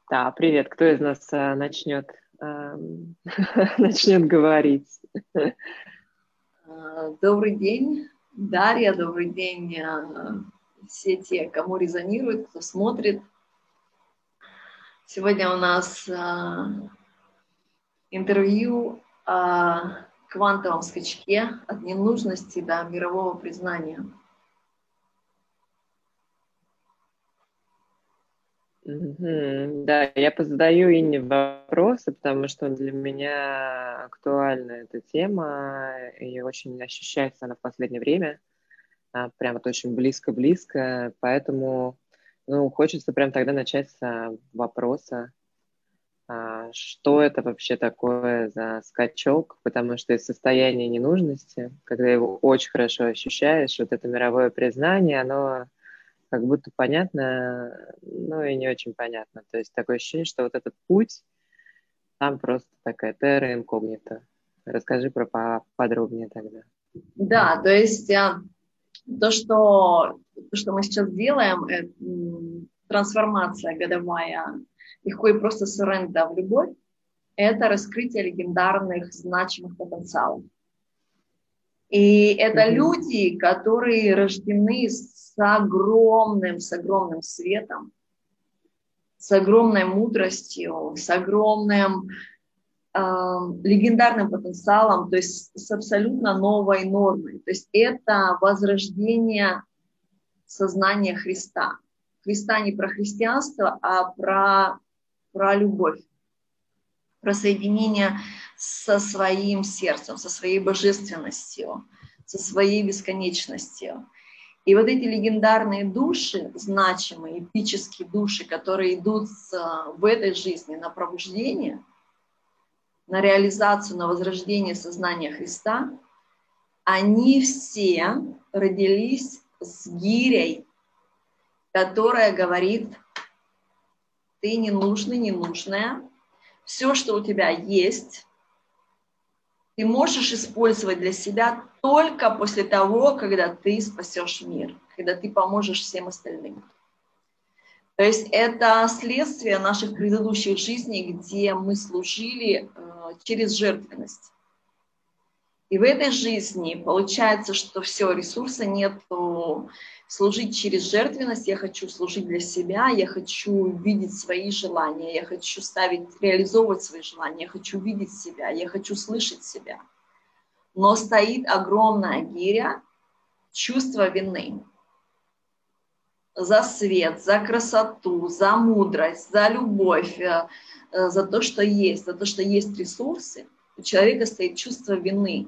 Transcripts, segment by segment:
Да, привет. Кто из нас начнет начнет говорить? Добрый день, Дарья, добрый день, все те, кому резонирует, кто смотрит. Сегодня у нас интервью о квантовом скачке от ненужности до мирового признания. Да, я позадаю Инне вопросы, потому что для меня актуальна эта тема, и очень ощущается она в последнее время. Прям вот очень близко-близко, поэтому хочется прям тогда начать с вопроса. Что это вообще такое за скачок? Потому что из состояния ненужности, когда его очень хорошо ощущаешь, вот это мировое признание, оно как будто понятно, но и не очень понятно. То есть такое ощущение, что вот этот путь, там просто такая терра инкогнита. Расскажи про поподробнее тогда. Да, то есть то, что мы сейчас делаем, это трансформация годовая, легко и просто суррендер в любовь, это раскрытие легендарных значимых потенциалов. И это Мгм. люди, которые рождены с огромным светом, с огромной мудростью, с огромным легендарным потенциалом, то есть с абсолютно новой нормой. То есть это возрождение сознания Христа. Христа не про христианство, а про любовь, про соединение со своим сердцем, со своей божественностью, со своей бесконечностью. И вот эти легендарные души, значимые, эпические души, которые идут в этой жизни на пробуждение, на реализацию, на возрождение сознания Христа, они все родились с гирей, которая говорит: ты ненужный, ненужная, все, что у тебя есть, ты можешь использовать для себя только после того, когда ты спасешь мир, когда ты поможешь всем остальным. То есть это следствие наших предыдущих жизней, где мы служили через жертвенность. И в этой жизни получается, что все, ресурса нету служить через жертвенность. Я хочу служить для себя, я хочу видеть свои желания, я хочу реализовывать свои желания, я хочу видеть себя, я хочу слышать себя. Но стоит огромная гиря чувства вины за свет, за красоту, за мудрость, за любовь, за то, что есть ресурсы. У человека стоит чувство вины.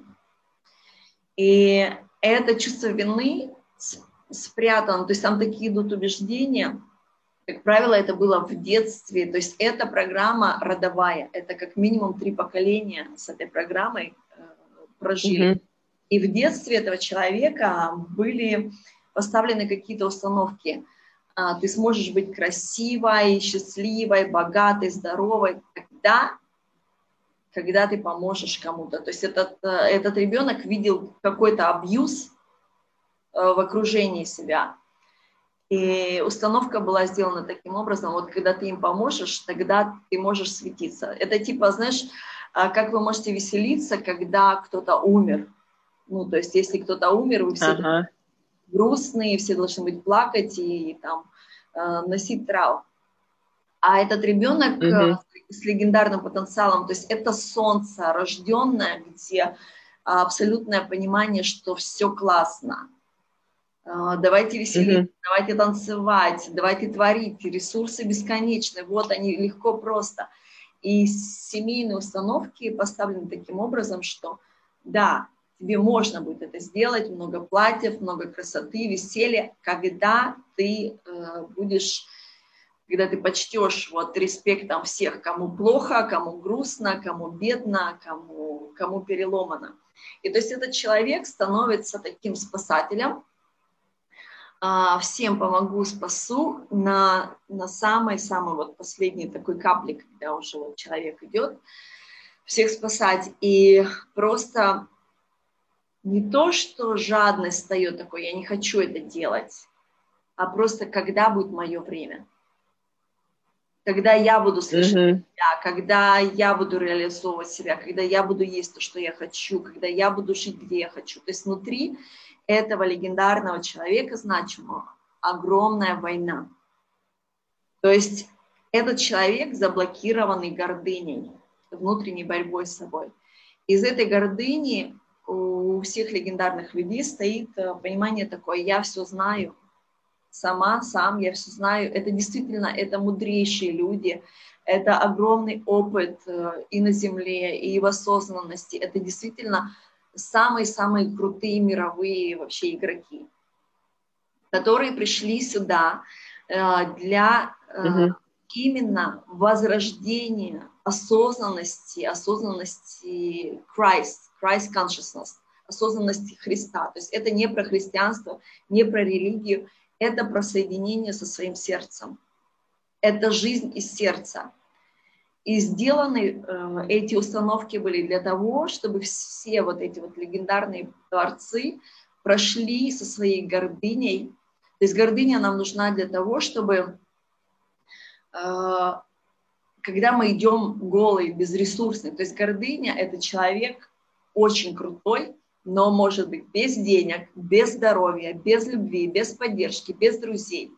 И это чувство вины спрятано, то есть там такие идут убеждения, как правило, это было в детстве, то есть это программа родовая, это как минимум 3 поколения с этой программой прожили. Мгм. И в детстве этого человека были поставлены какие-то установки. Ты сможешь быть красивой, счастливой, богатой, здоровой, когда ты поможешь кому-то. То есть этот ребенок видел какой-то абьюз в окружении себя. И установка была сделана таким образом: вот когда ты им поможешь, тогда ты можешь светиться. Это типа, знаешь, как вы можете веселиться, когда кто-то умер. Ну, то есть если кто-то умер, вы все Ага. грустные, все должны быть плакать и там носить траур. А этот ребенок Мгм. с легендарным потенциалом, то есть это солнце рожденное, где абсолютное понимание, что все классно. Давайте веселиться, Мгм. давайте танцевать, давайте творить. Ресурсы бесконечны, вот они, легко, просто. И семейные установки поставлены таким образом, что да, тебе можно будет это сделать, много платьев, много красоты, веселья, когда ты когда ты почтешь вот респектом всех, кому плохо, кому грустно, кому бедно, кому переломано. И то есть этот человек становится таким спасателем, всем помогу, спасу на самой-самой вот последней такой капле, когда уже вот человек идет всех спасать. И просто не то, что жадность встает такой, я не хочу это делать, а просто когда будет мое время. когда я буду слышать Мгм. себя, когда я буду реализовывать себя, когда я буду есть то, что я хочу, когда я буду жить, где я хочу. То есть внутри этого легендарного человека значимого огромная война. То есть этот человек заблокированный гордыней, внутренней борьбой с собой. Из этой гордыни у всех легендарных людей стоит понимание такое: я все знаю, сам, я все знаю. Это действительно, это мудрейшие люди, это огромный опыт и на земле, и в осознанности. Это действительно самые-самые крутые мировые вообще игроки, которые пришли сюда для Мгм. именно возрождения осознанности Christ consciousness, осознанности Христа. То есть это не про христианство, не про религию, это про соединение со своим сердцем. Это жизнь из сердца. И сделаны эти установки были для того, чтобы все вот эти вот легендарные творцы прошли со своей гордыней. То есть гордыня нам нужна для того, чтобы когда мы идем голый, безресурсный, то есть гордыня — это человек очень крутой, но может быть без денег, без здоровья, без любви, без поддержки, без друзей.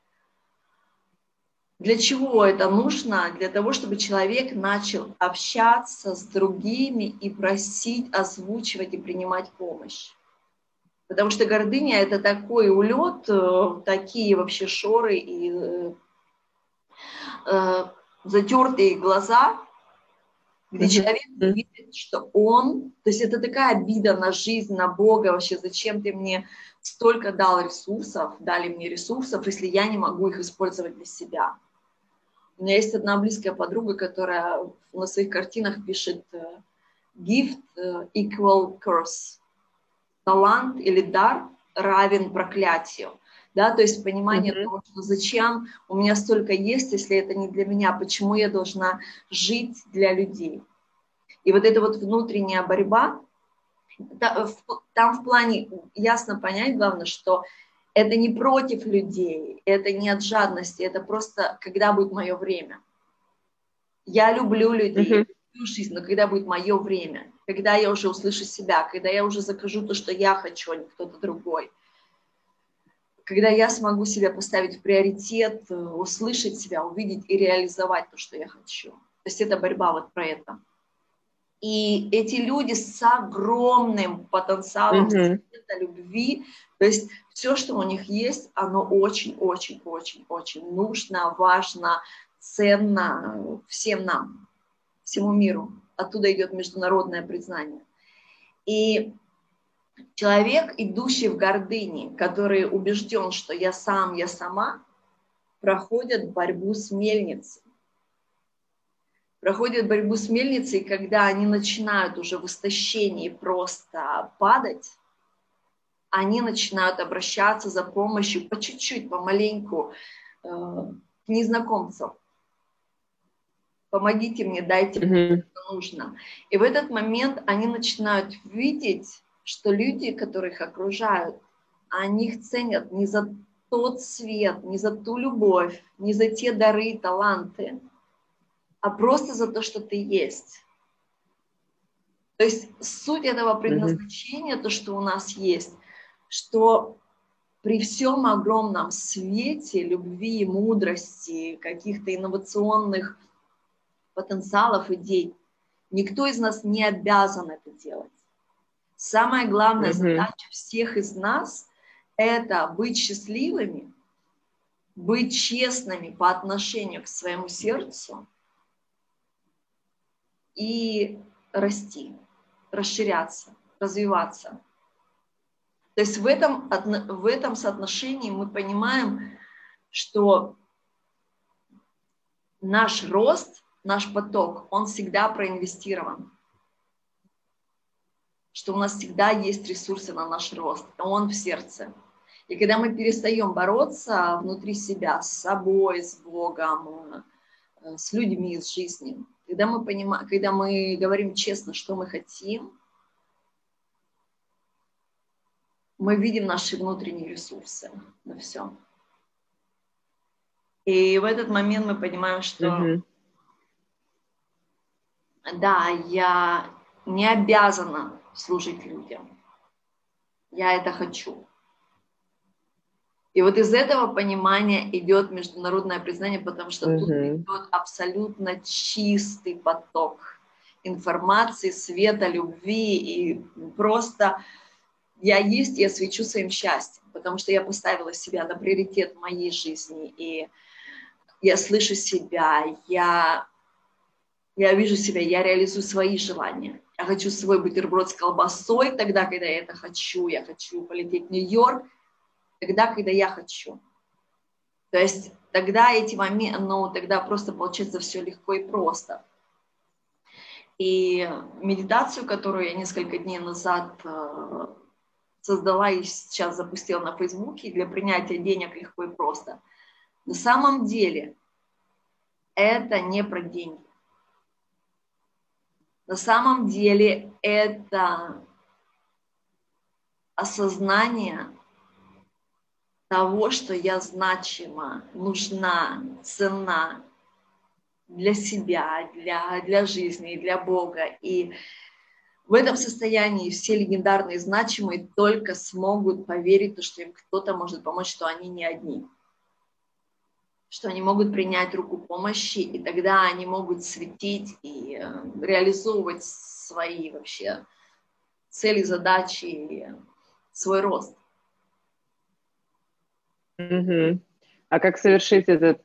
Для чего это нужно? Для того, чтобы человек начал общаться с другими и просить, озвучивать и принимать помощь. Потому что гордыня — это такой улет, такие вообще шоры и затертые глаза, где Мгм. человек видит, что он, то есть это такая обида на жизнь, на Бога, вообще, зачем ты мне столько дал ресурсов, дали мне ресурсов, если я не могу их использовать для себя. У меня есть одна близкая подруга, которая на своих картинах пишет gift equal curse. Талант или дар равен проклятию. Да, то есть понимание Мгм. того, что зачем у меня столько есть, если это не для меня, почему я должна жить для людей. И вот эта вот внутренняя борьба, там в плане ясно понять, главное, что это не против людей, это не от жадности, это просто когда будет мое время. Я люблю людей, Мгм. я люблю жизнь, но когда будет мое время, когда я уже услышу себя, когда я уже закажу то, что я хочу, а не кто-то другой, когда я смогу себя поставить в приоритет, услышать себя, увидеть и реализовать то, что я хочу. То есть это борьба вот про это. И эти люди с огромным потенциалом Мгм. света, любви, то есть все, что у них есть, оно очень-очень-очень-очень нужно, важно, ценно всем нам, всему миру. Оттуда идет международное признание. И человек, идущий в гордыне, который убежден, что я сам, я сама, проходит борьбу с мельницей. Проходят борьбу с мельницей, когда они начинают уже в истощении просто падать, они начинают обращаться за помощью по чуть-чуть, помаленьку к незнакомцам. Помогите мне, дайте мне то, Мгм. что нужно. И в этот момент они начинают видеть, что люди, которые их окружают, они их ценят не за тот свет, не за ту любовь, не за те дары, таланты, а просто за то, что ты есть. То есть суть этого Мгм. предназначения, то, что у нас есть, что при всем огромном свете, любви, мудрости, каких-то инновационных потенциалов, идей, никто из нас не обязан это делать. Самая главная Мгм. задача всех из нас — это быть счастливыми, быть честными по отношению к своему сердцу и расти, расширяться, развиваться. То есть в этом соотношении мы понимаем, что наш рост, наш поток, он всегда проинвестирован. Что у нас всегда есть ресурсы на наш рост, он в сердце. И когда мы перестаем бороться внутри себя, с собой, с Богом, с людьми, с жизнью, когда мы понимаем, когда мы говорим честно, что мы хотим, мы видим наши внутренние ресурсы на все. И в этот момент мы понимаем, что да, я не обязана служить людям. Я это хочу. И вот из этого понимания идет международное признание, потому что тут идет абсолютно чистый поток информации, света, любви. И просто я есть, я свечу своим счастьем, потому что я поставила себя на приоритет моей жизни. И я слышу себя, я вижу себя, я реализую свои желания. Я хочу свой бутерброд с колбасой тогда, когда я это хочу. Я хочу полететь в Нью-Йорк тогда, когда я хочу. То есть тогда эти моменты, тогда просто получается все легко и просто. И медитацию, которую я несколько дней назад создала и сейчас запустила на Фейсбуке для принятия денег легко и просто. На самом деле это не про деньги. На самом деле это осознание того, что я значима, нужна, ценна для себя, для жизни, для Бога. И в этом состоянии все легендарные, значимые только смогут поверить, что им кто-то может помочь, что они не одни. Что они могут принять руку помощи, и тогда они могут светить и реализовывать свои вообще цели, задачи и свой рост. А как совершить этот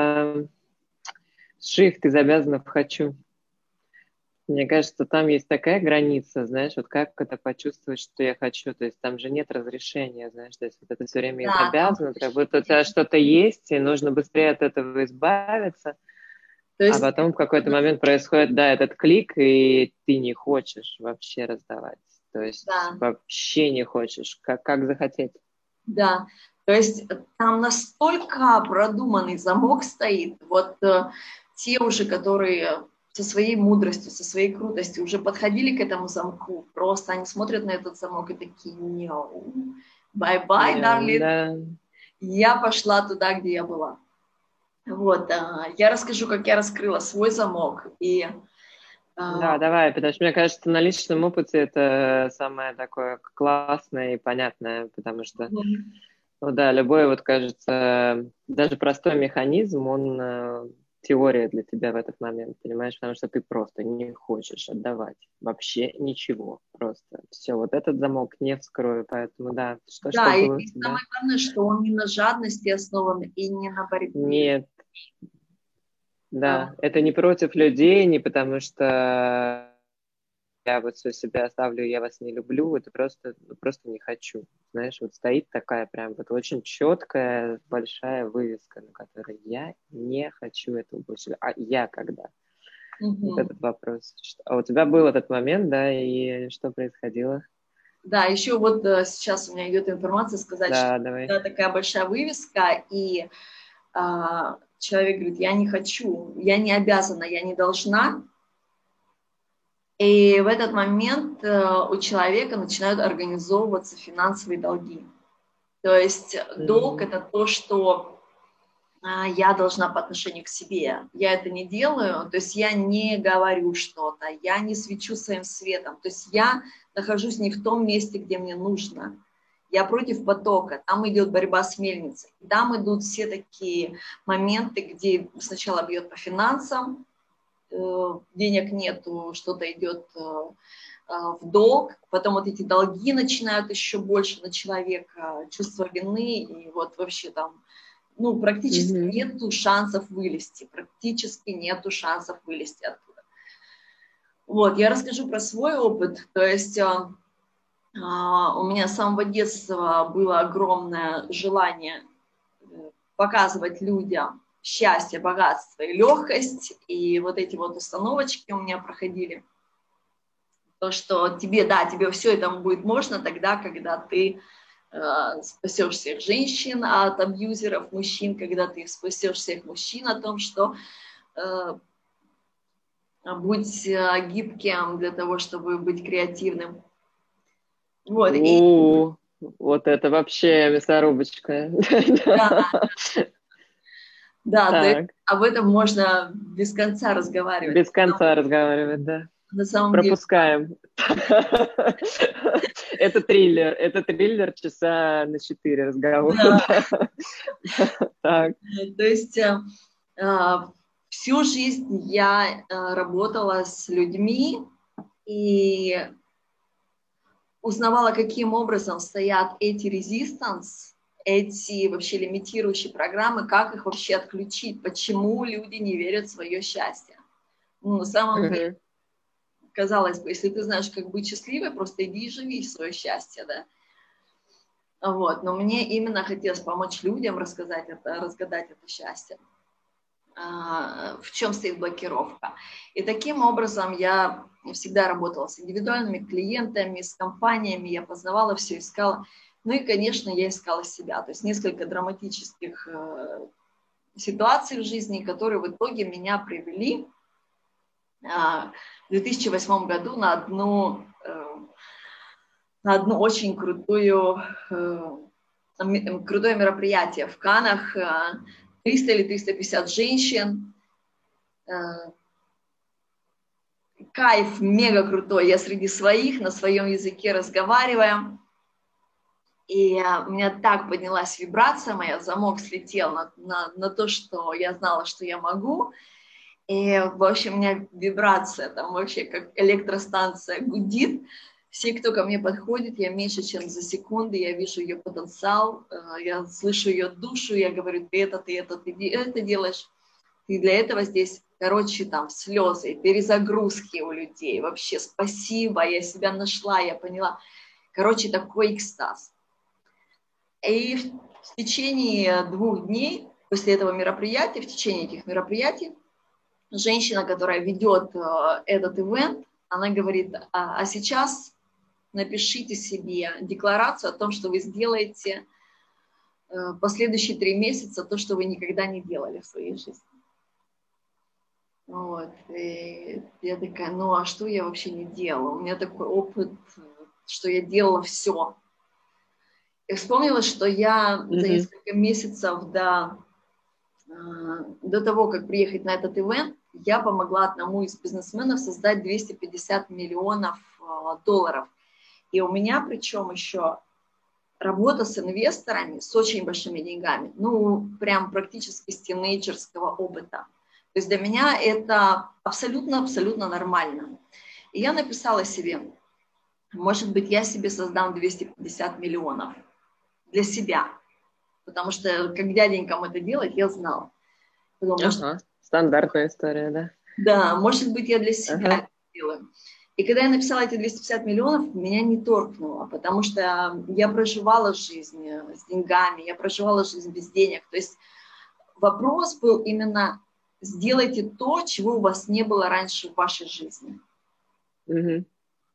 шифт из обязанных в «хочу»? Мне кажется, там есть такая граница, знаешь, вот как это почувствовать, что я хочу. То есть там же нет разрешения, знаешь, то есть вот это все время из обязанных, как будто у тебя что-то есть, и нужно быстрее от этого избавиться. То есть... А потом в какой-то момент происходит, да, этот клик, и ты не хочешь вообще раздавать. То есть вообще не хочешь. Как захотеть? Да, то есть там настолько продуманный замок стоит. Вот те уже, которые со своей мудростью, со своей крутостью уже подходили к этому замку, просто они смотрят на этот замок и такие: бай-бай, Дарлин, да. Я пошла туда, где я была. Вот, я расскажу, как я раскрыла свой замок. И, да, давай, потому что, мне кажется, на личном опыте это самое такое классное и понятное, потому что, ну да, любой, вот кажется, даже простой механизм, он теория для тебя в этот момент, понимаешь, потому что ты просто не хочешь отдавать вообще ничего, просто все, вот этот замок не вскрою, поэтому да, что было и самое главное, что он не на жадности основан и не на борьбе. Нет, да, это не против людей, не потому что я вот все себя оставлю, я вас не люблю, это просто не хочу. Знаешь, вот стоит такая прям вот очень четкая большая вывеска, на которой я не хочу этого больше. А я когда? Вот этот вопрос. А у тебя был этот момент, да, и что происходило? Да, еще вот сейчас у меня идет информация сказать, да, что давай. такая большая вывеска, и человек говорит: я не хочу, я не обязана, я не должна. И в этот момент у человека начинают организовываться финансовые долги. То есть долг – это то, что я должна по отношению к себе. Я это не делаю, то есть я не говорю что-то, я не свечу своим светом. То есть я нахожусь не в том месте, где мне нужно. Я против потока, там идет борьба с мельницей. Там идут все такие моменты, где сначала бьет по финансам, денег нету, что-то идет в долг, потом вот эти долги начинают еще больше на человека, чувство вины, и вот вообще там, практически нету шансов вылезти, оттуда. Вот, я расскажу про свой опыт, то есть у меня с самого детства было огромное желание показывать людям счастье, богатство и легкость, и вот эти вот установочки у меня проходили. То, что тебе все это будет можно тогда, когда ты спасешь всех женщин от абьюзеров, мужчин, когда ты спасешь всех мужчин о том, что будь гибким для того, чтобы быть креативным. Вот, вот это вообще мясорубочка. Да. Да, то есть Так, об этом можно без конца разговаривать. без конца разговаривать, да. На самом деле, Пропускаем. Это триллер часа на 4 разговора. да. Так. То есть всю жизнь я работала с людьми и узнавала, каким образом стоят эти резистанс, эти вообще лимитирующие программы, как их вообще отключить, почему люди не верят в свое счастье. Ну, на самом деле, Мгм. казалось бы, если ты знаешь, как быть счастливой, просто иди и живи свое счастье, да. Вот. Но мне именно хотелось помочь людям разгадать это счастье. В чем стоит блокировка. И таким образом я всегда работала с индивидуальными клиентами, с компаниями, я познавала все, искала. Ну и, конечно, я искала себя. То есть несколько драматических ситуаций в жизни, которые в итоге меня привели в 2008 году на одну очень крутое мероприятие в Каннах. 300 или 350 женщин. Кайф мега крутой. Я среди своих, на своем языке разговариваем. И у меня так поднялась вибрация моя, замок слетел на то, что я знала, что я могу. И, в общем, у меня вибрация там вообще как электростанция гудит. Все, кто ко мне подходит, я меньше, чем за секунды, я вижу ее потенциал, я слышу ее душу, я говорю, ты это делаешь, ты для этого здесь. Короче, там слезы, перезагрузки у людей, вообще спасибо, я себя нашла, я поняла. Короче, такой экстаз. И в течение 2 дней после этого мероприятия, в течение этих мероприятий, женщина, которая ведет этот ивент, она говорит, а сейчас напишите себе декларацию о том, что вы сделаете последующие 3 месяца то, что вы никогда не делали в своей жизни. Вот. И я такая, ну а что я вообще не делала? У меня такой опыт, что я делала все. И вспомнила, что я за Мгм. несколько месяцев до того, как приехать на этот ивент, я помогла одному из бизнесменов создать 250 миллионов долларов. И у меня причем еще работа с инвесторами, с очень большими деньгами, ну, прям практически с тинейджерского опыта. То есть для меня это абсолютно нормально. И я написала себе, может быть, я себе создам 250 миллионов для себя. Потому что как дяденькам это делать, я знала. Потому что, Ага. Стандартная история, да. да, может быть, я для себя Ага. это делаю. И когда я написала эти 250 миллионов, меня не торкнуло, потому что я проживала жизнь с деньгами, я проживала жизнь без денег. То есть вопрос был именно сделайте то, чего у вас не было раньше в вашей жизни. Мгм.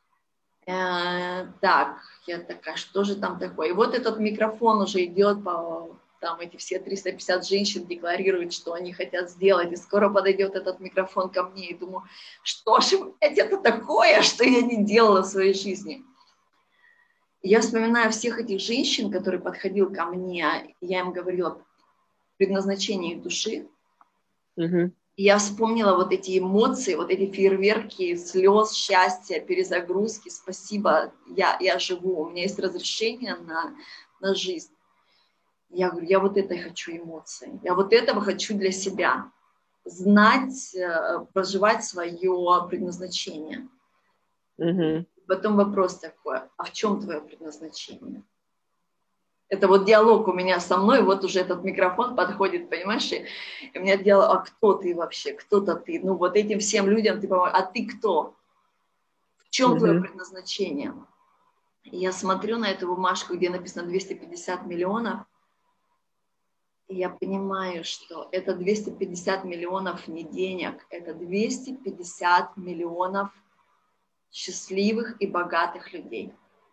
Так, я такая, что же там такое? И вот этот микрофон уже идет там эти все 350 женщин декларируют, что они хотят сделать, и скоро подойдет этот микрофон ко мне, и думаю, что же, блядь, это такое, что я не делала в своей жизни? И я вспоминаю всех этих женщин, которые подходили ко мне, и я им говорила предназначение их души, Мгм. и я вспомнила вот эти эмоции, вот эти фейерверки, слез, счастья, перезагрузки, спасибо, я живу, у меня есть разрешение на жизнь. Я говорю, я вот этой хочу эмоции, я вот этого хочу для себя. Знать, проживать свое предназначение. Мгм. Потом вопрос такой, а в чем твое предназначение? Это вот диалог у меня со мной, вот уже этот микрофон подходит, понимаешь? И у меня диалог, а кто ты вообще? Кто-то ты. Ну вот этим всем людям ты поможешь. А ты кто? В чем твое Мгм. предназначение? И я смотрю на эту бумажку, где написано 250 миллионов, и я понимаю, что это 250 миллионов не денег, это 250 миллионов счастливых и богатых людей.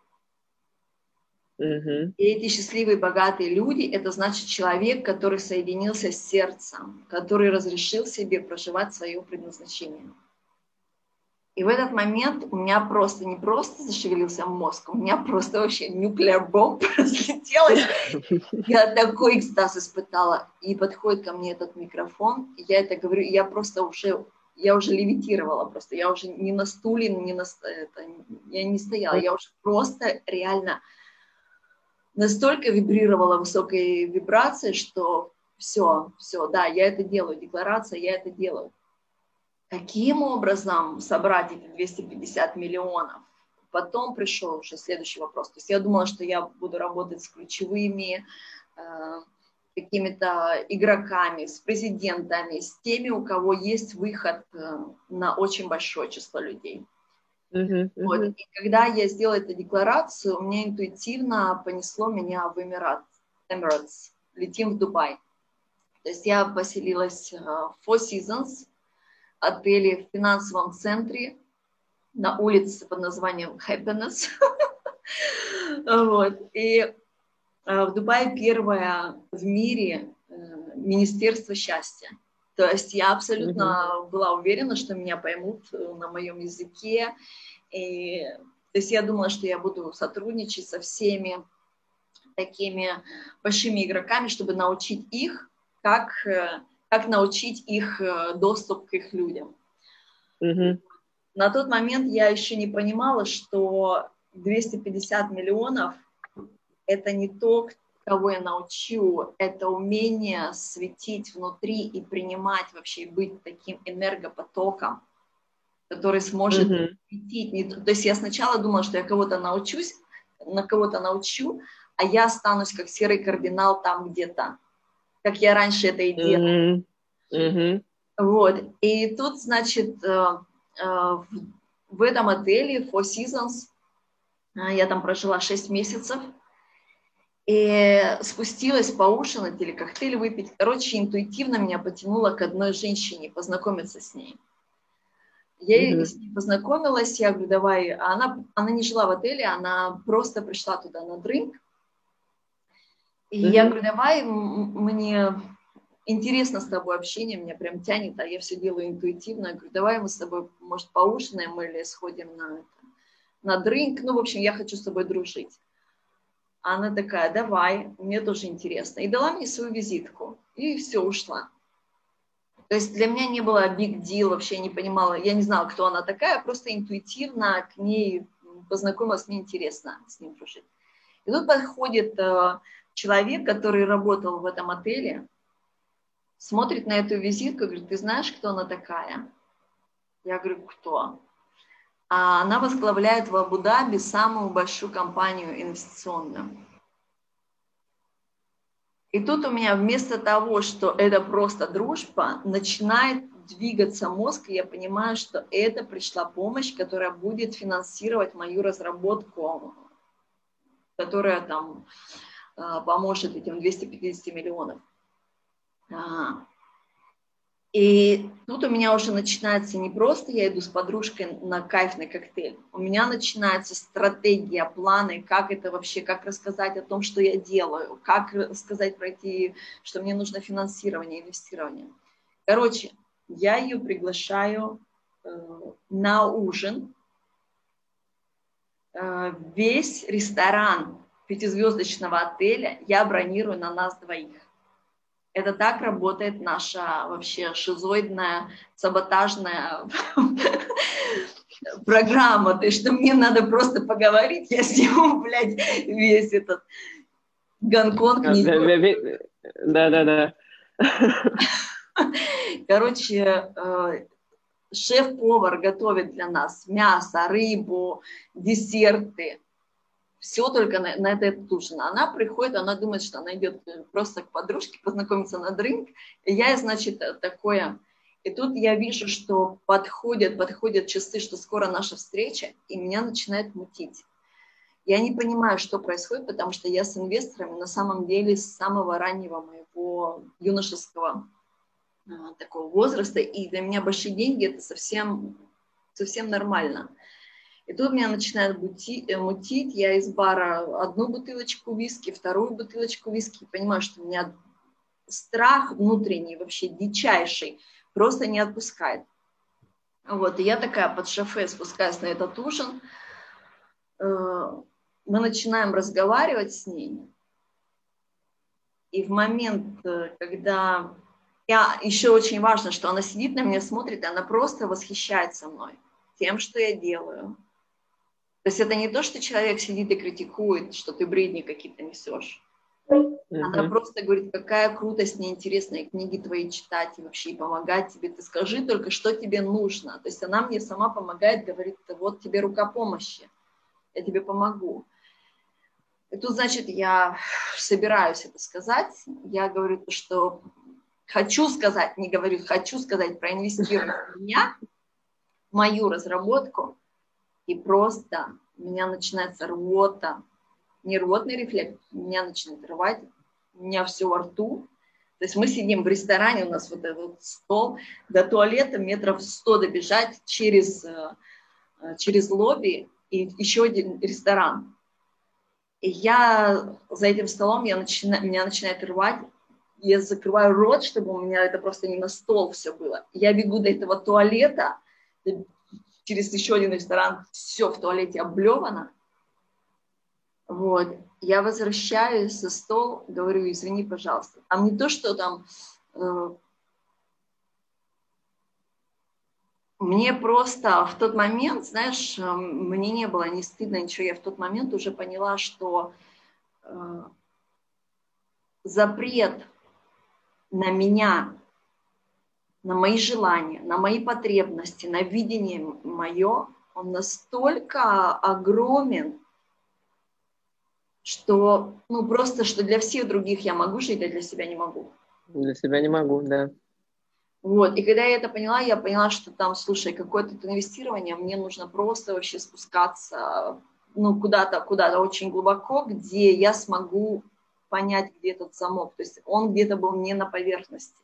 Мгм. И эти счастливые, богатые люди, это значит человек, который соединился с сердцем, который разрешил себе проживать свое предназначение. И в этот момент у меня просто не просто зашевелился мозг, у меня просто вообще nuclear bomb разлетелась. Я такой экстаз испытала. И подходит ко мне этот микрофон, и я это говорю, я уже левитировала просто, я уже не на стуле, я не стояла, я уже просто реально настолько вибрировала высокой вибрацией, что все, да, я это делаю, декларация, я это делаю. Каким образом собрать эти 250 миллионов? Потом пришел уже следующий вопрос. То есть я думала, что я буду работать с ключевыми какими-то игроками, с президентами, с теми, у кого есть выход на очень большое число людей. Вот. И когда я сделала эту декларацию, у меня интуитивно понесло меня в Emirates, летим в Дубай. То есть я поселилась в Four Seasons, отеле в финансовом центре на улице под названием Happiness. Вот. И в Дубае первое в мире Министерство счастья. То есть я абсолютно была уверена, что меня поймут на моем языке. И, то есть я думала, что я буду сотрудничать со всеми такими большими игроками, чтобы научить их, как научить их доступ к их людям. На тот момент я еще не понимала, что 250 миллионов – это не то, кого я научу, это умение светить внутри и принимать вообще, быть таким энергопотоком, который сможет светить. То есть я сначала думала, что я на кого-то научу, а я останусь как серый кардинал там где-то, как я раньше это и делала. Вот. И тут, значит, в этом отеле Four Seasons я там прожила 6 месяцев и спустилась поужинать или коктейль выпить. Короче, интуитивно меня потянуло к одной женщине, познакомиться с ней. Я с ней познакомилась, я говорю, давай. Она не жила в отеле, она просто пришла туда на дринк. И я говорю, давай, мне интересно с тобой общение, меня прям тянет, а я все делаю интуитивно. Я говорю, давай мы с тобой, может, поужинаем или сходим на дринк. Ну, в общем, я хочу с тобой дружить. Она такая, давай, мне тоже интересно. И дала мне свою визитку. И все, ушла. То есть для меня не было big deal, вообще не понимала, я не знала, кто она такая, просто интуитивно к ней познакомилась, мне интересно с ней дружить. И тут подходит человек, который работал в этом отеле, смотрит на эту визитку и говорит, ты знаешь, кто она такая? Я говорю, кто? А она возглавляет в Абу-Даби самую большую компанию инвестиционную. И тут у меня вместо того, что это просто дружба, начинает двигаться мозг, и я понимаю, что это пришла помощь, которая будет финансировать мою разработку, которая там поможет этим 250 миллионов. И тут у меня уже начинается не просто я иду с подружкой на кайфный коктейль, у меня начинается стратегия, планы, как это вообще, как рассказать о том, что я делаю, как сказать пройти, что мне нужно финансирование, инвестирование. Короче, я ее приглашаю на ужин. Весь ресторан 5-звездочного отеля я бронирую на нас двоих. Это так работает наша вообще шизоидная, саботажная программа. То есть, что мне надо просто поговорить, я сниму, блядь, весь этот Гонконг. Да. Короче, шеф-повар готовит для нас мясо, рыбу, десерты. Все только на этот ужин. Она приходит, она думает, что она идет просто к подружке познакомиться на дринк. И я, значит, такое... И тут я вижу, что подходят часы, что скоро наша встреча, и меня начинает мутить. Я не понимаю, что происходит, потому что я с инвесторами на самом деле с самого раннего моего юношеского такого возраста, и для меня большие деньги – это совсем нормально. И тут меня начинает мутить, я из бара одну бутылочку виски, вторую бутылочку виски, понимаю, что у меня страх внутренний, вообще дичайший, просто не отпускает. Вот, и я такая под шофе спускаюсь на этот ужин, мы начинаем разговаривать с ней, и в момент, когда еще очень важно, что она сидит на меня, смотрит, и она просто восхищается мной, тем, что я делаю. То есть это не то, что человек сидит и критикует, что ты бредни какие-то несешь. Она просто говорит, какая крутость, мне интересно и книги твои читать, и вообще и помогать тебе. Ты скажи только, что тебе нужно. То есть она мне сама помогает, говорит, вот тебе рука помощи, я тебе помогу. И тут, значит, я собираюсь это сказать. Я говорю, что хочу сказать, не говорю, хочу сказать, проинвестировать в меня, в мою разработку, и просто у меня начинается рвота, не рвотный рефлекс, меня начинает рвать, у меня все во рту. То есть мы сидим в ресторане, у нас вот этот вот стол, до туалета метров 100 добежать через лобби и еще один ресторан. И я за этим столом, меня начинает рвать, я закрываю рот, чтобы у меня это просто не на стол все было. Я бегу до этого туалета, через еще один ресторан, все в туалете облевано. Вот. Я возвращаюсь за стол, говорю, извини, пожалуйста. Там не то, что там... Мне просто в тот момент, знаешь, мне не было ни стыдно, ничего. Я в тот момент уже поняла, что запрет на меня, на мои желания, на мои потребности, на видение мое, он настолько огромен, что, ну, просто, что для всех других я могу жить, а для себя не могу. Для себя не могу, да. Вот, и когда я это поняла, я поняла, что там, слушай, какое-то инвестирование, мне нужно просто вообще спускаться, ну, куда-то очень глубоко, где я смогу понять, где этот замок. То есть он где-то был не на поверхности.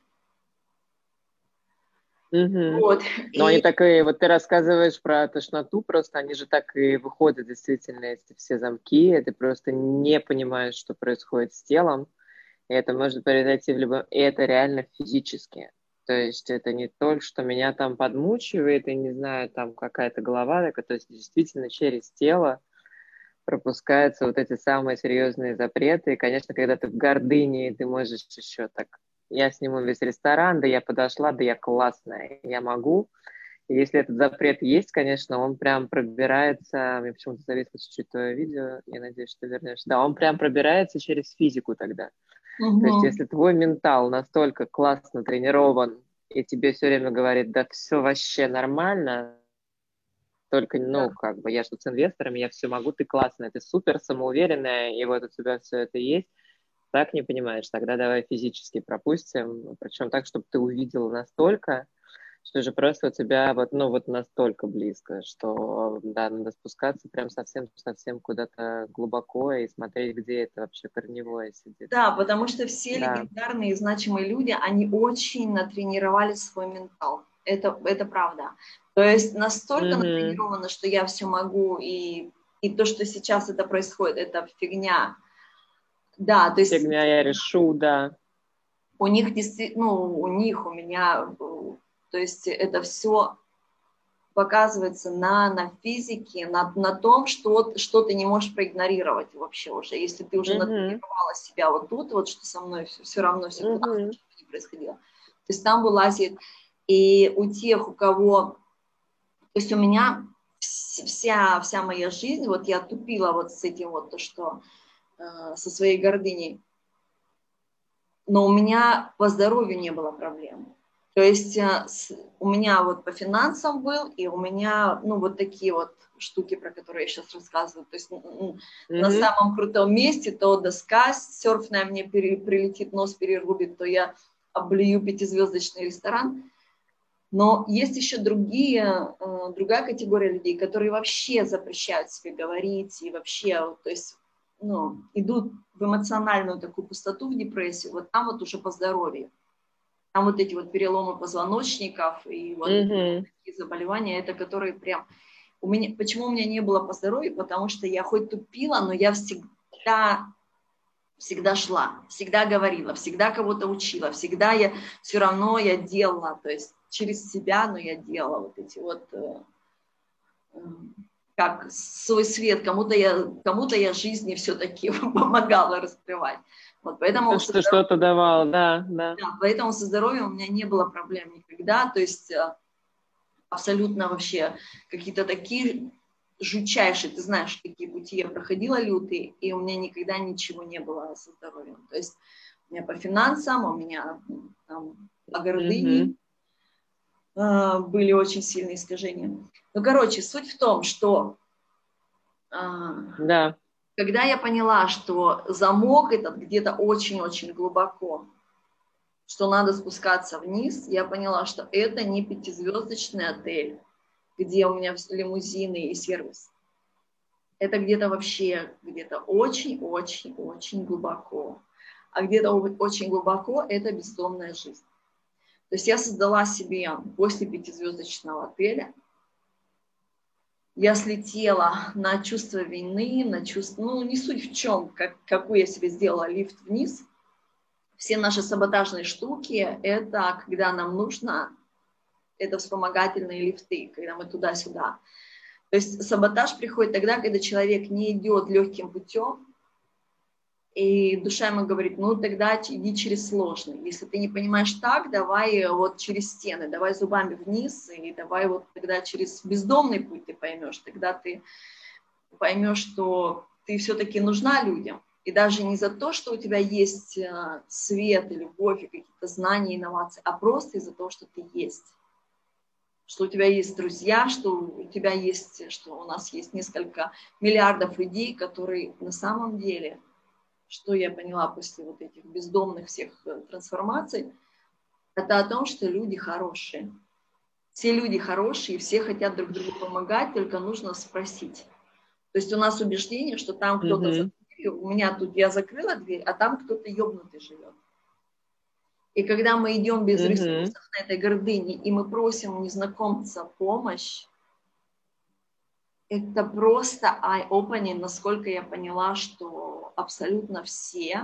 Вот. Но они так и, вот ты рассказываешь про тошноту, просто они же так и выходят действительно, эти все замки, ты просто не понимаешь, что происходит с телом, и это может произойти в любом... И это реально физически. То есть это не только, что меня там подмучивает, и не знаю, там какая-то голова, так, то есть действительно через тело пропускаются вот эти самые серьезные запреты. И, конечно, когда ты в гордыне, ты можешь еще так, я сниму весь ресторан, да я подошла, да я классная, я могу. И если этот запрет есть, конечно, он прям пробирается, мне почему-то зависло чуть-чуть твое видео, я надеюсь, что вернешься. Да, он прям пробирается через физику тогда. То есть если твой ментал настолько классно тренирован, и тебе все время говорит, да все вообще нормально, только, ну, как бы, я же тут с инвесторами, я все могу, ты классная, ты супер самоуверенная, и вот у тебя все это есть, так не понимаешь, тогда давай физически пропустим, причем так, чтобы ты увидела настолько, что же просто у тебя вот, ну, вот настолько близко, что, да, надо спускаться прям совсем куда-то глубоко и смотреть, где это вообще корневое сидит. Да, потому что все Да. легендарные и значимые люди, они очень натренировали свой ментал. Это правда. То есть настолько натренировано, что я все могу, и то, что сейчас это происходит, это фигня. Да, то есть... Фигня, я решу, да. У них действительно, ну, у меня, то есть это все показывается на физике, на том, что ты не можешь проигнорировать вообще уже. Если ты уже натренировала себя вот тут, вот что со мной все равно все классно, что бы ни происходило. То есть там вылазит, и у тех, у кого... То есть у меня вся моя жизнь, вот я тупила вот с этим вот, то, что со своей гордыней. Но у меня по здоровью не было проблем. То есть у меня вот по финансам был, и у меня, ну, вот такие вот штуки, про которые я сейчас рассказываю. То есть на самом крутом месте то доска серфная мне прилетит, нос перерубит, то я облью 5-звездочный ресторан. Но есть еще другая категория людей, которые вообще запрещают себе говорить и вообще, то есть, ну, идут в эмоциональную такую пустоту, в депрессию, вот там вот уже по здоровью. Там вот эти вот переломы позвоночников и вот такие заболевания, это которые прям... Почему у меня не было по здоровью? Потому что я хоть тупила, но я всегда всегда шла, всегда говорила, всегда кого-то учила, всегда я все равно я делала, то есть через себя, но я делала вот эти вот, как свой свет, кому-то я жизни все-таки помогала раскрывать. Вот, поэтому со Что что-то давал, да, да. да, поэтому со здоровьем у меня не было проблем никогда, то есть абсолютно вообще какие-то такие жутчайшие, ты знаешь, какие пути я проходила лютые, и у меня никогда ничего не было со здоровьем. То есть у меня по финансам, у меня там, по гордыне были очень сильные искажения. Ну, короче, суть в том, что Да. когда я поняла, что замок этот где-то очень-очень глубоко, что надо спускаться вниз, я поняла, что это не пятизвездочный отель, где у меня лимузины и сервис. Это где-то вообще, где-то очень-очень-очень глубоко. А где-то очень глубоко это бездомная жизнь. То есть я создала себе после пятизвездочного отеля, я слетела на чувство вины, на чувство, ну не суть в чем, какую я себе сделала лифт вниз. Все наши саботажные штуки, это когда нам нужно, это вспомогательные лифты, когда мы туда-сюда. То есть саботаж приходит тогда, когда человек не идет легким путем, и душа ему говорит, ну тогда иди через сложный. Если ты не понимаешь так, давай вот через стены, давай зубами вниз, и давай вот тогда через бездомный путь ты поймешь. Тогда ты поймешь, что ты все-таки нужна людям. И даже не за то, что у тебя есть свет и любовь, и какие-то знания, инновации, а просто из-за того, что ты есть. Что у тебя есть друзья, что у тебя есть, что у нас есть несколько миллиардов людей, которые на самом деле, что я поняла после вот этих бездомных всех трансформаций, это о том, что люди хорошие. Все люди хорошие, все хотят друг другу помогать, только нужно спросить. То есть у нас убеждение, что там кто-то за дверью, у меня тут я закрыла дверь, а там кто-то ёбнутый живет. И когда мы идем без ресурсов на этой гордыне, и мы просим у незнакомца помощь, это просто eye-opening, насколько я поняла, что абсолютно все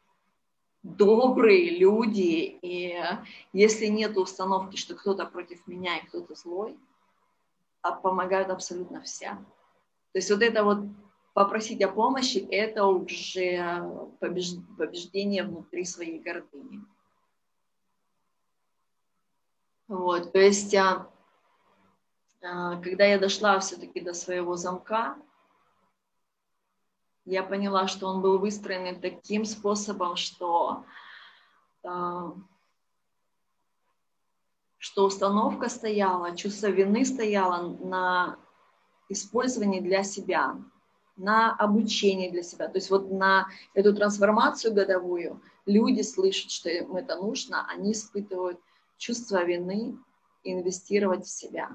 добрые люди, и если нет установки, что кто-то против меня и кто-то злой, помогают абсолютно все. То есть вот это вот попросить о помощи, это уже побеждение внутри своей гордыни. Вот, то есть, когда я дошла все-таки до своего замка, я поняла, что он был выстроен таким способом, что установка стояла, чувство вины стояло на использовании для себя, на обучение для себя. То есть вот на эту трансформацию годовую люди слышат, что им это нужно, они испытывают чувство вины и инвестировать в себя.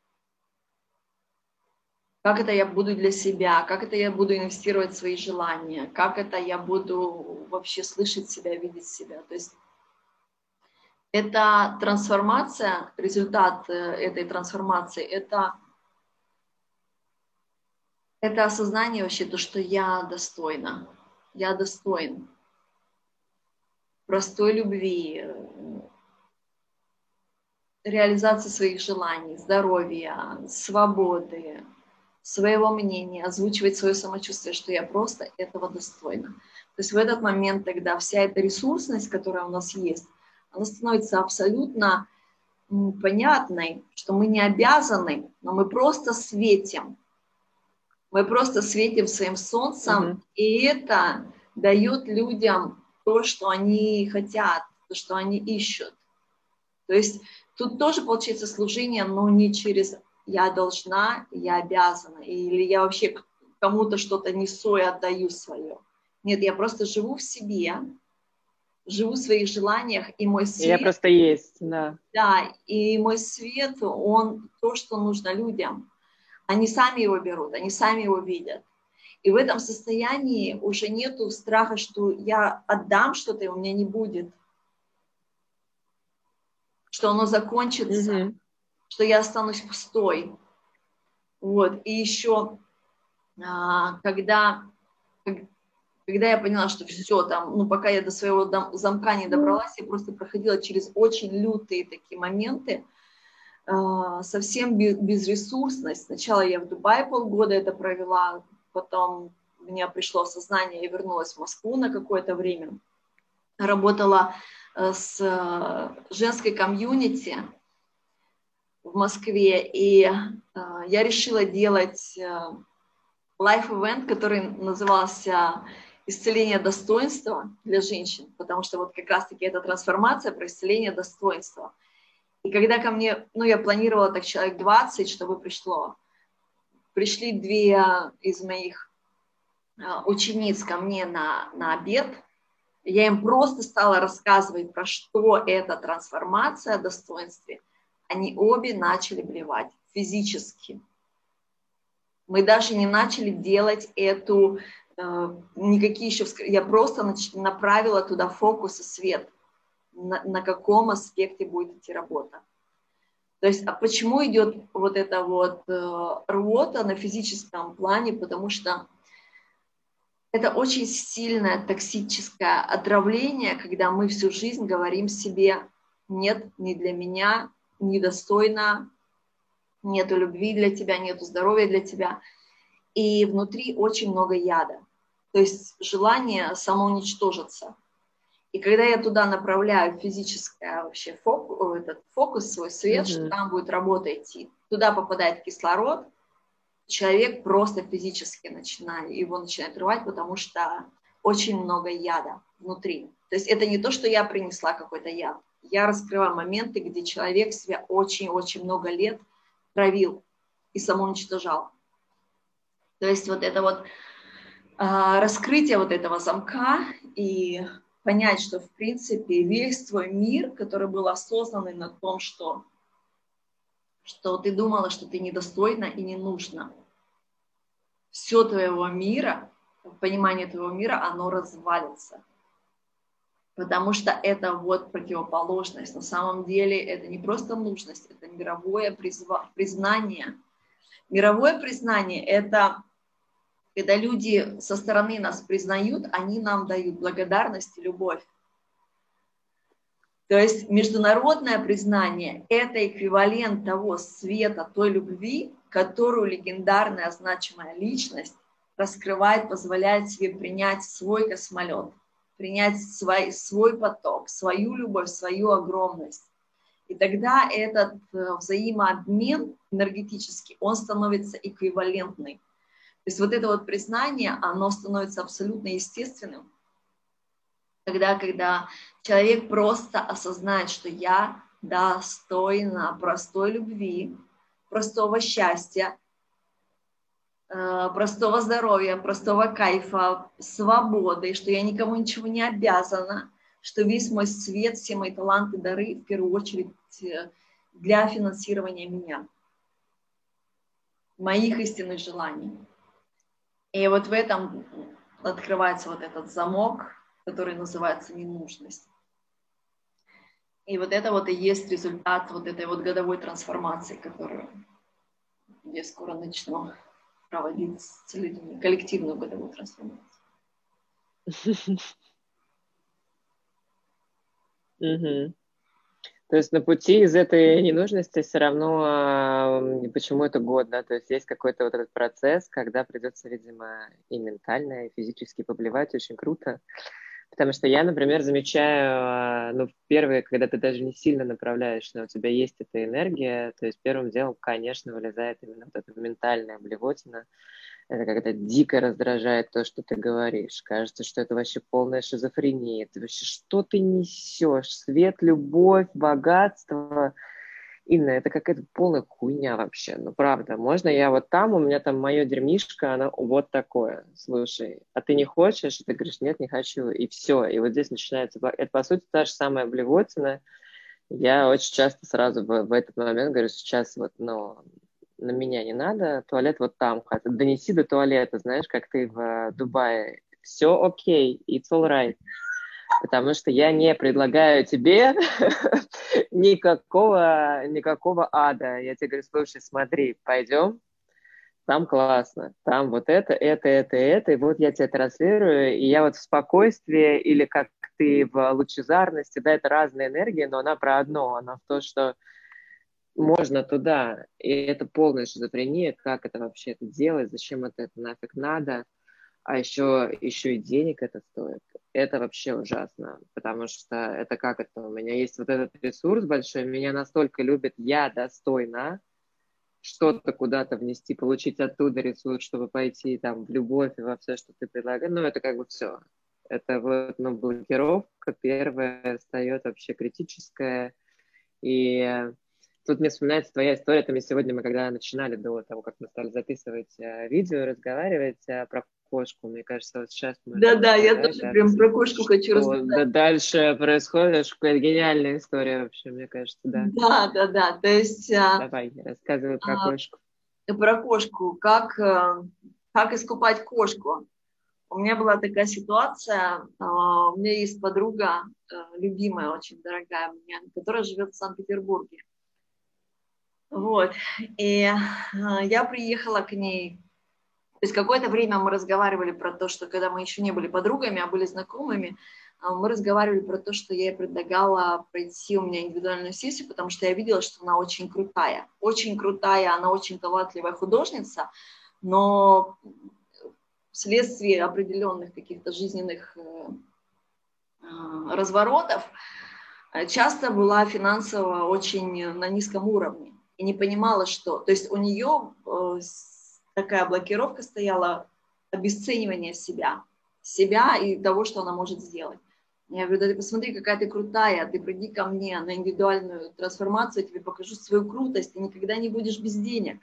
Как это я буду для себя, как это я буду инвестировать в свои желания, как это я буду вообще слышать себя, видеть себя. То есть эта трансформация, результат этой трансформации, это осознание вообще, то, что я достойна, я достоин простой любви, реализации своих желаний, здоровья, свободы, своего мнения, озвучивать свое самочувствие, что я просто этого достойна. То есть в этот момент тогда вся эта ресурсность, которая у нас есть, она становится абсолютно понятной, что мы не обязаны, но мы просто светим. Мы просто светим своим солнцем, и это дает людям то, что они хотят, то, что они ищут. То есть тут тоже получается служение, но не через «я должна», «я обязана», или «я вообще кому-то что-то несу и отдаю свое». Нет, я просто живу в себе, живу в своих желаниях, и мой свет... Я просто есть, да. Да, и мой свет, он то, что нужно людям. Они сами его берут, они сами его видят. И в этом состоянии уже нету страха, что я отдам что-то, и у меня не будет. Что оно закончится, что я останусь пустой. Вот. И еще, когда Когда я поняла, что все там, ну, пока я до своего замка не добралась, я просто проходила через очень лютые такие моменты, совсем безресурсность. Сначала я в Дубае полгода это провела, потом у меня пришло осознание, я вернулась в Москву на какое-то время, работала с женской комьюнити в Москве, и я решила делать лайф-эвент, который назывался «Исцеление достоинства для женщин», потому что вот как раз-таки эта трансформация про исцеление достоинства. И когда ко мне, ну, я планировала так человек 20, чтобы пришли 2 из моих учениц ко мне на обед, я им просто стала рассказывать, про что эта трансформация о достоинстве. Они обе начали блевать физически. Мы даже не начали делать никакие еще... Я просто направила туда фокус и свет, на каком аспекте будет идти работа. То есть, а почему идет вот эта вот рвота на физическом плане? Потому что это очень сильное токсическое отравление, когда мы всю жизнь говорим себе: нет, не для меня, недостойно, нету любви для тебя, нету здоровья для тебя. И внутри очень много яда. То есть желание самоуничтожиться. И когда я туда направляю физическое вообще фокус, свой свет, что там будет работа идти, туда попадает кислород, человек просто физически его начинает рвать, потому что очень много яда внутри. То есть это не то, что я принесла какой-то яд. Я раскрываю моменты, где человек себя очень-очень много лет травил и самоуничтожал. То есть вот это вот раскрытие вот этого замка и понять, что в принципе весь твой мир, который был осознанный на том, что ты думала, что ты недостойна и не нужна, все твоего мира, понимание твоего мира, оно развалится. Потому что это вот противоположность. На самом деле это не просто нужность, это мировое признание. Мировое признание – это когда люди со стороны нас признают, они нам дают благодарность и любовь. То есть международное признание – это эквивалент того света, той любви, которую легендарная значимая личность раскрывает, позволяет себе принять свой космолет, принять свой поток, свою любовь, свою огромность. И тогда этот взаимообмен энергетический, он становится эквивалентный. То есть вот это вот признание, оно становится абсолютно естественным, когда человек просто осознает, что я достойна простой любви, простого счастья, простого здоровья, простого кайфа, свободы, что я никому ничего не обязана, что весь мой свет, все мои таланты, дары, в первую очередь, для финансирования меня, моих истинных желаний. И вот в этом открывается вот этот замок, который называется ненужность. И вот это вот и есть результат вот этой вот годовой трансформации, которую я скоро начну проводить с людьми, коллективную годовую трансформацию. То есть на пути из этой ненужности все равно, почему это год, да, то есть есть какой-то вот этот процесс, когда придется, видимо, и ментально, и физически поблевать, очень круто, потому что я, например, замечаю, ну, первое, когда ты даже не сильно направляешь, но у тебя есть эта энергия, то есть первым делом, конечно, вылезает именно вот эта ментальная блевотина. Это когда дико раздражает то, что ты говоришь. Кажется, что это вообще полная шизофрения. Ты вообще что ты несешь? Свет, любовь, богатство. Инна, это какая-то полная хуйня вообще. Ну, правда. Можно я вот там, у меня там мое дерьмишко, оно вот такое. Слушай, а ты не хочешь? И ты говоришь, нет, не хочу. И все. И вот здесь начинается... Это, по сути, та же самая блевотина. Я очень часто сразу в этот момент говорю, сейчас вот, ну, на меня не надо, туалет вот там, хотя донеси до туалета, знаешь, как ты в Дубае. Все окей, it's all right. Потому что я не предлагаю тебе никакого ада. Я тебе говорю, слушай, смотри, пойдем, там классно, там вот это, и вот я тебя транслирую, и я вот в спокойствии, или как ты в лучезарности, да, это разная энергия, но она про одно, она в то, что можно туда, и это полная шизофрения, как это вообще это делать, зачем это нафиг надо, а еще и денег это стоит. Это вообще ужасно, потому что это как это, у меня есть вот этот ресурс большой, меня настолько любят, я достойна что-то куда-то внести, получить оттуда ресурс, чтобы пойти там в любовь и во все, что ты предлагаешь. Ну, это как бы все. Это вот, ну, блокировка первая встает вообще критическая. И тут мне вспоминается твоя история. Там и сегодня мы, когда начинали, до того, как мы стали записывать видео, разговаривать про кошку, мне кажется, вот сейчас можешь Да-да, я рассказать, тоже да, прям про кошку хочу что рассказать. дальше происходит. Какая гениальная история вообще, мне кажется, да. Да, да, да. То есть Давай, рассказывай про кошку. про кошку, как искупать кошку. У меня была такая ситуация, у меня есть подруга, любимая, очень дорогая мне, которая живет в Санкт-Петербурге. Вот, и я приехала к ней. То есть какое-то время мы разговаривали про то, что когда мы еще не были подругами, а были знакомыми, мы разговаривали про то, что я ей предлагала пройти у меня индивидуальную сессию, потому что я видела, что она очень крутая, она очень талантливая художница, но вследствие определенных каких-то жизненных разворотов часто была финансово очень на низком уровне и не понимала, что... То есть у нее такая блокировка стояла, обесценивание себя и того, что она может сделать. Я говорю, да ты посмотри, какая ты крутая, ты приди ко мне на индивидуальную трансформацию, я тебе покажу свою крутость, ты никогда не будешь без денег.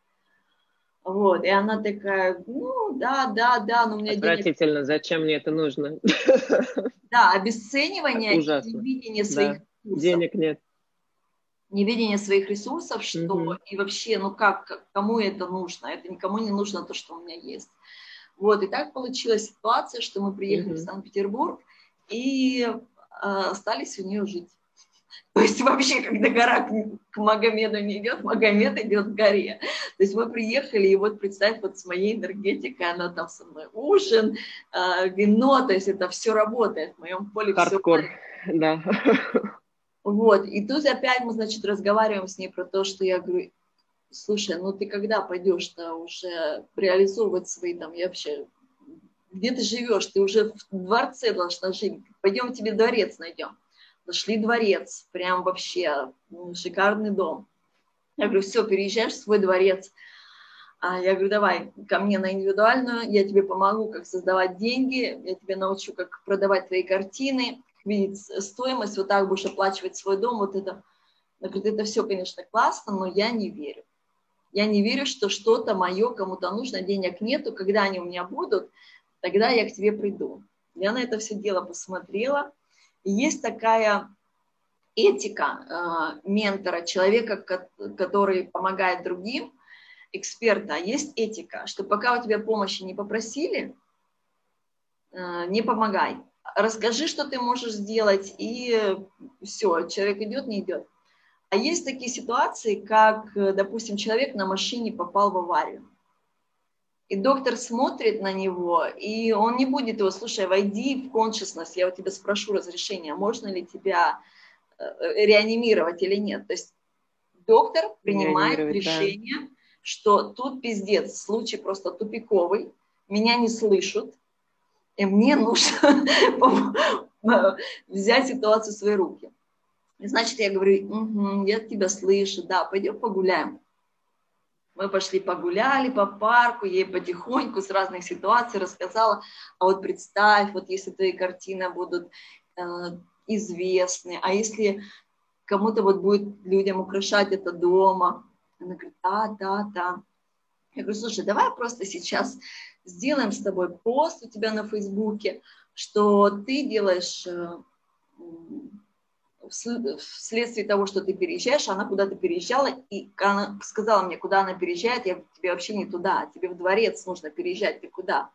Вот, и она такая, ну, да, но у меня денег... Отвратительно, зачем мне это нужно? Да, обесценивание и Ужасно. невидение своих Да, ресурсов. денег нет. Невидение своих ресурсов, что Угу. и вообще, ну как, кому это нужно? Это никому не нужно то, что у меня есть. Вот, и так получилась ситуация, что мы приехали в Угу. Санкт-Петербург и остались у нее жить. То есть вообще, когда гора к Магомеду не идет, Магомед идет к горе. То есть мы приехали, и вот представь, вот с моей энергетикой, она там со мной ужин, вино, то есть это все работает, в моем поле все. Хардкор, да. Вот, и тут опять мы, значит, разговариваем с ней про то, что я говорю, слушай, ну ты когда пойдешь-то уже реализовывать свои там, я вообще, где ты живешь, ты уже в дворце должна жить, пойдем тебе дворец найдем. Нашли дворец, прям вообще шикарный дом. Я говорю, все, переезжаешь в свой дворец. Я говорю, давай ко мне на индивидуальную, я тебе помогу, как создавать деньги, я тебе научу, как продавать твои картины, видеть стоимость, вот так будешь оплачивать свой дом, вот это. Я говорю, это все, конечно, классно, но я не верю. Я не верю, что что-то мое кому-то нужно, денег нету, когда они у меня будут, тогда я к тебе приду. Я на это все дело посмотрела. И есть такая этика ментора, человека, который помогает другим, эксперта, есть этика, что пока у тебя помощи не попросили, не помогай. Расскажи, что ты можешь сделать, и все, человек идет, не идет. А есть такие ситуации, как, допустим, человек на машине попал в аварию. И доктор смотрит на него, и он не будет его, слушай, войди в consciousness, я у тебя спрошу разрешения, можно ли тебя реанимировать или нет. То есть доктор принимает Реанимировать, да. решение, что тут пиздец, случай просто тупиковый, меня не слышат, и мне нужно взять ситуацию в свои руки. И значит, я говорю, угу, я тебя слышу, да, пойдем погуляем. Мы пошли погуляли по парку, ей потихоньку с разных ситуаций рассказала, а вот представь, вот если твои картины будут известны, а если кому-то вот будет людям украшать это дома. Она говорит, да. Я говорю, слушай, давай просто сейчас сделаем с тобой пост у тебя на Фейсбуке, что ты делаешь вследствие того, что ты переезжаешь, она куда-то переезжала, и она сказала мне, куда она переезжает, я говорю, тебе вообще не туда, тебе в дворец нужно переезжать, ты куда?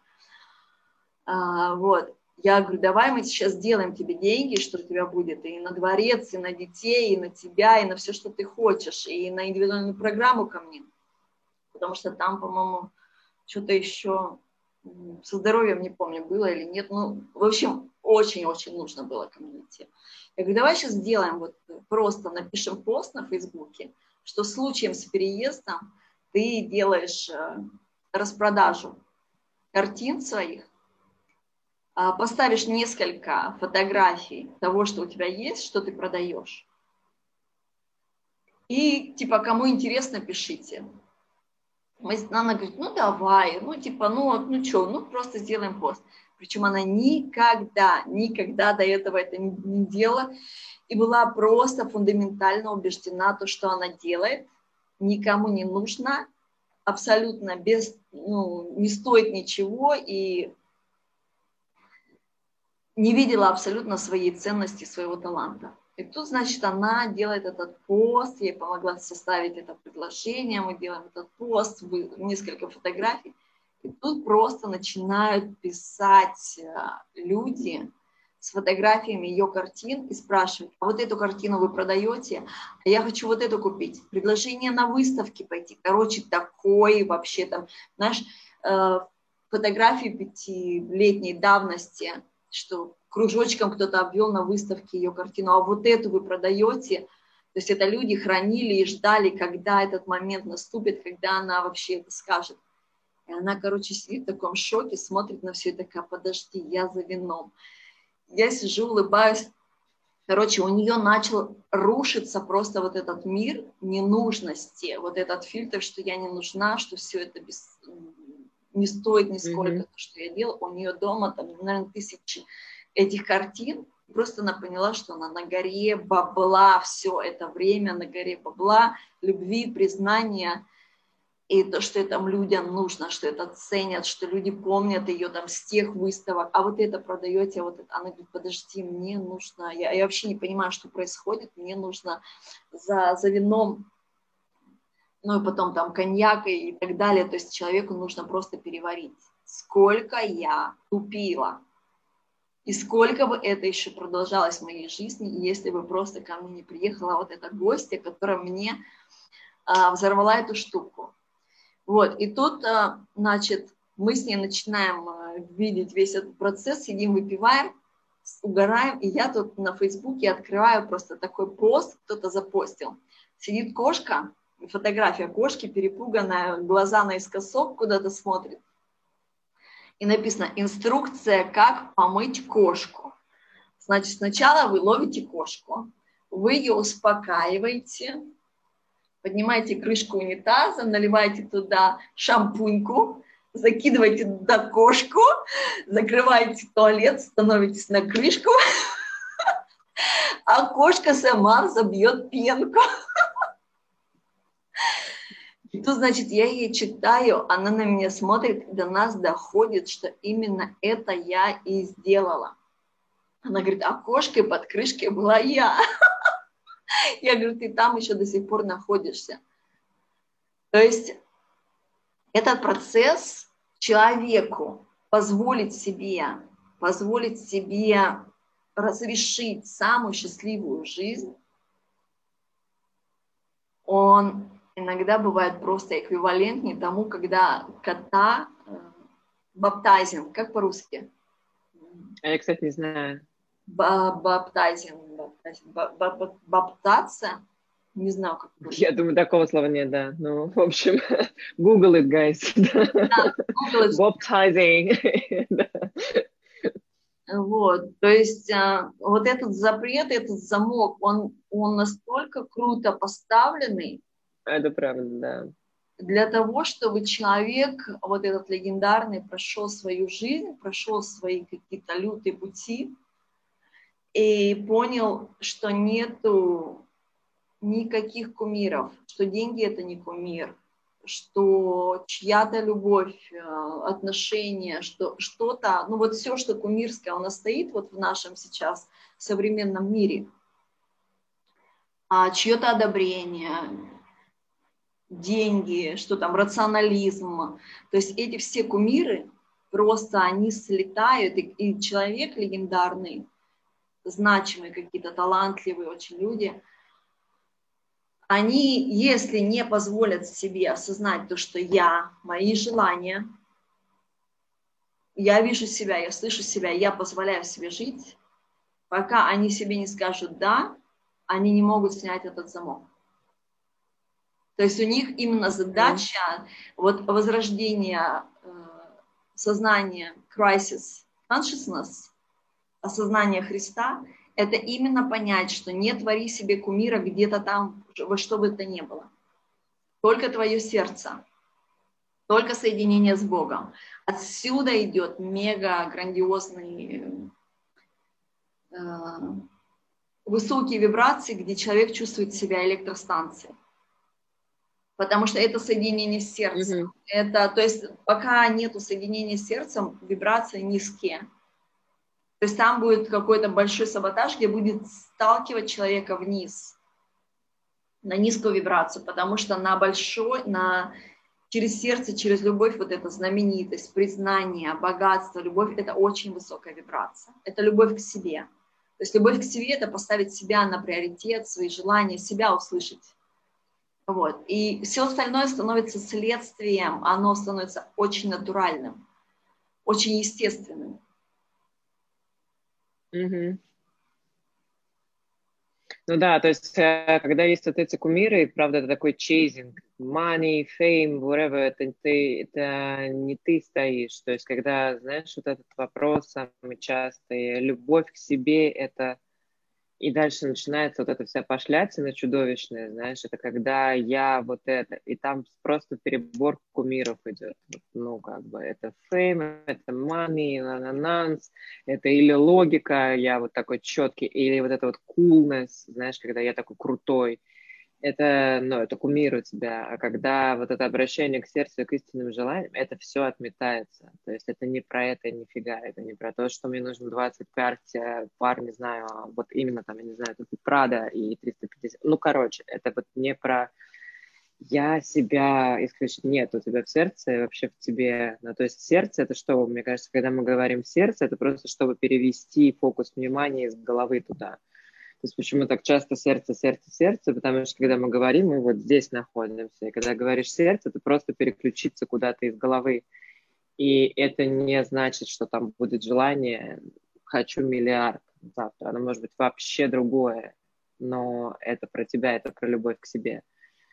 Вот. Я говорю, давай мы сейчас сделаем тебе деньги, что у тебя будет и на дворец, и на детей, и на тебя, и на все, что ты хочешь, и на индивидуальную программу ко мне. потому что там, по-моему, что-то еще со здоровьем, не помню, было или нет. Ну, в общем, очень-очень нужно было ко мне идти. Я говорю, давай сейчас сделаем, вот просто напишем пост на Фейсбуке, что случаем с переездом ты делаешь распродажу картин своих, поставишь несколько фотографий того, что у тебя есть, что ты продаешь. И, типа, кому интересно, пишите. Она говорит, ну давай, ну типа, ну что, ну просто сделаем пост. Причем она никогда до этого это не делала. И была просто фундаментально убеждена, то, что она делает, никому не нужно, абсолютно не стоит ничего, и не видела абсолютно своей ценности, своего таланта. И тут, значит, она делает этот пост, я ей помогла составить это предложение, мы делаем этот пост, несколько фотографий. И тут просто начинают писать люди с фотографиями ее картин и спрашивают, а вот эту картину вы продаете? А я хочу вот эту купить. Предложение на выставке пойти. Короче, такое вообще там, знаешь, фотографии 5-летней давности, что кружочком кто-то обвел на выставке ее картину, а вот эту вы продаете. То есть это люди хранили и ждали, когда этот момент наступит, когда она вообще это скажет. И она, короче, сидит в таком шоке, смотрит на все и такая, подожди, я за вином. Я сижу, улыбаюсь. Короче, у нее начал рушиться просто вот этот мир ненужности, вот этот фильтр, что я не нужна, что все это не стоит нисколько, то, что я делала. У нее дома, там, наверное, 1000 этих картин. Просто она поняла, что она на горе бабла все это время, на горе бабла, любви, признания. И то, что этим людям нужно, что это ценят, что люди помнят ее там с тех выставок, а вот это продаете, а вот это. Она говорит, подожди, мне нужно, я вообще не понимаю, что происходит, мне нужно за вином, ну и потом там коньяк и так далее, то есть человеку нужно просто переварить. Сколько я тупила, и сколько бы это еще продолжалось в моей жизни, если бы просто ко мне не приехала вот эта гостья, которая мне взорвала эту штуку. Вот, и тут, значит, мы с ней начинаем видеть весь этот процесс, сидим, выпиваем, угораем, и я тут на Фейсбуке открываю просто такой пост, кто-то запостил. Сидит кошка, фотография кошки, перепуганная, глаза наискосок куда-то смотрит. И написано «Инструкция, как помыть кошку». Значит, сначала вы ловите кошку, вы ее успокаиваете, поднимаете крышку унитаза, наливаете туда шампуньку, закидываете туда кошку, закрываете туалет, становитесь на крышку, а кошка сама забьет пенку. И тут, значит, я ей читаю, она на меня смотрит, и до нас доходит, что именно это я и сделала. Она говорит, а кошкой под крышкой была я. Я говорю, ты там еще до сих пор находишься. То есть этот процесс человеку позволить себе разрешить самую счастливую жизнь, он иногда бывает просто эквивалентней тому, когда кота баптайзинг, как по-русски? А я, кстати, не знаю. Баптайзинг, баптация, не знаю, как Я думаю, такого слова нет, да. Ну, в общем, Google it, guys. Да, Google it. Baptizing. Вот, то есть вот этот запрет, этот замок, он настолько круто поставленный Это правда, да. для того, чтобы человек, вот этот легендарный, прошел свою жизнь, прошел свои какие-то лютые пути и понял, что нету никаких кумиров, что деньги это не кумир, что чья-то любовь, отношения, что что-то, ну вот все, что кумирское у нас стоит вот в нашем сейчас современном мире, чье-то одобрение, деньги, что там, рационализм, то есть эти все кумиры, просто они слетают, и человек легендарный, значимые какие-то, талантливые очень люди, они, если не позволят себе осознать то, что я, мои желания, я вижу себя, я слышу себя, я позволяю себе жить, пока они себе не скажут «да», они не могут снять этот замок. То есть у них именно задача вот возрождения сознания, crisis consciousness, осознания Христа, это именно понять, что не твори себе кумира где-то там, во что бы то ни было. Только твое сердце, только соединение с Богом. Отсюда идет мега грандиозный высокие вибрации, где человек чувствует себя электростанцией. Потому что это соединение с сердцем. Это, то есть пока нету соединения с сердцем, вибрации низкие. То есть там будет какой-то большой саботаж, где будет сталкивать человека вниз, на низкую вибрацию, потому что на большой, через сердце, через любовь, вот эта знаменитость, признание, богатство, любовь, это очень высокая вибрация. Это любовь к себе. То есть любовь к себе – это поставить себя на приоритет, свои желания, себя услышать. Вот. И все остальное становится следствием, оно становится очень натуральным, очень естественным. Ну да, то есть, когда есть вот эти кумиры, правда, это такой chasing, money, fame, whatever, это не ты стоишь. То есть, когда, знаешь, вот этот вопрос самый частый, любовь к себе, это... И дальше начинается вот эта вся пошлятина чудовищная, знаешь, это когда я вот это, и там просто перебор кумиров идет. Ну, как бы, это fame, это money, нанананс, это или логика, я вот такой четкий, или вот это вот coolness, знаешь, когда я такой крутой. Это, ну, это кумир тебя, а когда вот это обращение к сердцу и к истинным желаниям, это все отметается. То есть это не про это нифига, это не про то, что мне нужно 25 пар, не знаю, вот именно там, я не знаю, тут и Прада и 350. Ну, короче, это вот не про я себя исключить. Нет, у тебя в сердце, вообще в тебе. Ну, то есть сердце это что? Мне кажется, когда мы говорим сердце, это просто чтобы перевести фокус внимания из головы туда. То есть почему так часто сердце, сердце, сердце? Потому что когда мы говорим, мы вот здесь находимся. И когда говоришь сердце, это просто переключиться куда-то из головы. И это не значит, что там будет желание «хочу миллиард завтра». Оно может быть вообще другое. Но это про тебя, это про любовь к себе.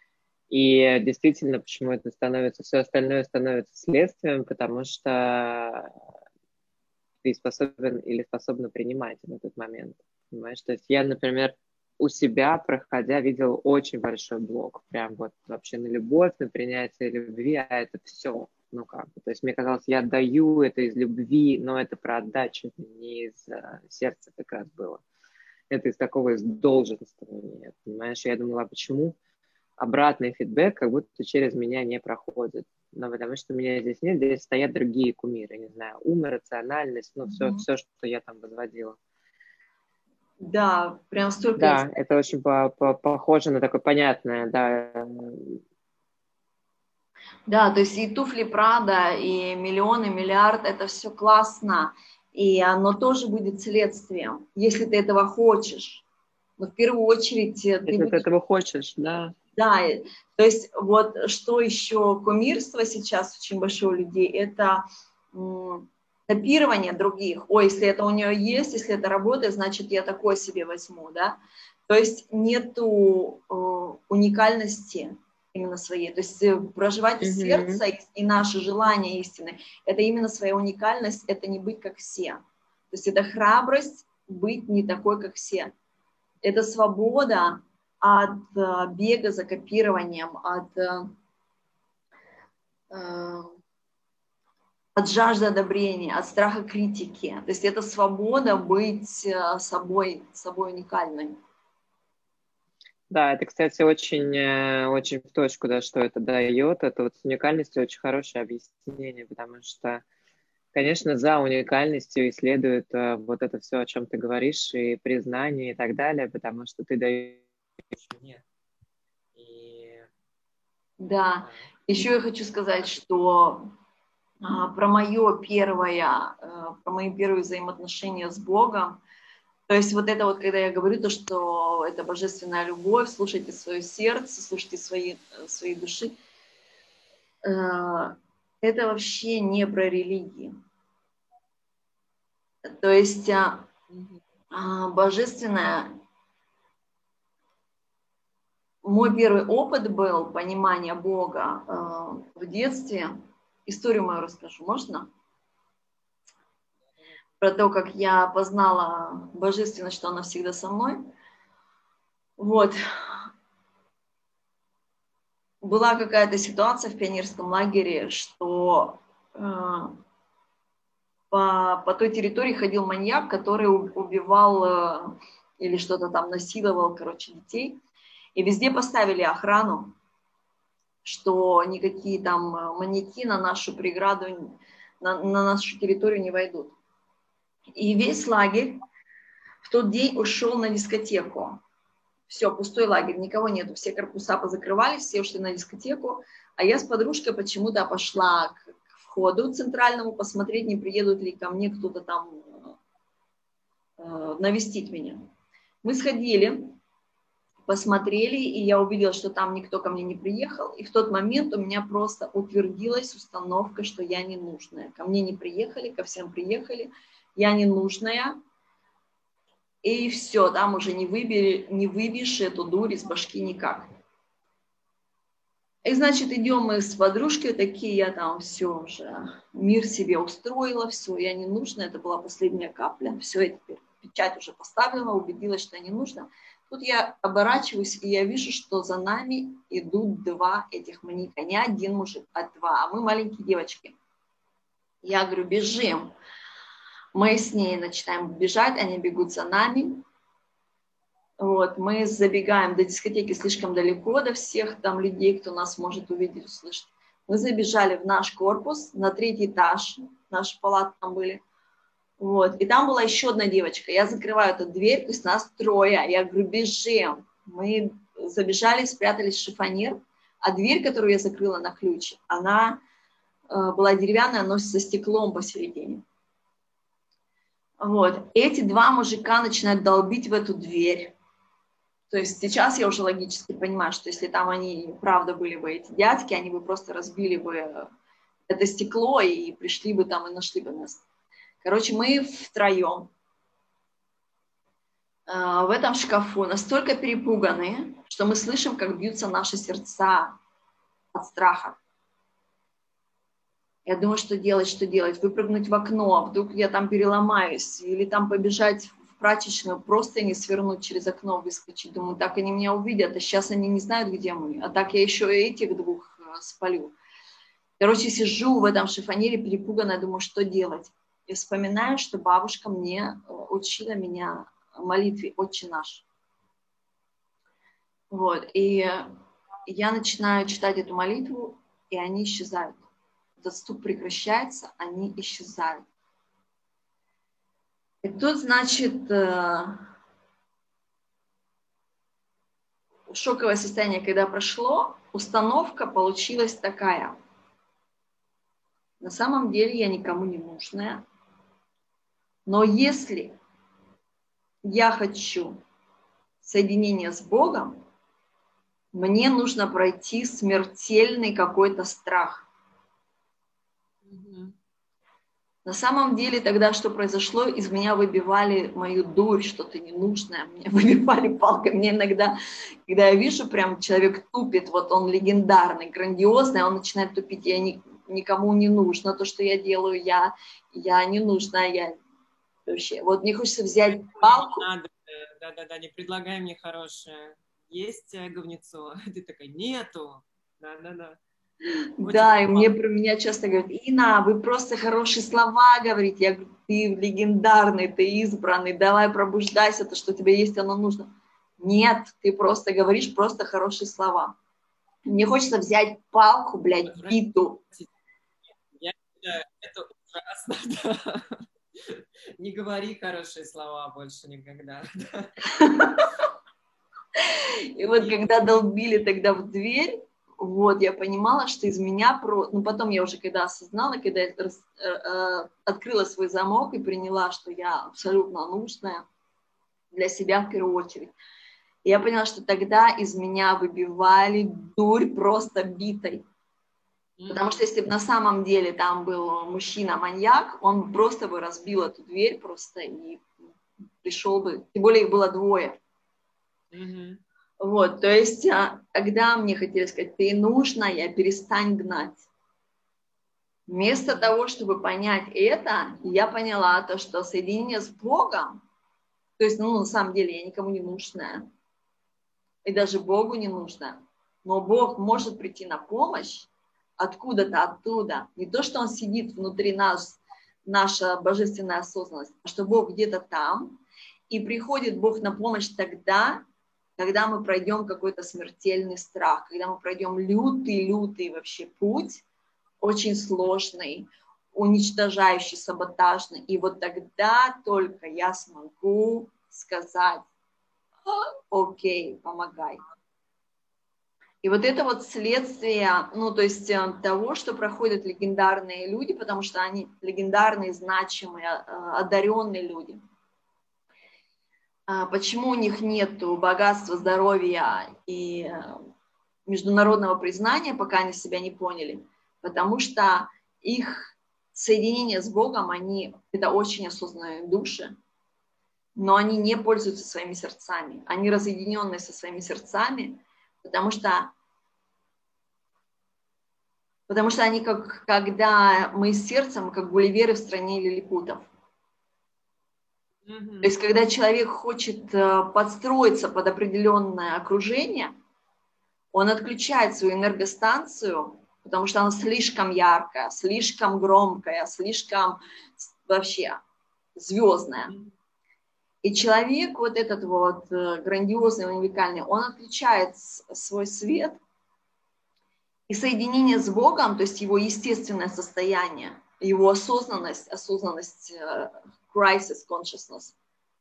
И действительно, почему это становится, все остальное становится следствием, потому что ты способен или способна принимать в этот момент. Понимаешь? То есть я, например, у себя, проходя, видел очень большой блок. Прям вот вообще на любовь, на принятие любви, а это все. Ну как бы. То есть мне казалось, я отдаю это из любви, но это про отдачу, это не из сердца как раз было. Это из такого из долженствования. Понимаешь? Я думала, почему обратный фидбэк как будто через меня не проходит. Но потому что меня здесь нет, здесь стоят другие кумиры, не знаю, ум, рациональность, ну, все, что я там возводила. Да, прям столько... Да, это очень похоже на такое понятное, да. Да, то есть и туфли Прада, и миллионы, миллиард, это все классно, и оно тоже будет следствием, если ты этого хочешь. Но в первую очередь... Если ты этого хочешь, да. Да, то есть вот что еще кумирство сейчас очень большое у людей, это копирование других. Ой, если это у нее есть, если это работает, значит я такое себе возьму, да. То есть нету уникальности именно своей. То есть проживать из сердца и наши желания истины, это именно своя уникальность, это не быть как все. То есть это храбрость быть не такой, как все. Это свобода от бега за копированием, от жажды одобрения, от страха критики. То есть это свобода быть собой уникальной. Да, это, кстати, очень в точку, да, что это дает. Это вот с уникальностью очень хорошее объяснение, потому что, конечно, за уникальностью следует вот это все, о чем ты говоришь, и признание и так далее, потому что ты даешь мне. Да, еще я хочу сказать, что про мои первые взаимоотношения с Богом, То есть вот это вот, когда я говорю, то, что это божественная любовь, слушайте свое сердце, слушайте свои души, это вообще не про религии. То есть божественное... Мой первый опыт был понимания Бога в детстве. Историю мою расскажу, можно? Про то, как я познала божественность, что она всегда со мной. Вот. Была какая-то ситуация в пионерском лагере, что по той территории ходил маньяк, который убивал или что-то там насиловал, короче, детей. И везде поставили охрану, что никакие там маньяки на нашу преграду, на нашу территорию не войдут. И весь лагерь в тот день ушел на дискотеку. Все, пустой лагерь, никого нету. Все корпуса позакрывались, все ушли на дискотеку. А я с подружкой почему-то пошла к входу центральному посмотреть, не приедут ли ко мне кто-то там навестить меня. Мы сходили, посмотрели, и я увидела, что там никто ко мне не приехал. И в тот момент у меня просто утвердилась установка, что я ненужная. Ко мне не приехали, ко всем приехали. Я ненужная. И все, там уже не выбьешь эту дурь из башки никак. И, значит, идем мы с подружкой, такие, я там все уже, мир себе устроила, все, я не нужна, это была последняя капля, все, я теперь печать уже поставила, убедилась, что не нужно. Тут я оборачиваюсь, и я вижу, что за нами идут два этих маньяка, не один мужик, а два, а мы маленькие девочки. Я говорю, бежим. Мы с ней начинаем бежать, они бегут за нами. Вот, мы забегаем до дискотеки слишком далеко, до всех там людей, кто нас может увидеть, услышать. Мы забежали в наш корпус, на 3-й этаж, наши палаты там были. Вот, и там была еще одна девочка. Я закрываю эту дверь, то есть нас 3. Я говорю, бежим. Мы забежали, спрятались в шифонер, а дверь, которую я закрыла на ключ, она была деревянная, но со стеклом посередине. Вот, эти два мужика начинают долбить в эту дверь. То есть сейчас я уже логически понимаю, что если там они, правда, были бы эти дядьки, они бы просто разбили бы это стекло и пришли бы там и нашли бы нас. Короче, мы втроем в этом шкафу настолько перепуганные, что мы слышим, как бьются наши сердца от страха. Я думаю, что делать, выпрыгнуть в окно, вдруг я там переломаюсь, или там побежать в прачечную, просто не свернуть через окно, выскочить. Думаю, так они меня увидят, а сейчас они не знают, где мы, а так я еще и этих двух спалю. Короче, сижу в этом шифонере перепуганная, думаю, что делать. И вспоминаю, что бабушка мне учила меня молитве «Отче наш». Вот, и я начинаю читать эту молитву, и они исчезают. Этот стук прекращается, они исчезают. И тут, значит, шоковое состояние, когда прошло, установка получилась такая. На самом деле я никому не нужная, но если я хочу соединения с Богом, мне нужно пройти смертельный какой-то страх. На самом деле тогда что произошло? Из меня выбивали мою дурь, что-то ненужное. Меня выбивали палкой. Мне иногда, когда я вижу, прям человек тупит, вот он легендарный, грандиозный, он начинает тупить. Я никому не нужна. То, что я делаю, я не нужна. Я вообще. Вот мне хочется взять палку. Да, не предлагай мне хорошее. Есть говнецо? Ты такая, нету. Да. Да, и мне про меня часто говорят, Инна, вы просто хорошие слова говорите. Я говорю, ты легендарный, ты избранный, давай пробуждайся, то, что тебе есть, оно нужно. Нет, ты просто говоришь просто хорошие слова. Мне хочется взять палку, блядь, биту. Это ужасно, да. Не говори хорошие слова больше никогда. И вот когда долбили тогда в дверь, вот, я понимала, что из меня... Ну, потом я уже когда осознала, когда я открыла свой замок и приняла, что я абсолютно нужная, для себя в первую очередь. И я поняла, что тогда из меня выбивали дурь просто битой. Потому что если бы на самом деле там был мужчина-маньяк, он просто бы разбил эту дверь просто и пришел бы. Тем более их было двое. Вот, то есть, когда мне хотели сказать, ты нужная, перестань гнать. Вместо того, чтобы понять это, я поняла то, что соединение с Богом, то есть, на самом деле я никому не нужная, и даже Богу не нужна, но Бог может прийти на помощь откуда-то оттуда. Не то, что Он сидит внутри нас, наша божественная осознанность, а что Бог где-то там, и приходит Бог на помощь тогда, когда мы пройдем какой-то смертельный страх, когда мы пройдем лютый вообще путь, очень сложный, уничтожающий, саботажный. И вот тогда только я смогу сказать, окей, помогай. И вот это вот следствие, то есть того, что проходят легендарные люди, потому что они легендарные, значимые, одаренные люди. Почему у них нет богатства, здоровья и международного признания, пока они себя не поняли? Потому что их соединение с Богом, это очень осознанные души, но они не пользуются своими сердцами. Они разъединенные со своими сердцами, потому что они, когда мы с сердцем, как гулливеры в стране лилипутов. То есть, когда человек хочет подстроиться под определенное окружение, он отключает свою энергостанцию, потому что она слишком яркая, слишком громкая, слишком вообще звездная. И человек вот этот вот грандиозный, уникальный, он отключает свой свет, и соединение с Богом, то есть его естественное состояние, его осознанность crisis consciousness,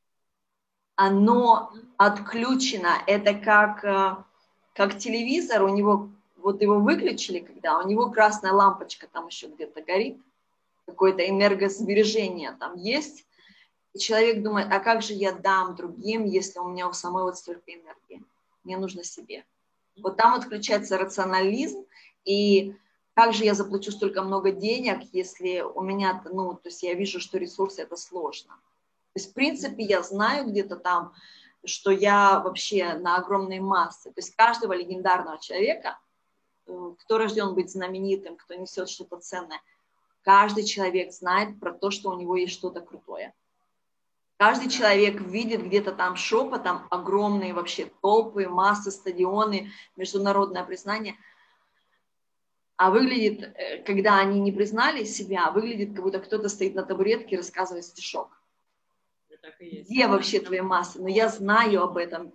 оно отключено. Это как телевизор, у него, вот его выключили, когда у него красная лампочка там еще где-то горит, какое-то энергосбережение там есть, и человек думает, а как же я дам другим, если у меня у самой вот столько энергии? Мне нужно себе. Вот там отключается рационализм, и как же я заплачу столько много денег, если у меня, то есть я вижу, что ресурсы это сложно. То есть, в принципе, я знаю где-то там, что я вообще на огромной массе. То есть каждого легендарного человека, кто рожден быть знаменитым, кто несет что-то ценное, каждый человек знает про то, что у него есть что-то крутое. Каждый человек видит где-то там шепотом огромные вообще толпы, массы, стадионы, международное признание. А выглядит, когда они не признали себя, выглядит, как будто кто-то стоит на табуретке и рассказывает стишок. Где вообще твои массы? Но я знаю об этом.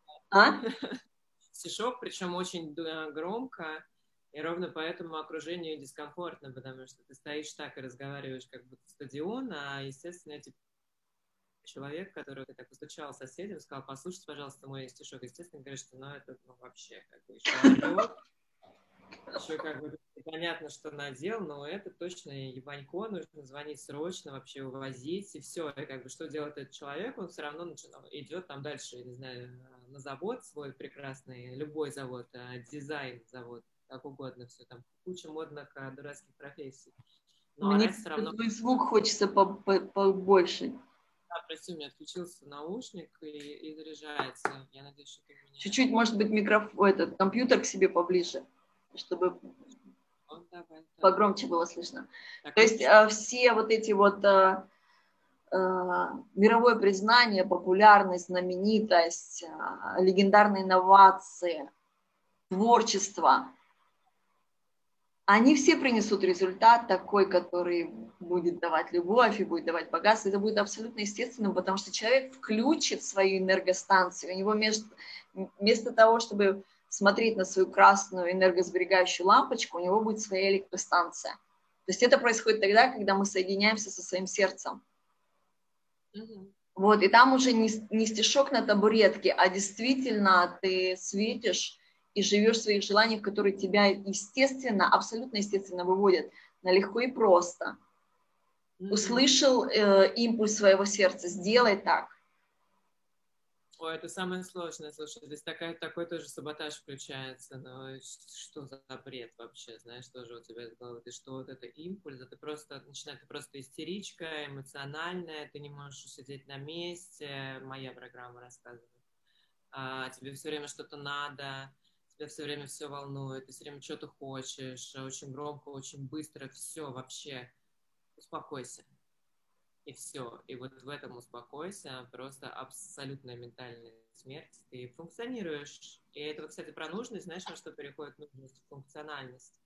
Стишок, причем очень громко, и ровно поэтому окружению дискомфортно, потому что ты стоишь так и разговариваешь, как будто стадион, а, естественно, эти человек, который ты так постучал соседям, сказал, послушайте, пожалуйста, мой стишок, естественно, говорит, что это вообще как бы еще орет, еще как бы непонятно, что надел, но это точно ебанько, нужно звонить срочно, вообще увозить, и все, и как бы что делает этот человек, он все равно идет там дальше, не знаю, на завод свой прекрасный, любой завод, дизайн завод, как угодно, все там, куча модных дурацких профессий. Но мне все равно... твой звук хочется побольше. Да, прости, у меня отключился наушник и заряжается. Я надеюсь, что ты меня... Чуть-чуть, может быть, компьютер к себе поближе, чтобы погромче было слышно. Так, то есть все вот эти вот мировое признание, популярность, знаменитость, легендарные инновации, творчество, они все принесут результат такой, который будет давать любовь и будет давать богатство. Это будет абсолютно естественным, потому что человек включит свою энергостанцию. У него вместо того, чтобы смотреть на свою красную энергосберегающую лампочку, у него будет своя электростанция. То есть это происходит тогда, когда мы соединяемся со своим сердцем. Вот, и там уже не стишок на табуретке, а действительно ты светишь и живешь в своих желаниях, которые тебя естественно, абсолютно естественно выводят на легко и просто. Услышал импульс своего сердца, сделай так. Ой, это самое сложное, слушай, здесь такой тоже саботаж включается, но что за бред вообще, знаешь, тоже у тебя из головы, ты что, вот это импульс, ты просто истеричка, эмоциональная, ты не можешь сидеть на месте, моя программа рассказывает, тебе все время что-то надо, тебя все время все волнует, ты все время что-то хочешь, очень громко, очень быстро, все, вообще, успокойся. И все. И вот в этом успокойся, просто абсолютная ментальная смерть. Ты функционируешь. И это, вот, кстати, про нужность, знаешь, на что переходит нужность, функциональность.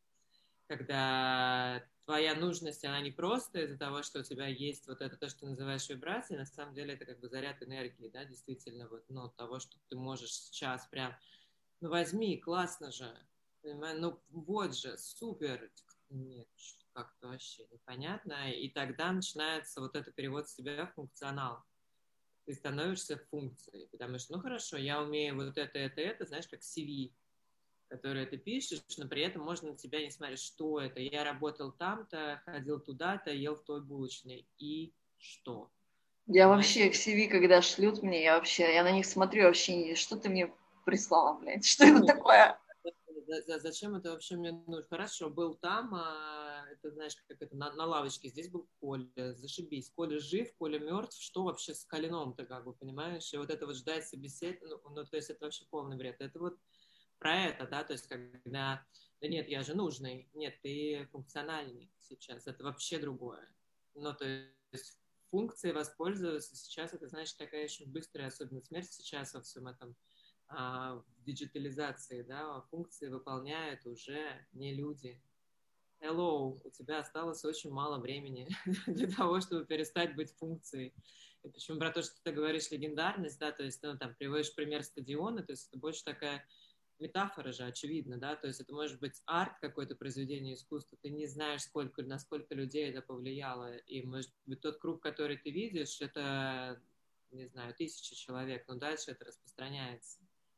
Когда твоя нужность, она не просто из-за того, что у тебя есть вот это, то, что ты называешь вибрацией, на самом деле это как бы заряд энергии, да, действительно, вот, ну, того, что ты можешь сейчас прям, ну, возьми, классно же, понимаешь, ну, вот же, супер. Нет, как-то вообще непонятно. И тогда начинается вот этот перевод себя в функционал. Ты становишься функцией, потому что, ну, хорошо, я умею вот это, знаешь, как CV, которое ты пишешь, но при этом можно на тебя не смотреть, что это. Я работал там-то, ходил туда-то, ел в той булочной. И что? Я Понимаешь? вообще CV, когда шлют мне, я на них смотрю вообще, что ты мне прислала, блядь, что это такое? Зачем это вообще мне нужно? Хорошо, был там, это знаешь, как это, на лавочке, здесь был Коля, зашибись. Коля жив, Коля мертв, что вообще с Коляном-то, как бы, понимаешь? И вот это вот ждать собеседования, ну, то есть это вообще полный бред. Это вот про это, да, то есть когда, да нет, я же нужный, нет, ты функциональный сейчас, это вообще другое. Ну, то есть функцией воспользоваться сейчас, это значит такая очень быстрая, особенно смерть сейчас во всем этом, в диджитализации, да, функции выполняют уже не люди. Hello, у тебя осталось очень мало времени для того, чтобы перестать быть функцией. И почему про то, что ты говоришь легендарность, да, то есть, ну, там, приводишь пример стадиона, то есть это больше такая метафора же, очевидно, да, то есть это может быть арт, какое-то произведение искусства, ты не знаешь, на сколько людей это повлияло, и, может быть, тот круг, который ты видишь, это, не знаю, 1000 человек, но дальше это распространяется.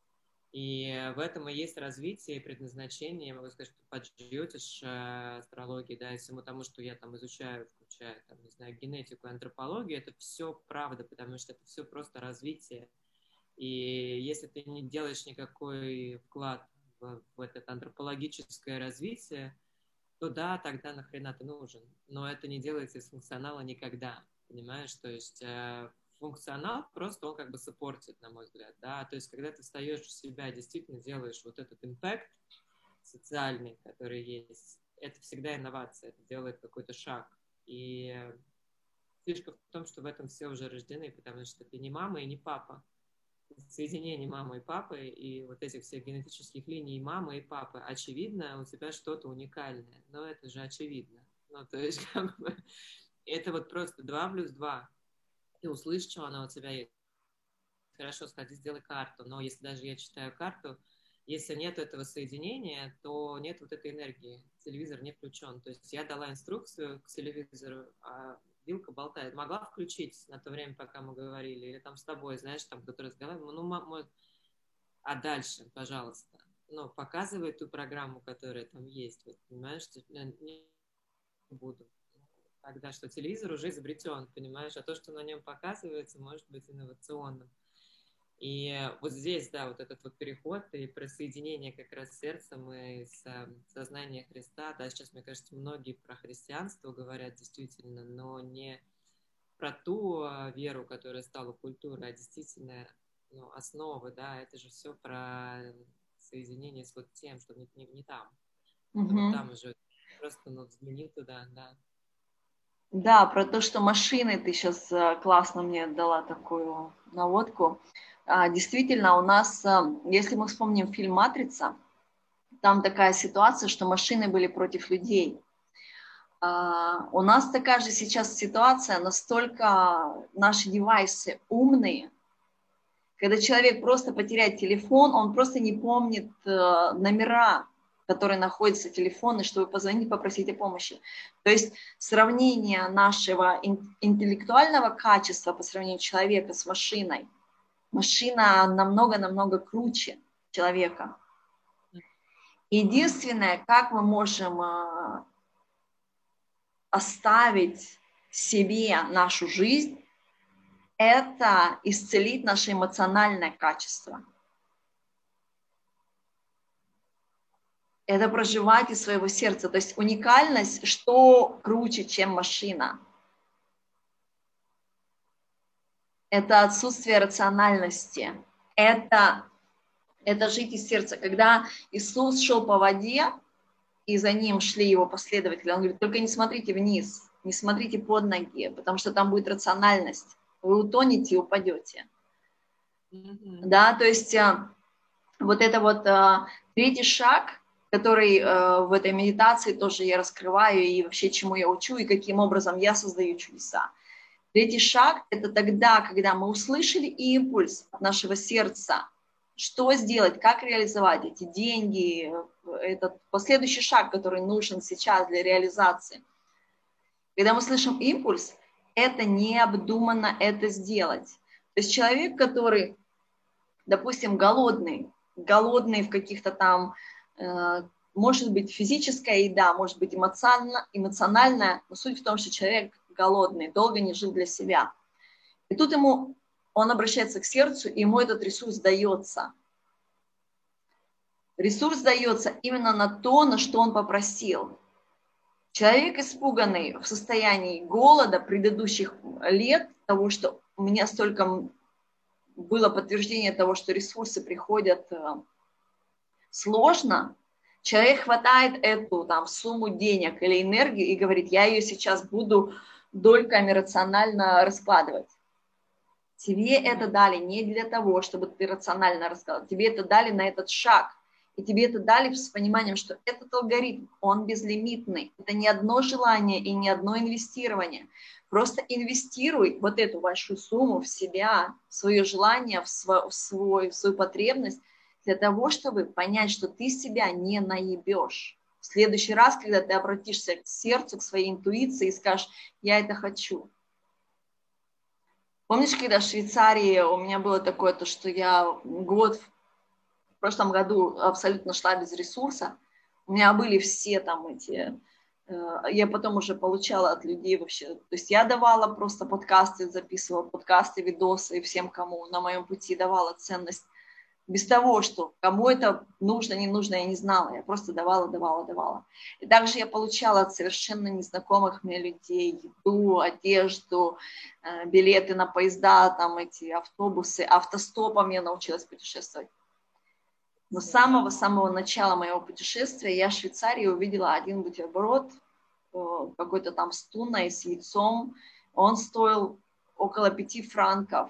И в этом и есть развитие и предназначение. Я могу сказать, что поджьетишь астрологии, да, и всему тому, что я там изучаю, включая, там, не знаю, генетику, антропологию, это все правда, потому что это все просто развитие. И если ты не делаешь никакой вклад в это антропологическое развитие, то да, тогда нахрена ты нужен. Но это не делается из функционала никогда, понимаешь? То есть функционал просто он как бы саппортит, на мой взгляд, да, то есть когда ты встаешь в себя, действительно делаешь вот этот импакт социальный, который есть, это всегда инновация, это делает какой-то шаг. И фишка в том, что в этом все уже рождены, потому что ты не мама и не папа. Соединение мамы и папы и вот этих всех генетических линий мамы и папы, очевидно, у тебя что-то уникальное, но это же очевидно. Ну, то есть, как бы, это вот просто 2 плюс 2. Ты услышишь, что она у тебя есть. Хорошо, сходи, сделай карту, но если даже я читаю карту, если нет этого соединения, то нет вот этой энергии. Телевизор не включен. То есть я дала инструкцию к телевизору, а вилка болтает. Могла включить на то время, пока мы говорили, или там с тобой, знаешь, там кто-то разговаривал. Ну, а дальше, пожалуйста, ну, показывай ту программу, которая там есть. Вот, понимаешь, что не буду. Тогда что телевизор уже изобретен, понимаешь, а то, что на нем показывается, может быть инновационным. И вот здесь, да, вот этот вот переход и присоединение как раз с сердцем и с сознанием Христа, да, сейчас, мне кажется, многие про христианство говорят действительно, но не про ту веру, которая стала культурой, а действительно, ну, основы, да, это же все про соединение с вот тем, что не там. Это вот там уже просто, ну, взгляни туда, да. Да, про то, что машины, ты сейчас классно мне дала такую наводку. Действительно, у нас, если мы вспомним фильм «Матрица», там такая ситуация, что машины были против людей. У нас такая же сейчас ситуация, настолько наши девайсы умные, когда человек просто потеряет телефон, он просто не помнит номера, которые находятся в телефоне, чтобы позвонить, попросить о помощи. То есть сравнение нашего интеллектуального качества по сравнению человека с машиной. Машина намного-намного круче человека. Единственное, как мы можем оставить себе нашу жизнь, это исцелить наше эмоциональное качество. Это проживать из своего сердца. То есть уникальность, что круче, чем машина. Это отсутствие рациональности. Это жить из сердца. Когда Иисус шел по воде, и за ним шли его последователи, он говорит, только не смотрите вниз, не смотрите под ноги, потому что там будет рациональность. Вы утонете и упадете. Да, то есть вот это вот третий шаг, который в этой медитации тоже я раскрываю, и вообще чему я учу, и каким образом я создаю чудеса. Третий шаг – это тогда, когда мы услышали импульс от нашего сердца, что сделать, как реализовать эти деньги, этот последующий шаг, который нужен сейчас для реализации. Когда мы слышим импульс, это необдуманно это сделать. То есть человек, который, допустим, голодный в каких-то там, может быть, физическая еда, может быть, эмоциональная, но суть в том, что человек голодный, долго не жил для себя. И тут он обращается к сердцу, и ему этот ресурс дается. Ресурс дается именно на то, на что он попросил. Человек, испуганный в состоянии голода предыдущих лет, того, что у меня столько было подтверждение того, что ресурсы приходят сложно, человек хватает эту там сумму денег или энергию и говорит, я ее сейчас буду дольками рационально раскладывать. Тебе это дали не для того, чтобы ты рационально раскладывал, тебе это дали на этот шаг. И тебе это дали с пониманием, что этот алгоритм, он безлимитный. Это не одно желание и не одно инвестирование. Просто инвестируй вот эту большую сумму в себя, в свое желание, в свою потребность, для того, чтобы понять, что ты себя не наебешь. В следующий раз, когда ты обратишься к сердцу, к своей интуиции и скажешь, я это хочу. Помнишь, когда в Швейцарии у меня было такое, то, что я год в прошлом году абсолютно шла без ресурса. У меня были все там эти... Я потом уже получала от людей вообще... То есть я давала просто подкасты, записывала подкасты, видосы, и всем, кому на моем пути давала ценность. Без того, что кому это нужно, не нужно, я не знала. Я просто давала. И также я получала от совершенно незнакомых мне людей еду, одежду, билеты на поезда, там эти автобусы. Автостопом я научилась путешествовать. Но с самого начала моего путешествия я в Швейцарии увидела один бутерброд, какой-то там с туной, с яйцом. Он стоил около 5 франков.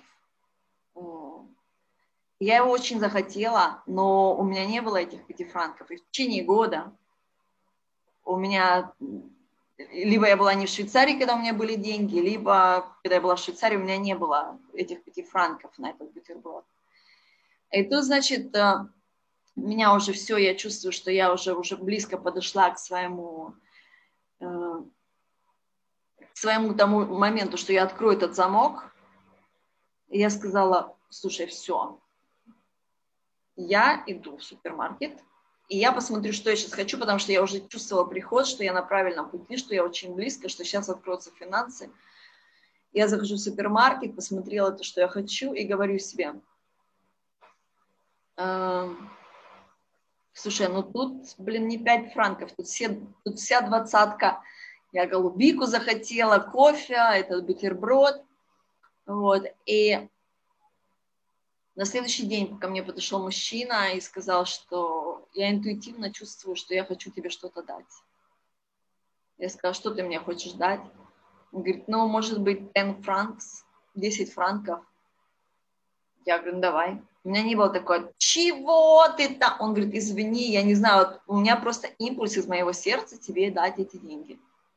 Я его очень захотела, но у меня не было этих 5 франков. И в течение года у меня... Либо я была не в Швейцарии, когда у меня были деньги, либо, когда я была в Швейцарии, у меня не было этих 5 франков на этот бутерброд. И тут, значит... У меня уже все, я чувствую, что я уже близко подошла к своему тому моменту, что я открою этот замок. И я сказала, слушай, все, я иду в супермаркет, и я посмотрю, что я сейчас хочу, потому что я уже чувствовала приход, что я на правильном пути, что я очень близко, что сейчас откроются финансы. Я захожу в супермаркет, посмотрела то, что я хочу, и говорю себе... Слушай, ну тут, не 5 франков, тут вся 20-ка. Я голубику захотела, кофе, этот бутерброд. Вот. И на следующий день ко мне подошел мужчина и сказал, что я интуитивно чувствую, что я хочу тебе что-то дать. Я сказала, что ты мне хочешь дать? Он говорит, ну, может быть, 10 франков. Я говорю, ну давай. У меня не было такое, чего ты там? Он говорит, извини, я не знаю, вот у меня просто импульс из моего сердца тебе дать эти деньги.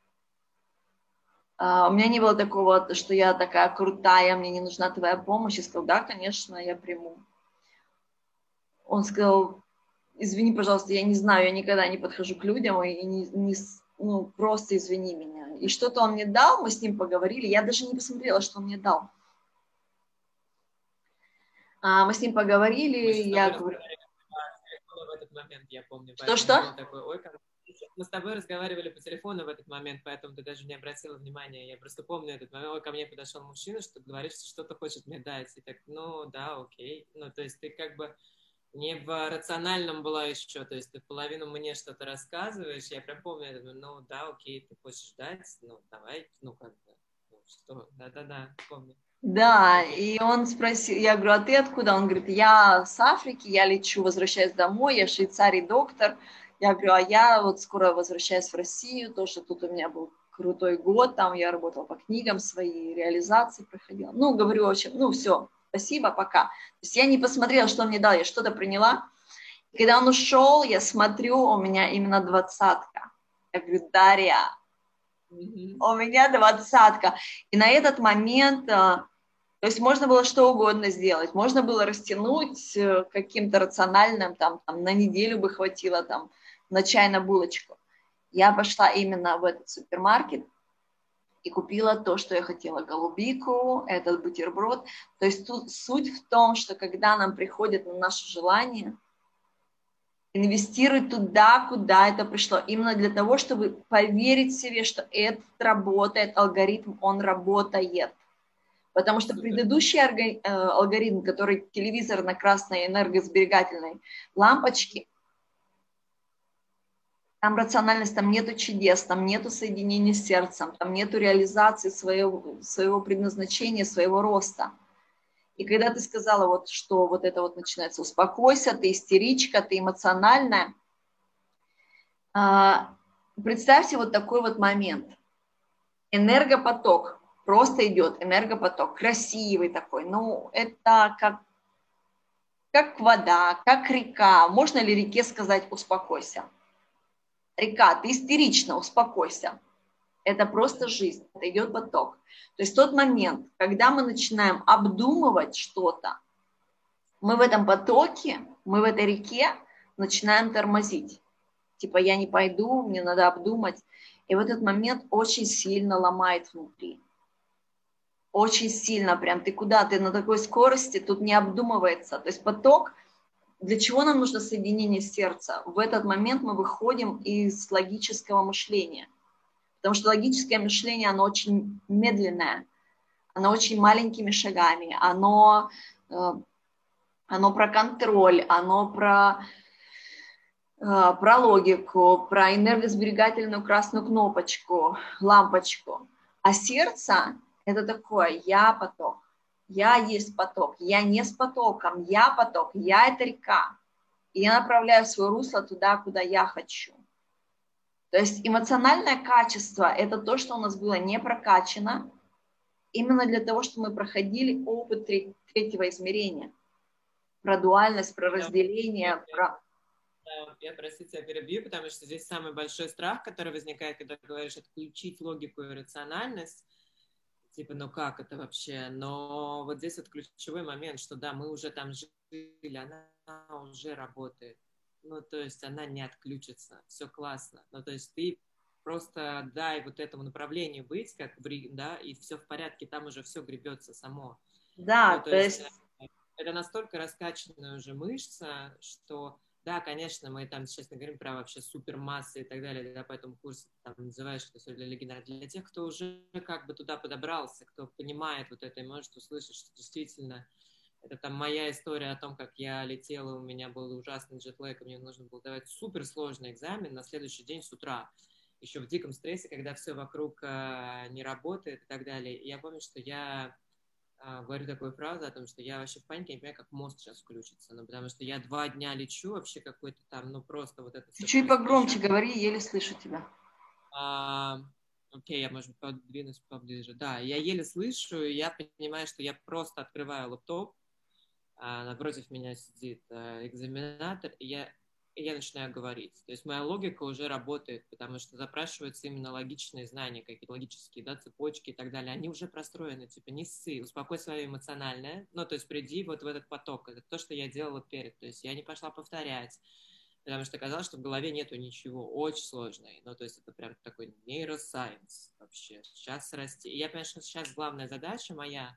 У меня не было такого, что я такая крутая, мне не нужна твоя помощь. Я сказала, да, конечно, я приму. Он сказал, извини, пожалуйста, я не знаю, я никогда не подхожу к людям, и просто извини меня. И что-то он мне дал, мы с ним поговорили, я даже не посмотрела, что он мне дал. Мы с ним поговорили, я говорю... В этот момент, я помню. Что-что? Мы с тобой разговаривали по телефону в этот момент, поэтому ты даже не обратила внимания. Я просто помню этот момент. Ой, ко мне подошел мужчина, что говорит, что что-то хочет мне дать. И так, ну, да, окей. Ну, то есть ты как бы не в рациональном была еще, то есть ты половину мне что-то рассказываешь, я прям помню, я думаю, ну, да, окей, ты хочешь дать, ну, давай, ну, как бы, ну, что, да-да-да, помню. Да, и он спросил, я говорю, а ты откуда? Он говорит, я с Африки, я лечу, возвращаюсь домой, я в Швейцарии доктор. Я говорю, а я вот скоро возвращаюсь в Россию, тоже тут у меня был крутой год, там я работала по книгам, свои реализации проходила. Ну, говорю, в общем, ну, все, спасибо, пока. То есть я не посмотрела, что он мне дал, я что-то приняла. И когда он ушел, я смотрю, у меня именно 20-ка. Я говорю, Дарья, у меня 20-ка. И на этот момент... То есть можно было что угодно сделать, можно было растянуть каким-то рациональным, там, на неделю бы хватило, там, на чай, на булочку. Я пошла именно в этот супермаркет и купила то, что я хотела, голубику, этот бутерброд. То есть тут суть в том, что когда нам приходит на наше желание, инвестируй туда, куда это пришло, именно для того, чтобы поверить себе, что это работает, алгоритм, он работает. Потому что предыдущий алгоритм, который телевизор на красной энергосберегательной лампочке, там рациональность, там нету чудес, там нету соединения с сердцем, там нету реализации своего предназначения, своего роста. И когда ты сказала, вот, что вот это вот начинается, успокойся, ты истеричка, ты эмоциональная, представьте вот такой вот момент. Энергопоток. Просто идет энергопоток, красивый такой. Ну, это как вода, как река. Можно ли реке сказать «успокойся»? Река, ты истерично, успокойся. Это просто жизнь, это идет поток. То есть тот момент, когда мы начинаем обдумывать что-то, мы в этом потоке, мы в этой реке начинаем тормозить. Типа я не пойду, мне надо обдумать. И в этот момент очень сильно ломает внутри. Очень сильно прям. Ты куда? Ты на такой скорости, тут не обдумывается. То есть поток, для чего нам нужно соединение сердца? В этот момент мы выходим из логического мышления. Потому что логическое мышление, оно очень медленное, оно очень маленькими шагами, оно про контроль, оно про логику, про энергосберегательную красную кнопочку, лампочку. А сердце – это такое «я поток». Я есть поток, я не с потоком, я поток, я это река. И я направляю свое русло туда, куда я хочу. То есть эмоциональное качество – это то, что у нас было не прокачано, именно для того, чтобы мы проходили опыт третьего измерения. Про дуальность, про разделение, про... Я, простите, тебя перебью, потому что здесь самый большой страх, который возникает, когда говоришь отключить логику и рациональность. Типа, ну как это вообще? Но вот здесь вот ключевой момент, что да, мы уже там жили, она уже работает. Ну, то есть она не отключится, все классно. Ну, то есть ты просто дай вот этому направлению быть, как да, и все в порядке, там уже все гребется само. Да, ну, то есть это настолько раскачанная уже мышца, что да, конечно, мы там сейчас не говорим про вообще супермассы и так далее, да, по этому курсу там называешь, что все для легендаров. Для тех, кто уже как бы туда подобрался, кто понимает вот это и может услышать, что действительно это там моя история о том, как я летела, у меня был ужасный джетлэг, и мне нужно было давать суперсложный экзамен на следующий день с утра. Еще в диком стрессе, когда все вокруг не работает и так далее. И я помню, что я говорю такую фразу о том, что я вообще в панике, я не понимаю, как мозг сейчас включится, ну, потому что я 2 дня лечу вообще какой-то там, ну, просто вот это все. Чуть погромче говори, еле слышу тебя. Окей, я, может быть, подвинусь поближе. Да, я еле слышу, и я понимаю, что я просто открываю лаптоп, напротив меня сидит экзаменатор, и я начинаю говорить. То есть моя логика уже работает, потому что запрашиваются именно логичные знания, какие-то логические, да, цепочки и так далее. Они уже простроены, типа, не ссы, успокой свое эмоциональное, ну, то есть приди вот в этот поток. Это то, что я делала перед. То есть я не пошла повторять, потому что казалось, что в голове нету ничего, очень сложное. Ну, то есть это прям такой нейросайенс вообще. Сейчас расти. И я понимаю, что сейчас главная задача моя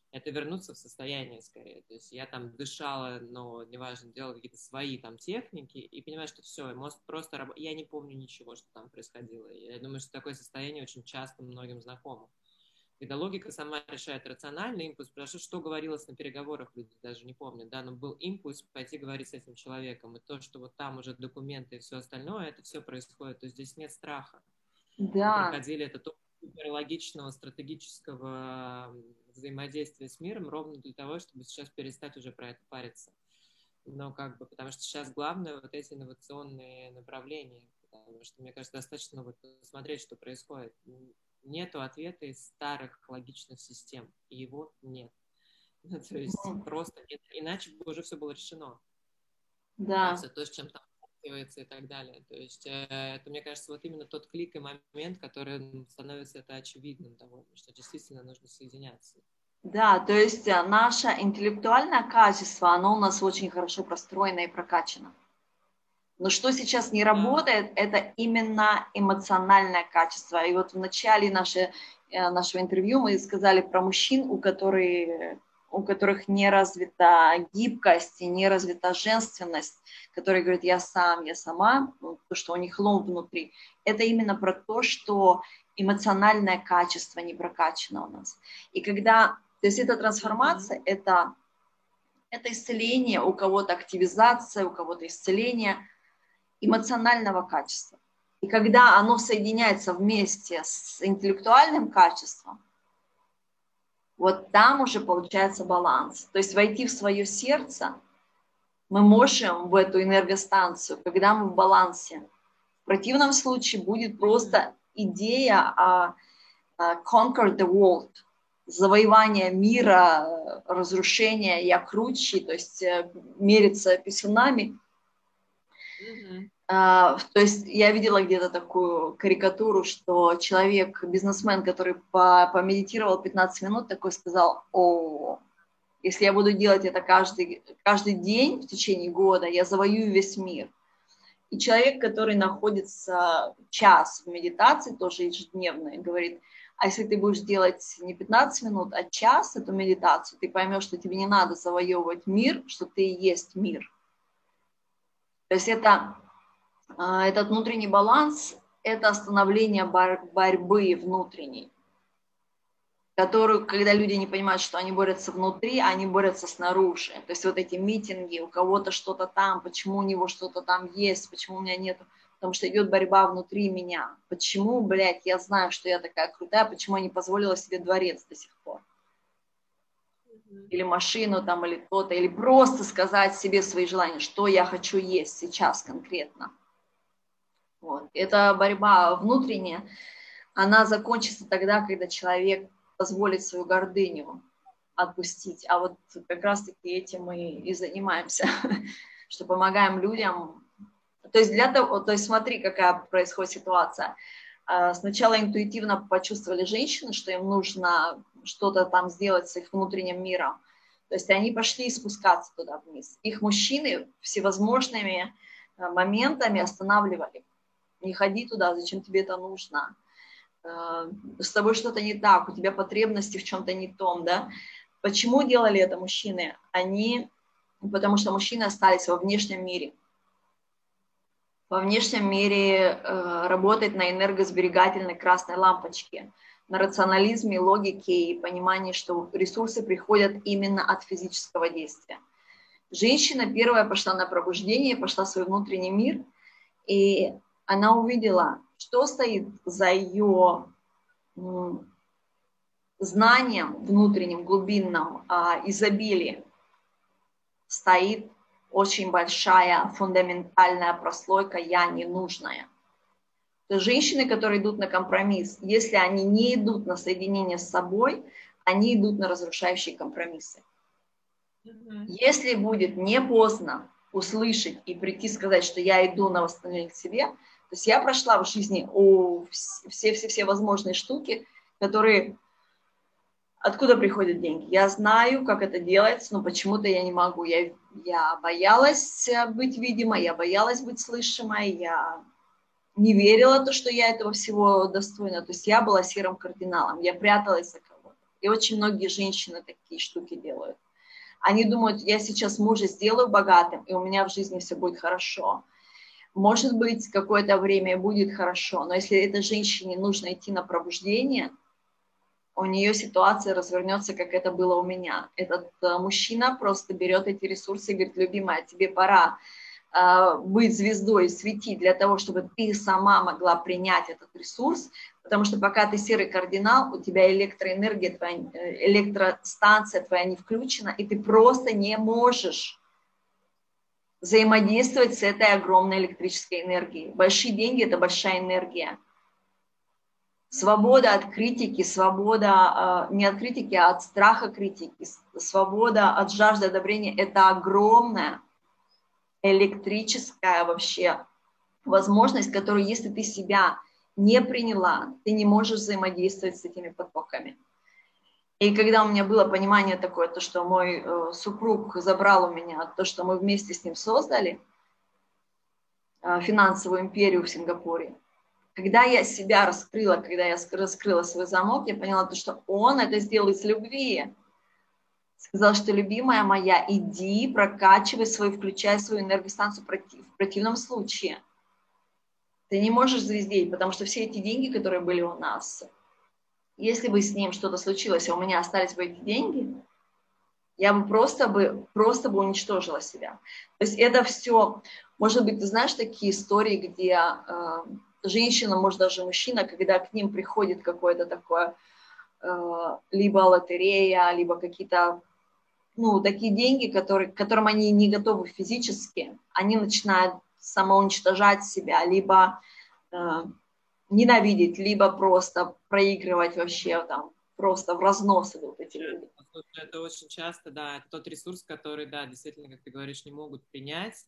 это вернуться в состояние скорее. То есть я там дышала, но неважно, делала какие-то свои там техники и понимаю, что все, мозг просто я не помню ничего, что там происходило. Я думаю, что такое состояние очень часто многим знакомо. Когда логика сама решает рациональный импульс, потому что говорилось на переговорах, люди даже не помнят, да, но был импульс пойти говорить с этим человеком, и то, что вот там уже документы и все остальное, это все происходит, то есть здесь нет страха. Мы Да. проходили это логичного, стратегического взаимодействия с миром ровно для того, чтобы сейчас перестать уже про это париться. Но как бы, потому что сейчас главное вот эти инновационные направления, потому что, мне кажется, достаточно вот посмотреть, что происходит. Нету ответа из старых логичных систем, и его нет. Ну, то есть просто нет, иначе бы уже все было решено. Да. Все то, с чем там и так далее. То есть это, мне кажется, вот именно тот клик и момент, который становится это очевидным довольно, что действительно нужно соединяться. Да, то есть наше интеллектуальное качество, оно у нас очень хорошо простроено и прокачано. Но что сейчас не работает, это именно эмоциональное качество. И вот в начале нашего интервью мы сказали про мужчин, у которых не развита гибкость и не развита женственность, которые говорят, я сам, я сама, то, что у них лом внутри. Это именно про то, что эмоциональное качество не прокачано у нас. И когда, то есть эта трансформация, это исцеление, у кого-то активизация, у кого-то исцеление эмоционального качества. И когда оно соединяется вместе с интеллектуальным качеством, вот там уже получается баланс. То есть войти в свое сердце мы можем в эту энергостанцию, когда мы в балансе. В противном случае будет просто идея conquer the world, завоевание мира, разрушение, я круче, то есть мериться писюнами. То есть я видела где-то такую карикатуру, что человек, бизнесмен, который помедитировал 15 минут, такой сказал, если я буду делать это каждый день в течение года, я завоюю весь мир. И человек, который находится час в медитации, тоже ежедневно, говорит, а если ты будешь делать не 15 минут, а час эту медитацию, ты поймешь, что тебе не надо завоевывать мир, что ты и есть мир. То есть этот внутренний баланс – это остановление борьбы внутренней, которую, когда люди не понимают, что они борются внутри, они борются снаружи. То есть вот эти митинги, у кого-то что-то там, почему у него что-то там есть, почему у меня нету, потому что идет борьба внутри меня. Почему, блядь, я знаю, что я такая крутая, почему я не позволила себе дворец до сих пор? Или машину там, или то-то, или просто сказать себе свои желания, что я хочу есть сейчас конкретно. Вот. Эта борьба внутренняя, она закончится тогда, когда человек позволит свою гордыню отпустить. А вот как раз-таки этим мы и занимаемся, что помогаем людям. То есть смотри, какая происходит ситуация. Сначала интуитивно почувствовали женщины, что им нужно что-то там сделать с их внутренним миром. То есть они пошли спускаться туда вниз. Их мужчины всевозможными моментами останавливали. Не ходи туда, зачем тебе это нужно? С тобой что-то не так, у тебя потребности в чем-то не том, да? Почему делали это мужчины? Потому что мужчины остались во внешнем мире. Во внешнем мире работать на энергосберегательной красной лампочке, на рационализме, логике и понимании, что ресурсы приходят именно от физического действия. Женщина первая пошла на пробуждение, пошла в свой внутренний мир, и она увидела, что стоит за ее знанием внутренним, глубинным изобилия. Стоит очень большая фундаментальная прослойка «я ненужная». То есть женщины, которые идут на компромисс, если они не идут на соединение с собой, они идут на разрушающие компромиссы. Если будет не поздно услышать и прийти сказать, что я иду на восстановление к себе, то есть я прошла в жизни все возможные штуки, которые... Откуда приходят деньги? Я знаю, как это делается, но почему-то я не могу. Я боялась быть видимой, я боялась быть слышимой, я не верила в то, что я этого всего достойна. То есть я была серым кардиналом, я пряталась за кого-то. И очень многие женщины такие штуки делают. Они думают, я сейчас мужа сделаю богатым, и у меня в жизни все будет хорошо. Может быть, какое-то время будет хорошо, но если этой женщине нужно идти на пробуждение, у нее ситуация развернется, как это было у меня. Этот мужчина просто берет эти ресурсы и говорит, любимая, тебе пора быть звездой, светить для того, чтобы ты сама могла принять этот ресурс, потому что пока ты серый кардинал, у тебя электроэнергия, твоя, электростанция твоя не включена, и ты просто не можешь взаимодействовать с этой огромной электрической энергией. Большие деньги – это большая энергия. Свобода от критики, свобода не от критики, а от страха критики, свобода от жажды одобрения – это огромная электрическая вообще возможность, которую, если ты себя не приняла, ты не можешь взаимодействовать с этими потоками. И когда у меня было понимание такое, то, что мой супруг забрал у меня то, что мы вместе с ним создали, финансовую империю в Сингапуре, когда я себя раскрыла, когда я раскрыла свой замок, я поняла то, что он это сделал из любви. Сказал, что, любимая моя, иди, прокачивай свою, включай свою энергостанцию в противном случае. Ты не можешь звездеть, потому что все эти деньги, которые были у нас, если бы с ним что-то случилось, а у меня остались бы эти деньги, я бы просто бы уничтожила себя. То есть это все, может быть, ты знаешь такие истории, где женщина, может даже мужчина, когда к ним приходит какое-то такое, либо лотерея, либо какие-то, такие деньги, к которым они не готовы физически, они начинают самоуничтожать себя, либо ненавидеть, либо просто проигрывать вообще там, просто в разнос идут эти люди. Это очень часто, да, это тот ресурс, который, да, действительно, как ты говоришь, не могут принять.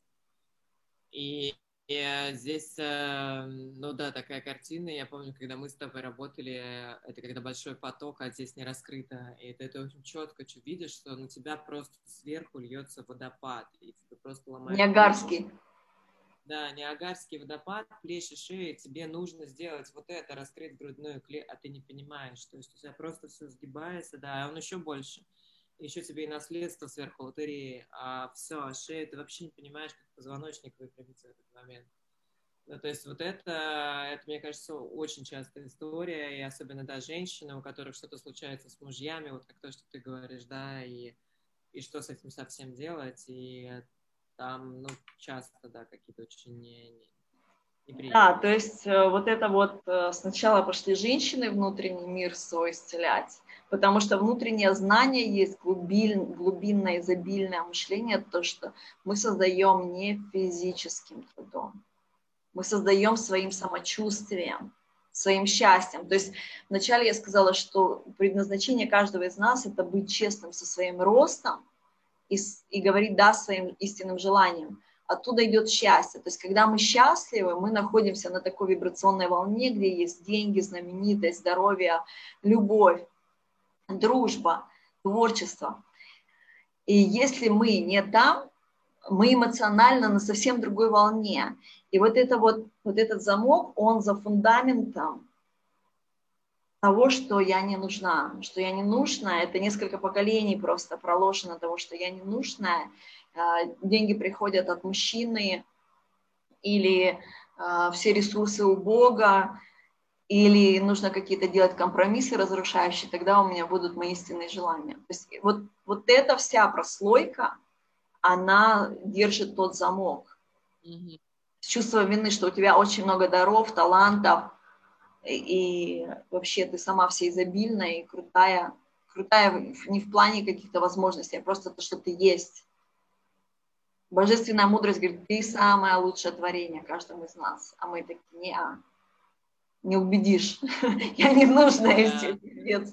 И здесь, такая картина, я помню, когда мы с тобой работали, это когда большой поток, а здесь не раскрыто, и ты это очень четко видишь, что на тебя просто сверху льется водопад, и ты просто ломаешь... Ниагарский. Да, Ниагарский водопад, плечи, шеи, тебе нужно сделать вот это, раскрыть грудную клетку, а ты не понимаешь, то есть у тебя просто все сгибается, да, а он еще больше. Еще тебе и наследство сверху лотереи, а все, а шея, ты вообще не понимаешь, как позвоночник выпрямится в этот момент. Ну, то есть вот это, мне кажется, очень частая история, и особенно, да, женщины, у которых что-то случается с мужьями, вот как то, что ты говоришь, да, и что с этим совсем делать, и там, часто, да, какие-то очень неприятные. Да, то есть вот это вот сначала пошли женщины внутренний мир свой исцелять, потому что внутреннее знание есть, глубинное, изобильное мышление, то, что мы создаем не физическим трудом, мы создаем своим самочувствием, своим счастьем. То есть вначале я сказала, что предназначение каждого из нас – это быть честным со своим ростом и говорить «да» своим истинным желаниям. Оттуда идет счастье. То есть, когда мы счастливы, мы находимся на такой вибрационной волне, где есть деньги, знаменитость, здоровье, любовь, дружба, творчество. И если мы не там, мы эмоционально на совсем другой волне. И вот этот замок, он за фундаментом того, что я не нужна. Что я не нужна, это несколько поколений просто проложено того, что я не нужна. Деньги приходят от мужчины, или все ресурсы у Бога, или нужно какие-то делать компромиссы разрушающие, тогда у меня будут мои истинные желания. То есть вот эта вся прослойка, она держит тот замок. Mm-hmm. Чувство вины, что у тебя очень много даров, талантов, и вообще ты сама вся изобильная и крутая не в плане каких-то возможностей, а просто то, что ты есть. Божественная мудрость говорит, ты самое лучшее творение каждому из нас. А мы такие, не убедишь. Я не нужная пиздец.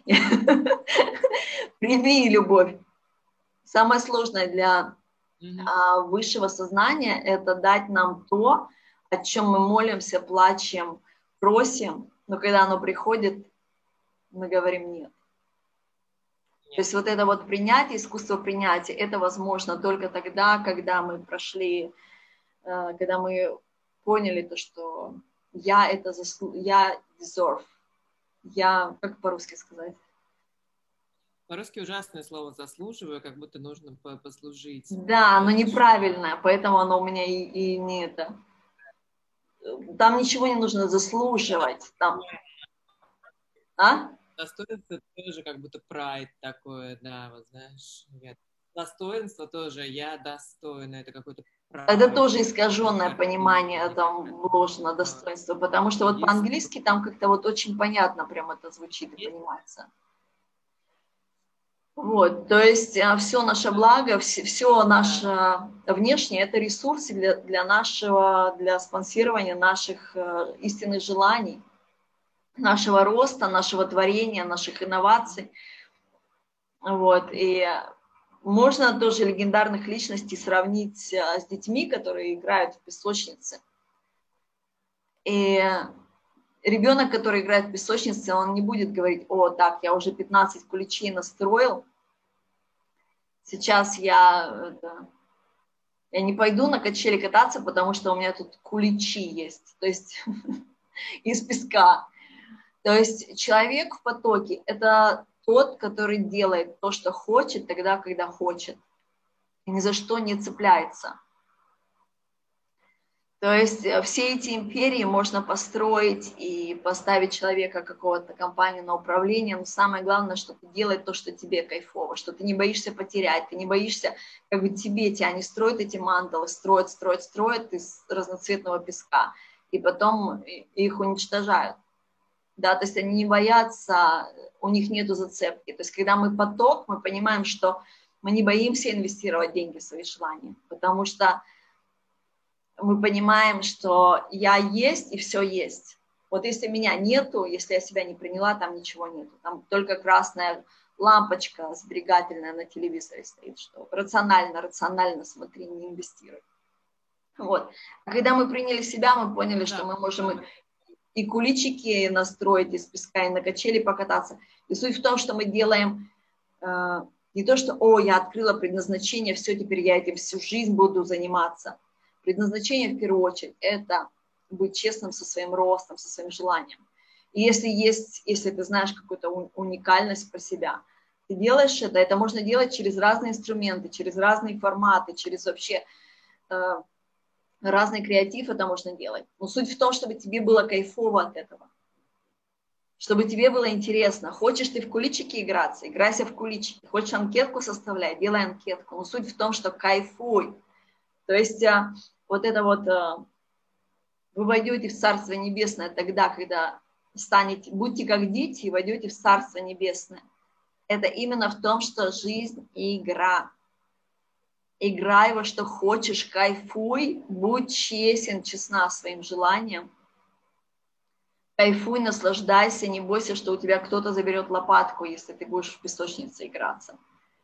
Прими любовь. Самое сложное для высшего сознания – это дать нам то, о чем мы молимся, плачем, просим, но когда оно приходит, мы говорим нет. То есть вот это вот принятие, искусство принятия, это возможно только тогда, когда мы прошли, когда мы поняли то, что я это я deserve, я, как по-русски сказать, По-русски ужасное слово «заслуживаю», как будто нужно послужить. Да, но неправильное, поэтому оно у меня и не это. Там ничего не нужно заслуживать. Там... А? Достоинство тоже как будто прайд такое, да, вот знаешь. Достоинство тоже, я достойна, это какой-то Это прайд. тоже искаженное понимание там вложено достоинство, потому что вот по-английски там как-то вот очень понятно прям это звучит и понимается. Вот, то есть все наше благо, все наше внешнее – это ресурсы для спонсирования наших истинных желаний, нашего роста, нашего творения, наших инноваций. Вот, и можно тоже легендарных личностей сравнить с детьми, которые играют в песочнице. И ребенок, который играет в песочнице, он не будет говорить: о, так, я уже 15 куличей настроил, сейчас я не пойду на качели кататься, потому что у меня тут куличи есть, то есть из песка. То есть человек в потоке – это тот, который делает то, что хочет, тогда, когда хочет, и ни за что не цепляется. То есть все эти империи можно построить и поставить человека, какого-то компанию на управление, но самое главное, что ты делаешь то, что тебе кайфово, что ты не боишься потерять, ты не боишься, как бы тебя не строят эти мандалы, строят из разноцветного песка, и потом их уничтожают. Да, то есть они не боятся, у них нету зацепки. То есть когда мы поток, мы понимаем, что мы не боимся инвестировать деньги в свои желания, потому что мы понимаем, что я есть и все есть. Вот если меня нету, если я себя не приняла, там ничего нету. Там только красная лампочка сберегательная на телевизоре стоит, что рационально смотри, не инвестируй. Вот. А когда мы приняли себя, мы поняли, что мы можем и куличики настроить из песка, и на качели покататься. И суть в том, что мы делаем не то, что, о, я открыла предназначение, все, теперь я этим всю жизнь буду заниматься. Предназначение, в первую очередь, это быть честным со своим ростом, со своим желанием. И если ты знаешь какую-то уникальность про себя, ты делаешь это можно делать через разные инструменты, через разные форматы, через вообще разный креатив это можно делать. Но суть в том, чтобы тебе было кайфово от этого. Чтобы тебе было интересно. Хочешь ты в куличики играться, играйся в куличики. Хочешь анкетку составлять, делай анкетку. Но суть в том, что кайфуй. То есть вот это вот вы войдете в Царство Небесное тогда, когда будьте как дети и войдете в Царство Небесное. Это именно в том, что жизнь и игра. Играй во что хочешь, кайфуй, будь честен, честна своим желанием. Кайфуй, наслаждайся, не бойся, что у тебя кто-то заберет лопатку, если ты будешь в песочнице играться.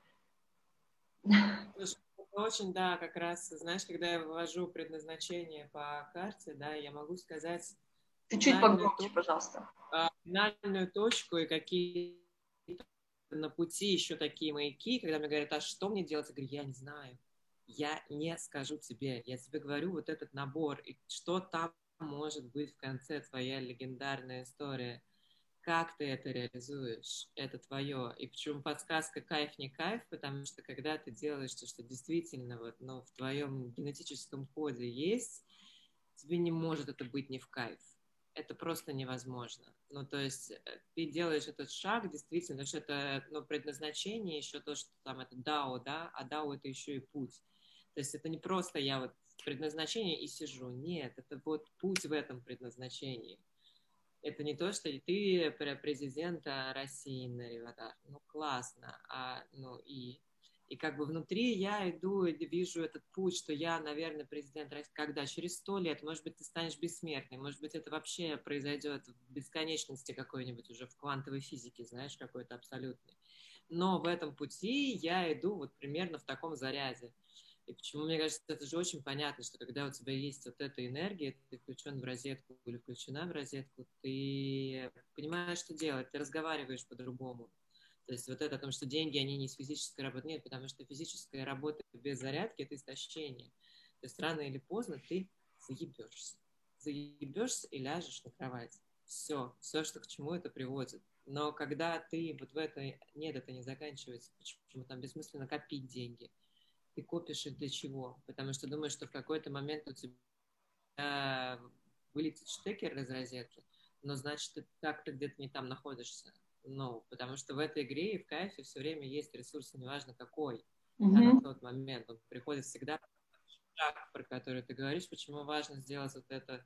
Очень, да, как раз, знаешь, когда я вывожу предназначение по карте, да, я могу сказать чуть погромче, пожалуйста. Финальную точку и какие на пути еще такие маяки, когда мне говорят, а что мне делать? Я говорю, я не знаю. Я не скажу тебе. Я тебе говорю вот этот набор. И что там может быть в конце твоя легендарная история. Как ты это реализуешь, это твое. И почему подсказка кайф не кайф, потому что когда ты делаешь то, что действительно вот, в твоем генетическом коде есть, тебе не может это быть не в кайф. Это просто невозможно. То есть ты делаешь этот шаг, действительно, что это предназначение, еще то, что там это дао, да, а дао это еще и путь. То есть это не просто я вот предназначение и сижу. Нет, это вот путь в этом предназначении. Это не то, что ты президент России, Наривадар. Классно. И как бы внутри я иду и вижу этот путь, что я, наверное, президент России. Когда? Через 100 лет. Может быть, ты станешь бессмертным. Может быть, это вообще произойдет в бесконечности какой-нибудь уже в квантовой физике, знаешь, какой-то абсолютный. Но в этом пути я иду вот примерно в таком заряде. И почему, мне кажется, это же очень понятно, что когда у тебя есть вот эта энергия, ты включен в розетку или включена в розетку, ты понимаешь, что делать, ты разговариваешь по-другому. То есть вот это о том, что деньги, они не из физической работы, нет, потому что физическая работа без зарядки – это истощение. То есть рано или поздно ты заебешься. Заебешься и ляжешь на кровать. Все, что к чему это приводит. Но когда ты вот в это... Нет, это не заканчивается. Почему там бессмысленно копить деньги? Ты копишь их для чего? Потому что думаешь, что в какой-то момент у тебя вылетит штекер из розетки, но значит, ты так-то где-то не там находишься. Ну, потому что в этой игре и в кайфе все время есть ресурс, неважно какой, а на тот момент он приходит всегда шаг, про который ты говоришь, почему важно сделать вот это.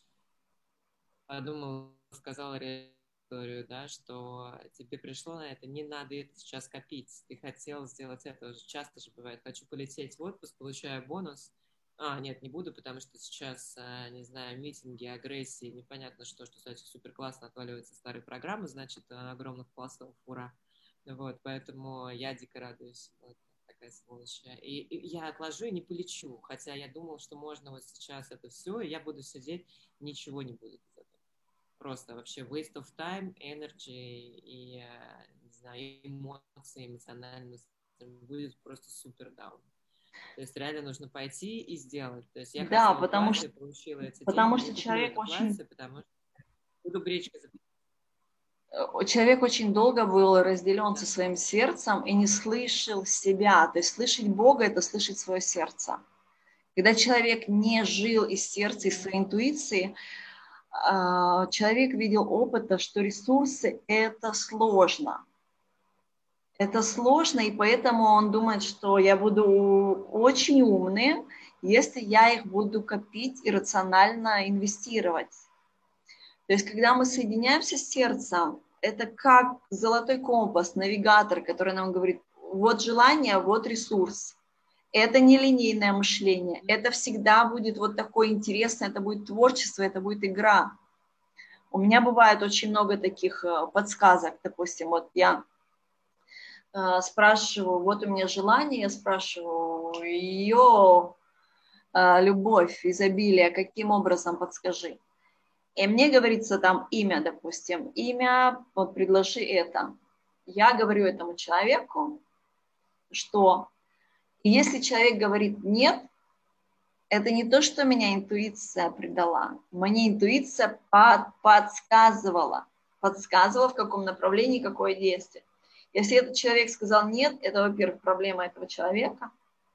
Подумала, сказала историю, да, что тебе пришло на это, не надо это сейчас копить, ты хотел сделать это, уже часто же бывает, хочу полететь в отпуск, получаю бонус, нет, не буду, потому что сейчас, не знаю, митинги, агрессии, непонятно что, кстати, супер классно отваливается старые программы, значит, огромных пластов, ура, вот, поэтому я дико радуюсь, вот такая сволочь, и я отложу и не полечу, хотя я думал, что можно вот сейчас это все, и я буду сидеть, ничего не будет из этого. Просто вообще waste of time, energy и, не знаю, эмоции, эмоциональность будет просто супер даун. То есть реально нужно пойти и сделать. То есть я Да, хотела платье, получила эти потому деньги, что не куплю это платье, потому что буду гречкой запекать. человек очень долго был разделен Да. со своим сердцем и не слышал себя. То есть слышать Бога – это слышать свое сердце. Когда человек не жил из сердца, из своей интуиции, человек видел опыта, что ресурсы – это сложно. Это сложно, и поэтому он думает, что я буду очень умным, если я их буду копить и рационально инвестировать. То есть, когда мы соединяемся с сердцем, это как золотой компас, навигатор, который нам говорит, вот желание, вот ресурс. Это не линейное мышление, это всегда будет вот такое интересное, это будет творчество, это будет игра. У меня бывает очень много таких подсказок, допустим, вот я спрашиваю, вот у меня желание, я спрашиваю ее любовь, изобилие, каким образом, подскажи. И мне говорится там имя, допустим, имя, вот предложи это. Я говорю этому человеку, что если человек говорит нет, это не то, что меня интуиция предала. Мне интуиция подсказывала, в каком направлении, какое действие. Если этот человек сказал нет, это, во-первых, проблема этого человека.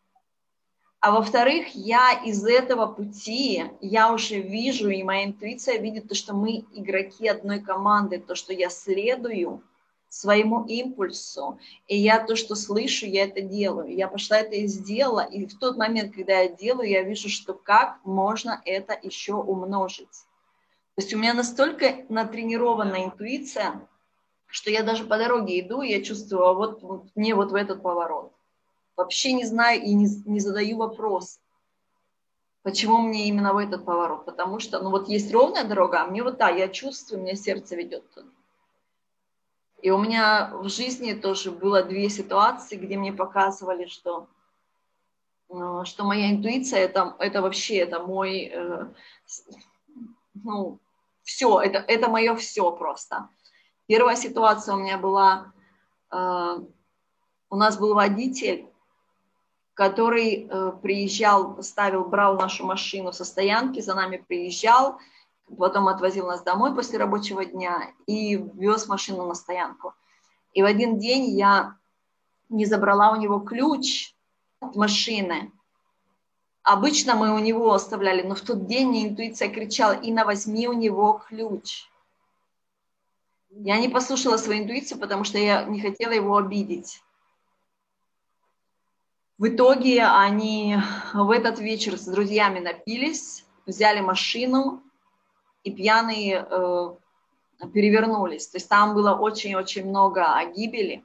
А во-вторых, я из этого пути, я уже вижу, и моя интуиция видит то, что мы игроки одной команды, то, что я следую своему импульсу, и я то, что слышу, я это делаю. Я пошла это и сделала, и в тот момент, когда я делаю, я вижу, что как можно это еще умножить. То есть у меня настолько натренированная интуиция, что я даже по дороге иду, и я чувствую, а вот мне вот в этот поворот. Вообще не знаю и не задаю вопрос, почему мне именно в этот поворот. Потому что, ну вот есть ровная дорога, а мне вот, я чувствую, у меня сердце ведет туда. И у меня в жизни тоже было 2 ситуации, где мне показывали, что моя интуиция, это вообще, это мой, все, это мое все просто. Первая ситуация у меня была, у нас был водитель, который приезжал, брал нашу машину со стоянки, за нами приезжал, потом отвозил нас домой после рабочего дня и вез машину на стоянку. И в один день я не забрала у него ключ от машины. Обычно мы у него оставляли, но в тот день мне интуиция кричала: Инна, возьми у него ключ. Я не послушала свою интуицию, потому что я не хотела его обидеть. В итоге они в этот вечер с друзьями напились, взяли машину и пьяные перевернулись. То есть там было очень-очень много гибели.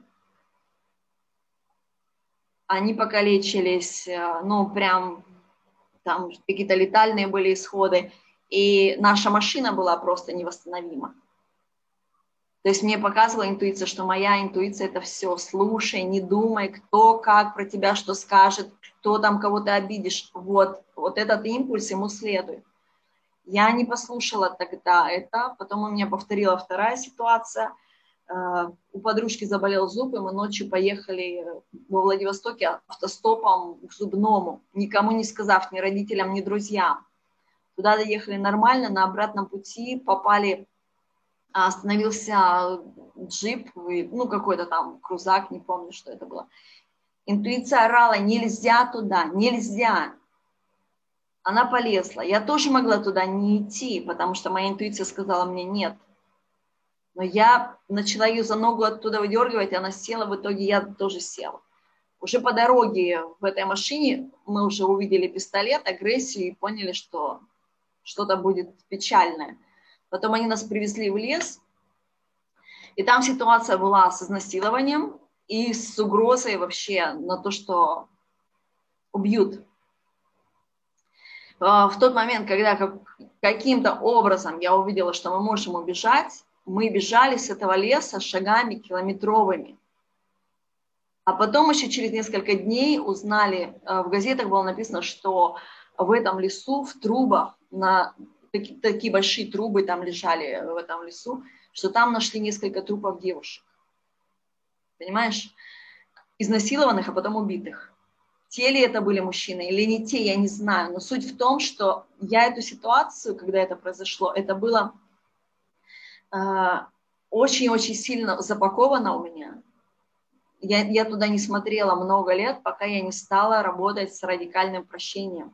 Они покалечились, прям там какие-то летальные были исходы. И наша машина была просто невосстановима. То есть мне показывала интуиция, что моя интуиция – это все. Слушай, не думай, кто как про тебя что скажет, кто там кого-то обидишь. Вот этот импульс ему следует. Я не послушала тогда это. Потом у меня повторила вторая ситуация. У подружки заболел зуб, и мы ночью поехали во Владивостоке автостопом к зубному, никому не сказав, ни родителям, ни друзьям. Туда доехали нормально, на обратном пути попали остановился джип, ну, какой-то там крузак, не помню, что это было. Интуиция орала: нельзя туда, нельзя. Она полезла. Я тоже могла туда не идти, потому что моя интуиция сказала мне нет. Но я начала ее за ногу оттуда выдергивать, и она села, в итоге я тоже села. Уже по дороге в этой машине мы уже увидели пистолет, агрессию и поняли, что что-то будет печальное. Потом они нас привезли в лес, и там ситуация была с изнасилованием и с угрозой вообще на то, что убьют. В тот момент, когда каким-то образом я увидела, что мы можем убежать, мы бежали с этого леса шагами километровыми. А потом еще через несколько дней узнали, в газетах было написано, что в этом лесу, в трубах, такие большие трубы там лежали в этом лесу, что там нашли несколько трупов девушек. Понимаешь? Изнасилованных, а потом убитых. Те ли это были мужчины или не те, я не знаю. Но суть в том, что я эту ситуацию, когда это произошло, это было очень-очень сильно запаковано у меня. Я туда не смотрела много лет, пока я не стала работать с радикальным прощением.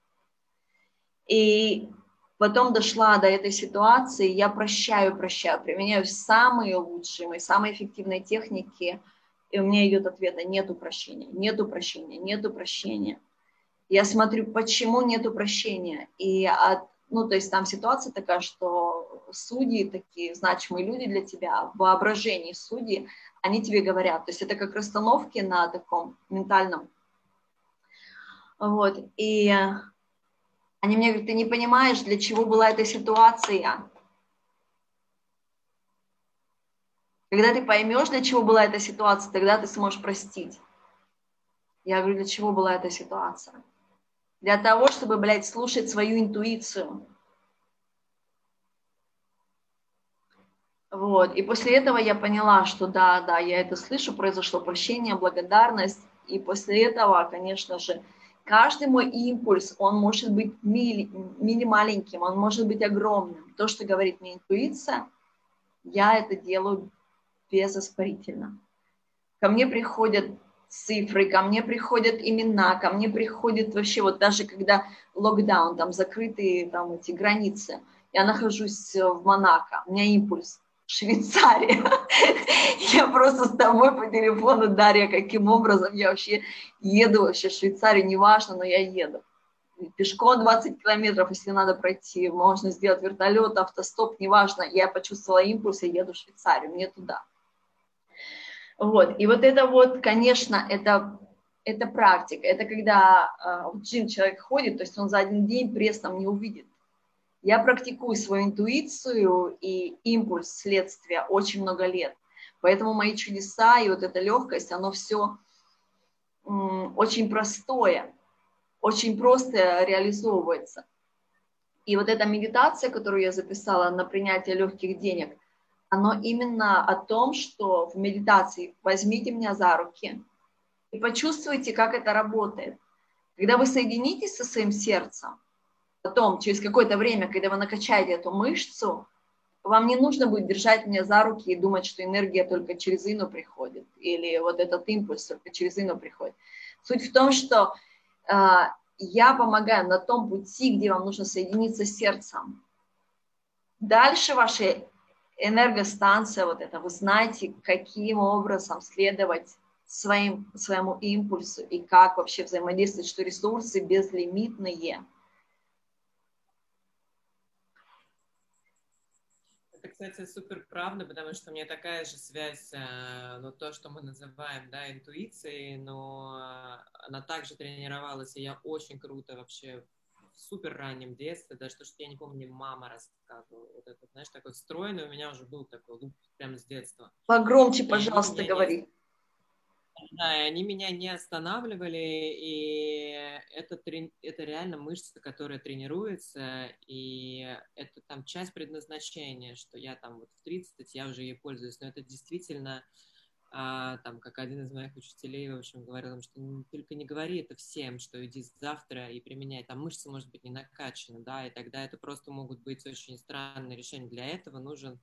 И потом дошла до этой ситуации, я прощаю, применяю самые лучшие, мои самые эффективные техники, и у меня идет ответ: нету прощения, нету прощения, нету прощения. Я смотрю, почему нету прощения. И то есть там ситуация такая, что судьи, такие значимые люди для тебя, в воображении судьи, они тебе говорят. То есть это как расстановки на таком ментальном. Вот. И они мне говорят: ты не понимаешь, для чего была эта ситуация. Когда ты поймешь, для чего была эта ситуация, тогда ты сможешь простить. Я говорю: для чего была эта ситуация? Для того, чтобы, слушать свою интуицию. Вот. И после этого я поняла, что да, я это слышу, произошло прощение, благодарность. И после этого, конечно же, каждый мой импульс, он может быть мини-маленьким, он может быть огромным. То, что говорит мне интуиция, я это делаю безоспорительно. Ко мне приходят цифры, ко мне приходят имена, ко мне приходят вообще, вот даже когда локдаун, там закрытые там эти границы, я нахожусь в Монако, у меня импульс. Швейцария. Я просто с тобой по телефону, Дарья, каким образом я вообще еду вообще в Швейцарию, неважно, но я еду. Пешком 20 километров, если надо пройти, можно сделать вертолет, автостоп, неважно. Я почувствовала импульс и еду в Швейцарию, мне туда. Вот. И вот это вот, конечно, это практика. Это когда в джим человек ходит, то есть он за один день пресс там не увидит. Я практикую свою интуицию и импульс следствия очень много лет. Поэтому мои чудеса и вот эта легкость, оно все очень простое, очень просто реализовывается. И вот эта медитация, которую я записала на принятие легких денег, оно именно о том, что в медитации возьмите меня за руки и почувствуйте, как это работает. Когда вы соединитесь со своим сердцем, потом, через какое-то время, когда вы накачаете эту мышцу, вам не нужно будет держать меня за руки и думать, что энергия только через Ину приходит, или вот этот импульс только через Ину приходит. Суть в том, что я помогаю на том пути, где вам нужно соединиться с сердцем. Дальше ваша энергостанция, вот это, вы знаете, каким образом следовать своему импульсу и как вообще взаимодействовать, что ресурсы безлимитные. Это, кстати, супер правда, потому что у меня такая же связь, то, что мы называем, да, интуицией, но она также тренировалась, и я очень круто вообще в супер раннем детстве, даже то, что я не помню, мне мама рассказывала, вот это, знаешь, такой встроенный у меня уже был такой луп прямо с детства. Погромче, пожалуйста, говори. Да, и они меня не останавливали, и это реально мышца, которая тренируется, и это там часть предназначения, что я там вот в 30 я уже ей пользуюсь, но это действительно, там, как один из моих учителей, в общем, говорил, что только не говори это всем, что иди завтра и применяй, там мышца может быть не накачана, да, и тогда это просто могут быть очень странные решения. Для этого нужен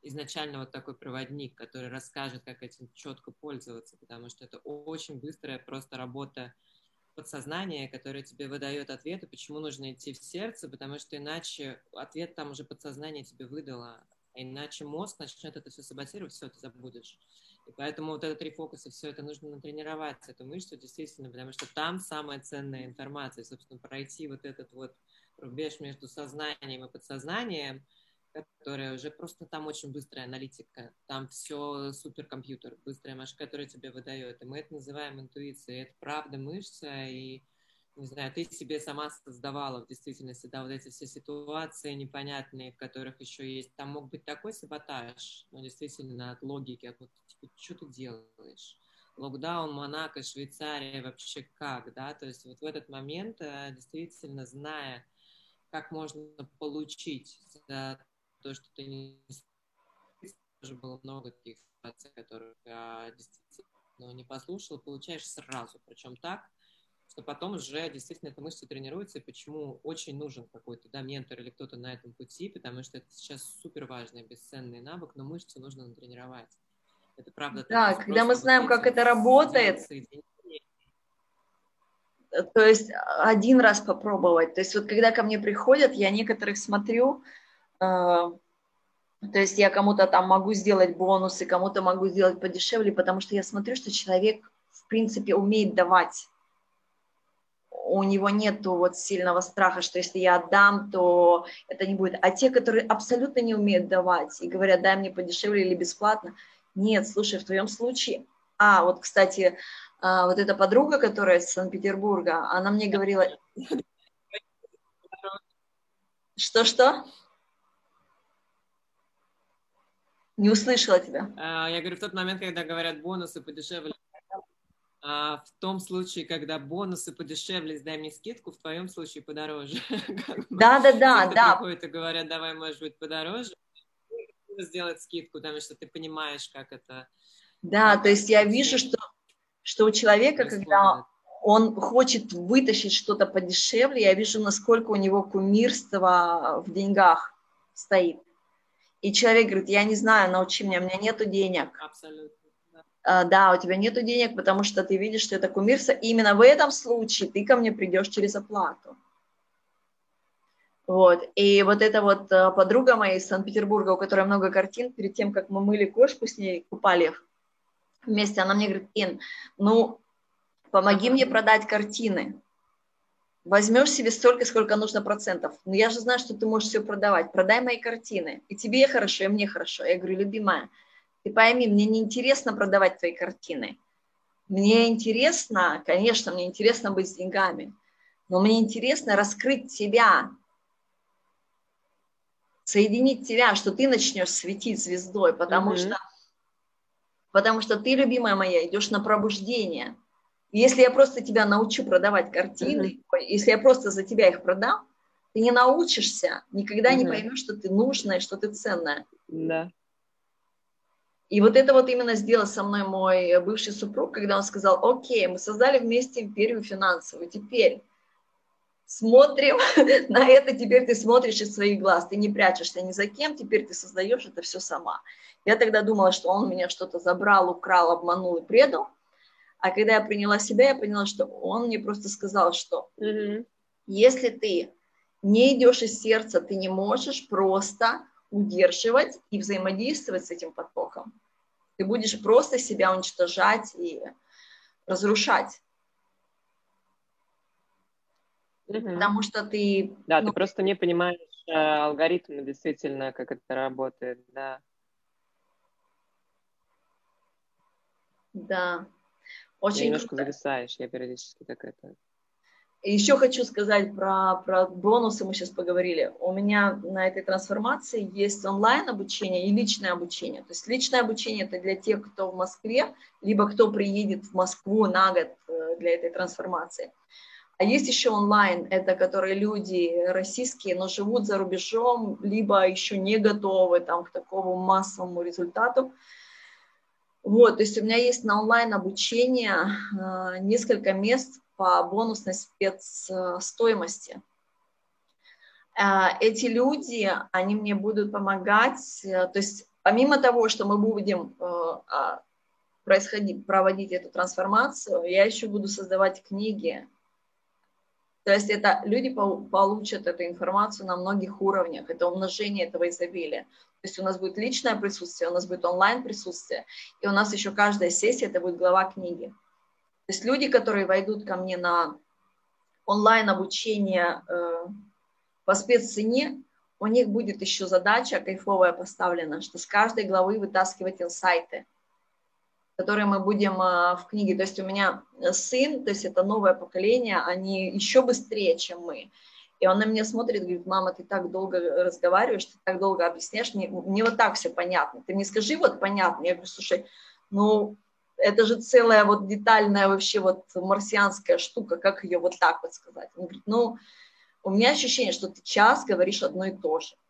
изначально вот такой проводник, который расскажет, как этим четко пользоваться, потому что это очень быстрая просто работа подсознания, которое тебе выдает ответы, почему нужно идти в сердце, потому что иначе ответ там уже подсознание тебе выдало, а иначе мозг начнет это все саботировать, все, ты забудешь. И поэтому вот этот рефокус и все это нужно натренировать, эту мышцу действительно, потому что там самая ценная информация, собственно, пройти вот этот вот рубеж между сознанием и подсознанием, которая уже просто там очень быстрая аналитика, там все суперкомпьютер, быстрая машина, которая тебе выдает. И мы это называем интуицией. Это правда мышца, и, не знаю, ты себе сама создавала в действительности, да, вот эти все ситуации непонятные, в которых еще есть, там мог быть такой саботаж, но действительно от логики, от вот, типа, что ты делаешь? Локдаун, Монако, Швейцария, вообще как, да, то есть вот в этот момент, действительно, зная, как можно получить за то, что ты не... Тоже было много таких ситуаций, которых я действительно не послушала, получаешь сразу. Причем так, что потом уже действительно эта мышца тренируется, и почему очень нужен какой-то, да, ментор или кто-то на этом пути, потому что это сейчас супер важный, бесценный навык, но мышцу нужно натренировать. Это правда так. Да, когда мы Просто знаем, вот как эти это вот работает, соединения. то есть один раз попробовать. То есть вот когда ко мне приходят, я некоторых смотрю, то есть я кому-то там могу сделать бонусы, кому-то могу сделать подешевле, потому что я смотрю, что человек, в принципе, умеет давать. У него нету вот сильного страха, что если я отдам, то это не будет. А те, которые абсолютно не умеют давать и говорят, дай мне подешевле или бесплатно, нет, слушай, в твоем случае... вот, кстати, вот эта подруга, которая из Санкт-Петербурга, она мне говорила... Что-что? Не услышала тебя. Я говорю, в тот момент, когда говорят бонусы подешевле, в том случае, когда бонусы подешевле, дай мне скидку, в твоем случае подороже. Да. Те, кто приходит и говорят, давай, может быть, подороже, сделать скидку, потому что ты понимаешь, как это... Да, то есть я вижу, что у человека, когда он хочет вытащить что-то подешевле, я вижу, насколько у него кумирство в деньгах стоит. И человек говорит, я не знаю, научи меня, у меня нету денег. Абсолютно. Да, у тебя нету денег, потому что ты видишь, что это кумирство. И именно в этом случае ты ко мне придешь через оплату. Вот. И вот эта вот подруга моя из Санкт-Петербурга, у которой много картин, перед тем, как мы мыли кошку с ней, купали их вместе, она мне говорит, Ин, помоги мне продать картины. Возьмешь себе столько, сколько нужно процентов. Но я же знаю, что ты можешь все продавать. Продай мои картины. И тебе хорошо, и мне хорошо. Я говорю, любимая, ты пойми, мне не интересно продавать твои картины. Мне интересно, конечно, мне интересно быть с деньгами, но мне интересно раскрыть тебя, соединить тебя, что ты начнешь светить звездой, потому что ты, любимая моя, идешь на пробуждение. Если я просто тебя научу продавать картины, если я просто за тебя их продам, ты не научишься, никогда не поймешь, что ты нужная, что ты ценная. Да. И вот это вот именно сделал со мной мой бывший супруг, когда он сказал, окей, мы создали вместе империю финансовую, теперь смотрим на это, теперь ты смотришь из своих глаз, ты не прячешься ни за кем, теперь ты создаешь это все сама. Я тогда думала, что он меня что-то забрал, украл, обманул и предал, а когда я приняла себя, я поняла, что он мне просто сказал, что если ты не идешь из сердца, ты не можешь просто удерживать и взаимодействовать с этим потоком. Ты будешь просто себя уничтожать и разрушать. Потому что ты... Да, ты просто не понимаешь алгоритмы, действительно, как это работает, да. Да. Очень немножко круто. зависаешь, я периодически так это... Еще хочу сказать про бонусы, мы сейчас поговорили. У меня на этой трансформации есть онлайн-обучение и личное обучение. То есть личное обучение – это для тех, кто в Москве, либо кто приедет в Москву на год для этой трансформации. А есть еще онлайн, это которые люди российские, но живут за рубежом, либо еще не готовы там, к такому массовому результату. Вот, то есть у меня есть на онлайн-обучение несколько мест по бонусной спецстоимости. Эти люди, они мне будут помогать, то есть помимо того, что мы будем проводить эту трансформацию, я еще буду создавать книги. То есть это люди получат эту информацию на многих уровнях. Это умножение этого изобилия. То есть у нас будет личное присутствие, у нас будет онлайн присутствие, и у нас еще каждая сессия это будет глава книги. То есть люди, которые войдут ко мне на онлайн обучение по спеццене, у них будет еще задача кайфовая поставлена, что с каждой главы вытаскивать инсайты, которые мы будем в книге. То есть у меня сын, то есть это новое поколение, они еще быстрее, чем мы. И он на меня смотрит и говорит: мама, ты так долго разговариваешь, ты так долго объясняешь, мне вот так все понятно. Ты мне скажи вот понятно. Я говорю: слушай, ну это же целая вот детальная вообще вот марсианская штука, как ее вот так вот сказать. Он говорит: ну, у меня ощущение, что ты час говоришь одно и то же.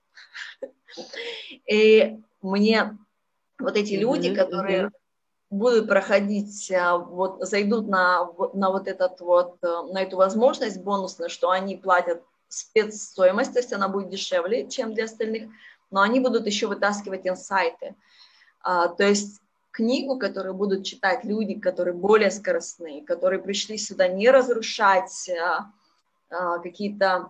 И мне вот эти люди, которые будут проходить, вот, зайдут на вот этот вот, на эту возможность бонусную, что они платят спецстоимость, то есть она будет дешевле, чем для остальных, но они будут еще вытаскивать инсайты. То есть книгу, которую будут читать люди, которые более скоростные, которые пришли сюда не разрушать какие-то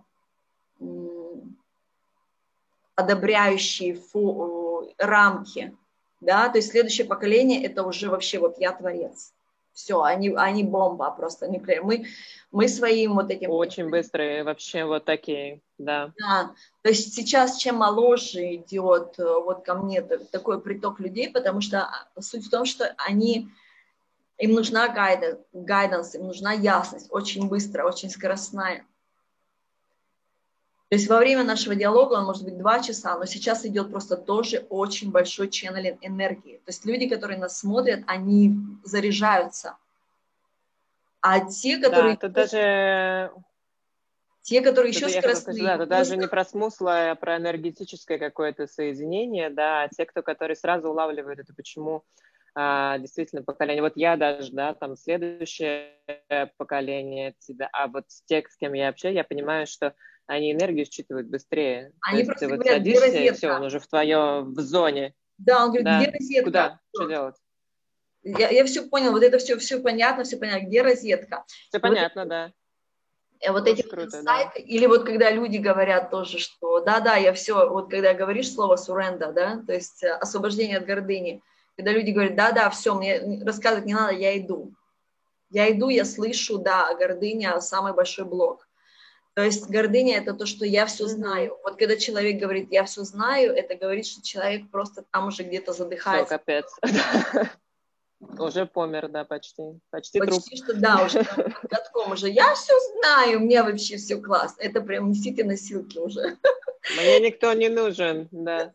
одобряющие рамки, да, то есть следующее поколение это уже вообще вот я творец. Все, они бомба просто, мы своим вот этим... Очень быстрые, вообще вот такие, да. Да, то есть сейчас чем моложе идет вот ко мне такой приток людей, потому что суть в том, что им нужна гайденс, им нужна ясность, очень быстрая, очень скоростная. То есть во время нашего диалога он может быть 2 часа, но сейчас идет просто тоже очень большой ченнелинг энергии. То есть люди, которые нас смотрят, они заряжаются. А те, которые... Да, это даже... Те, которые Это, еще я хотела сказать, скоростные... да, это даже не про смысл, а про энергетическое какое-то соединение, да, а те, которые сразу улавливают это, почему действительно поколение, вот я даже, да, там следующее поколение тебя, а вот те, с кем я общаюсь, я понимаю, что они энергию считывают быстрее. Они То есть просто ты вот говорят: где садишься, и все, розетка? он уже в зоне. Да, он говорит: где Да, розетка? куда? Что делать? Я все понял, вот это все понятно, где розетка? Все И вот, понятно, да. вот эти Очень вот круто, да. инсайты, или вот когда люди говорят тоже, что да, я все, вот когда говоришь слово surrender, да, то есть освобождение от гордыни, когда люди говорят: да, все, мне рассказывать не надо, я иду, я слышу, да, гордыня самый большой блок. То есть гордыня это то, что я все знаю. Вот когда человек говорит: я все знаю, это говорит, что человек просто там уже где-то Все, задыхается. капец. Уже помер, да, почти труп. Почти что, да, уже под катком уже. Я все знаю, мне вообще все классно. Это прям несите носилки уже. Мне никто не нужен, да.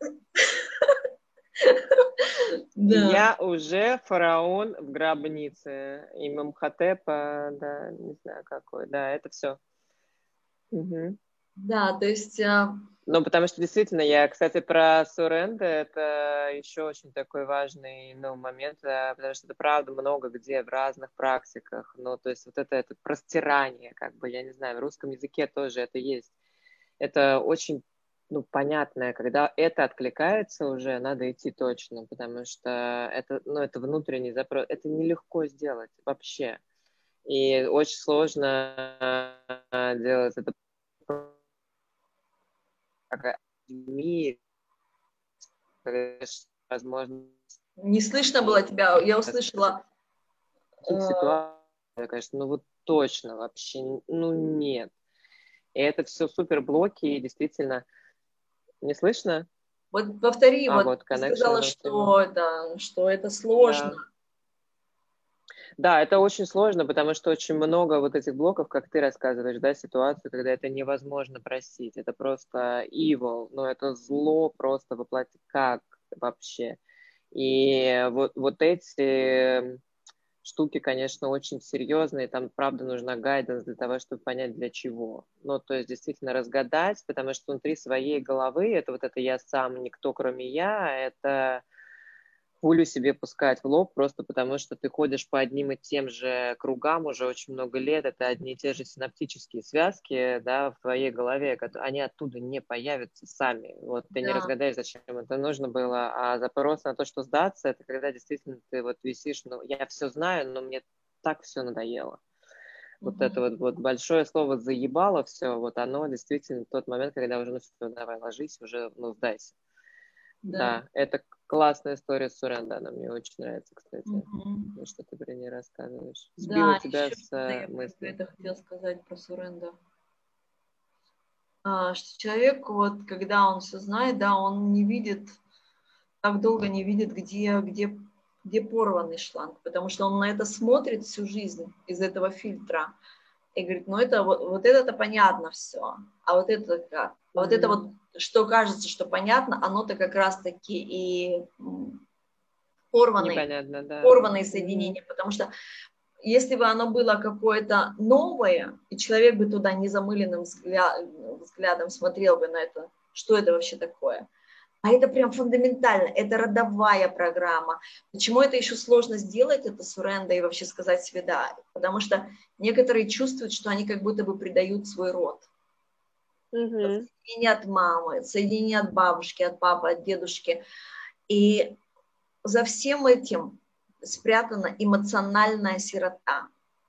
Да. Я уже фараон в гробнице. Имамхотепа, да, не знаю какой. Да, это все. Угу. Да, то есть... Ну, потому что действительно, я, кстати, про суренда, это еще очень такой важный, ну, момент, потому что это правда много где в разных практиках, ну, то есть вот это простирание, как бы, я не знаю, в русском языке тоже это есть. Это очень, ну, понятное, когда это откликается уже, надо идти точно, потому что это, ну, это внутренний запрос, это нелегко сделать вообще, и очень сложно делать это возможно, Не слышно было тебя, я услышала... ситуация, конечно, ну вот точно вообще, ну нет. И это все супер блоки, и действительно, не слышно? Вот повтори, вот Вот, ты connection сказала, у нас его. что это сложно. Да. Да, это очень сложно, потому что очень много вот этих блоков, как ты рассказываешь, да, ситуацию, когда это невозможно простить. Это просто evil, ну это зло просто воплоти. Как вообще? И вот эти штуки, конечно, очень серьезные, там, правда, нужна гайденс для того, чтобы понять, для чего. Ну, то есть, действительно, разгадать, потому что внутри своей головы, это вот это «я сам, никто, кроме я», это пулю себе пускать в лоб, просто потому что ты ходишь по одним и тем же кругам уже очень много лет, это одни и те же синаптические связки, да, в твоей голове, они оттуда не появятся сами. Вот ты не Да. разгадаешь, зачем это нужно было, а запрос на то, что сдаться, это когда действительно ты вот висишь, ну, я все знаю, но мне так все надоело. Вот это вот большое слово «заебало» все, вот оно действительно тот момент, когда уже, ну, все, давай, ложись, уже, ну, сдайся. Да, это классная история с Суренда, она мне очень нравится, кстати, что ты про нее рассказываешь. Сбила Да, тебя еще с я мысли. это хотела сказать про Суренда. Что человек, вот, когда он все знает, да, он не видит, так долго не видит, где порванный шланг, потому что он на это смотрит всю жизнь из этого фильтра и говорит, ну это вот это-то понятно все, а вот это как? А вот это вот, что кажется, что понятно, оно-то как раз-таки и Непонятно, да. порванные соединения, потому что если бы оно было какое-то новое, и человек бы туда незамыленным взглядом смотрел бы на это, что это вообще такое. А это прям фундаментально, это родовая программа. Почему это еще сложно сделать, это суренда, и вообще сказать себе да? Потому что некоторые чувствуют, что они как будто бы предают свой род. Соединение от мамы, соединение от бабушки, от папы, от дедушки. И за всем этим спрятана эмоциональная сирота.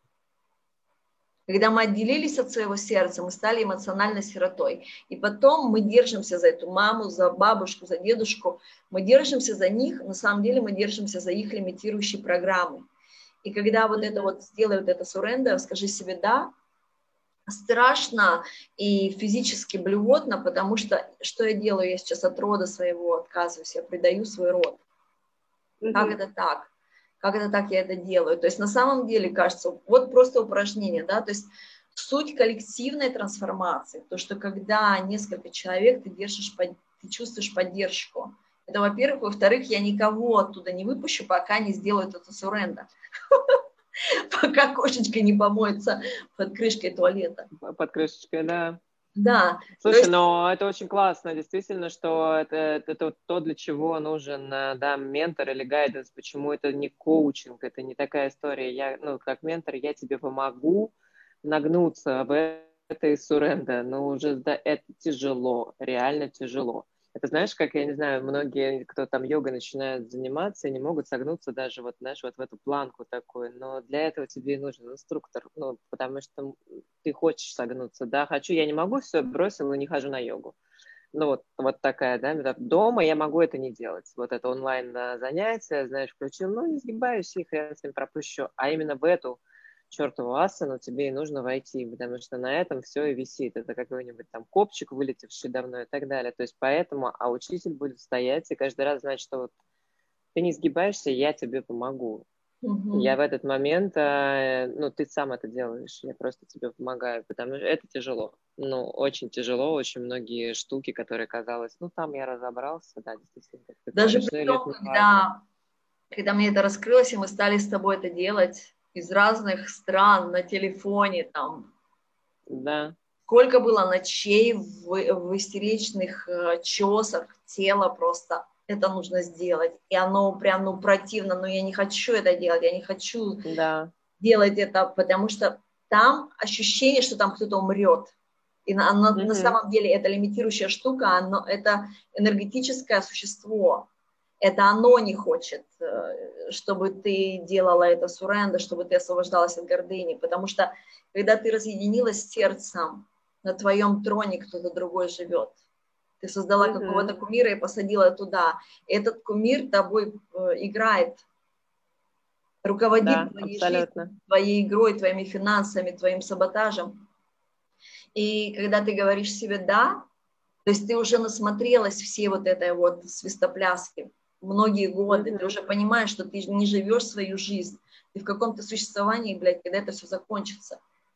Когда мы отделились от своего сердца, мы стали эмоциональной сиротой. И потом мы держимся за эту маму, за бабушку, за дедушку. Мы держимся за них, на самом деле мы держимся за их лимитирующие программы. И когда вот это вот сделают это сурендер, скажи себе да, страшно и физически блювотно, потому что я делаю? Я сейчас от рода своего отказываюсь, я предаю свой род. Как это так? Как это так я это делаю? То есть на самом деле, кажется, вот просто упражнение, да, то есть суть коллективной трансформации, то, что когда несколько человек, ты чувствуешь поддержку. Это, во-первых. Во-вторых, я никого оттуда не выпущу, пока не сделают это суренда. Пока кошечка не помоется под крышкой туалета. Под крышечкой, да. Да. Слушай, но это очень классно, действительно, что это то, для чего нужен, да, ментор или гайденс, почему это не коучинг, это не такая история. Я, ну, как ментор, я тебе помогу нагнуться в этой суренда, но уже, да, это тяжело, реально тяжело. Это знаешь, как, я не знаю, многие, кто там йогой начинают заниматься, не могут согнуться даже вот, знаешь, вот в эту планку такую, но для этого тебе и нужен инструктор, ну, потому что ты хочешь согнуться, да, хочу, я не могу, все, бросил и не хожу на йогу. Ну, вот такая, да, дома я могу это не делать. Вот это онлайн занятие, знаешь, включил, ну, не сгибаюсь, их я с ним пропущу, а именно в эту чертову асану тебе и нужно войти, потому что на этом все и висит. Это какой-нибудь там копчик, вылетевший давно и так далее. То есть поэтому, а учитель будет стоять и каждый раз знать, что вот ты не сгибаешься, я тебе помогу. Я в этот момент, ну, ты сам это делаешь, я просто тебе помогаю, потому что это тяжело. Ну, очень тяжело, очень многие штуки, которые казалось, ну, там я разобрался, да, действительно, как ты Даже говоришь, при том, когда мне это раскрылось, и мы стали с тобой это делать из разных стран, на телефоне, там. Да. Сколько было ночей в истеричных чесах, тело просто, это нужно сделать. И оно прям, ну, противно, но я не хочу это делать, я не хочу делать это, потому что там ощущение, что там кто-то умрет. И на самом деле это лимитирующая штука, это энергетическое существо. Это оно не хочет, чтобы ты делала это суренда, чтобы ты освобождалась от гордыни. Потому что, когда ты разъединилась с сердцем, на твоем троне кто-то другой живет. Ты создала какого-то кумира и посадила туда. И этот кумир тобой играет, руководит твоей жизнью, твоей игрой, твоими финансами, твоим саботажем. И когда ты говоришь себе «да», то есть ты уже насмотрелась все вот этой вот свистопляски многие годы, ты уже понимаешь, что ты не живешь свою жизнь, ты в каком-то существовании, блядь, когда это все закончится.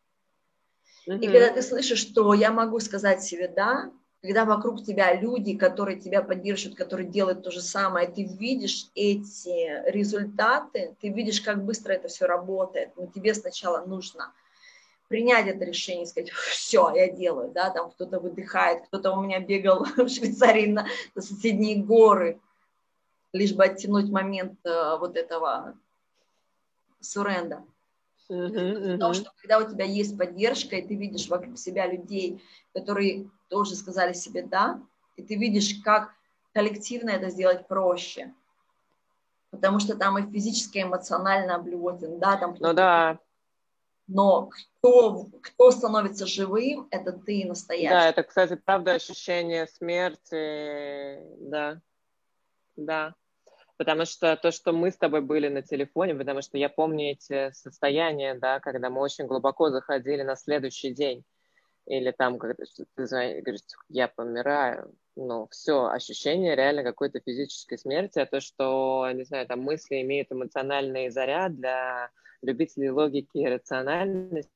И когда ты слышишь, что я могу сказать себе «да», когда вокруг тебя люди, которые тебя поддерживают, которые делают то же самое, ты видишь эти результаты, ты видишь, как быстро это все работает, но тебе сначала нужно принять это решение, сказать, все, я делаю, да, там кто-то выдыхает, кто-то у меня бегал в Швейцарии на соседние горы, лишь бы оттянуть момент вот этого суренда. Потому что когда у тебя есть поддержка, и ты видишь вокруг себя людей, которые тоже сказали себе «да», и ты видишь, как коллективно это сделать проще. Потому что там и физически, и эмоционально облюбован, да, там Ну да. Но кто становится живым, это ты настоящий. Да, это, кстати, правда, ощущение смерти, да, да. Потому что то, что мы с тобой были на телефоне, потому что я помню эти состояния, да, когда мы очень глубоко заходили на следующий день. Или там, когда ты говоришь, я помираю. Ну, все, ощущение реально какой-то физической смерти, а то, что, не знаю, там мысли имеют эмоциональный заряд для любителей логики и рациональности,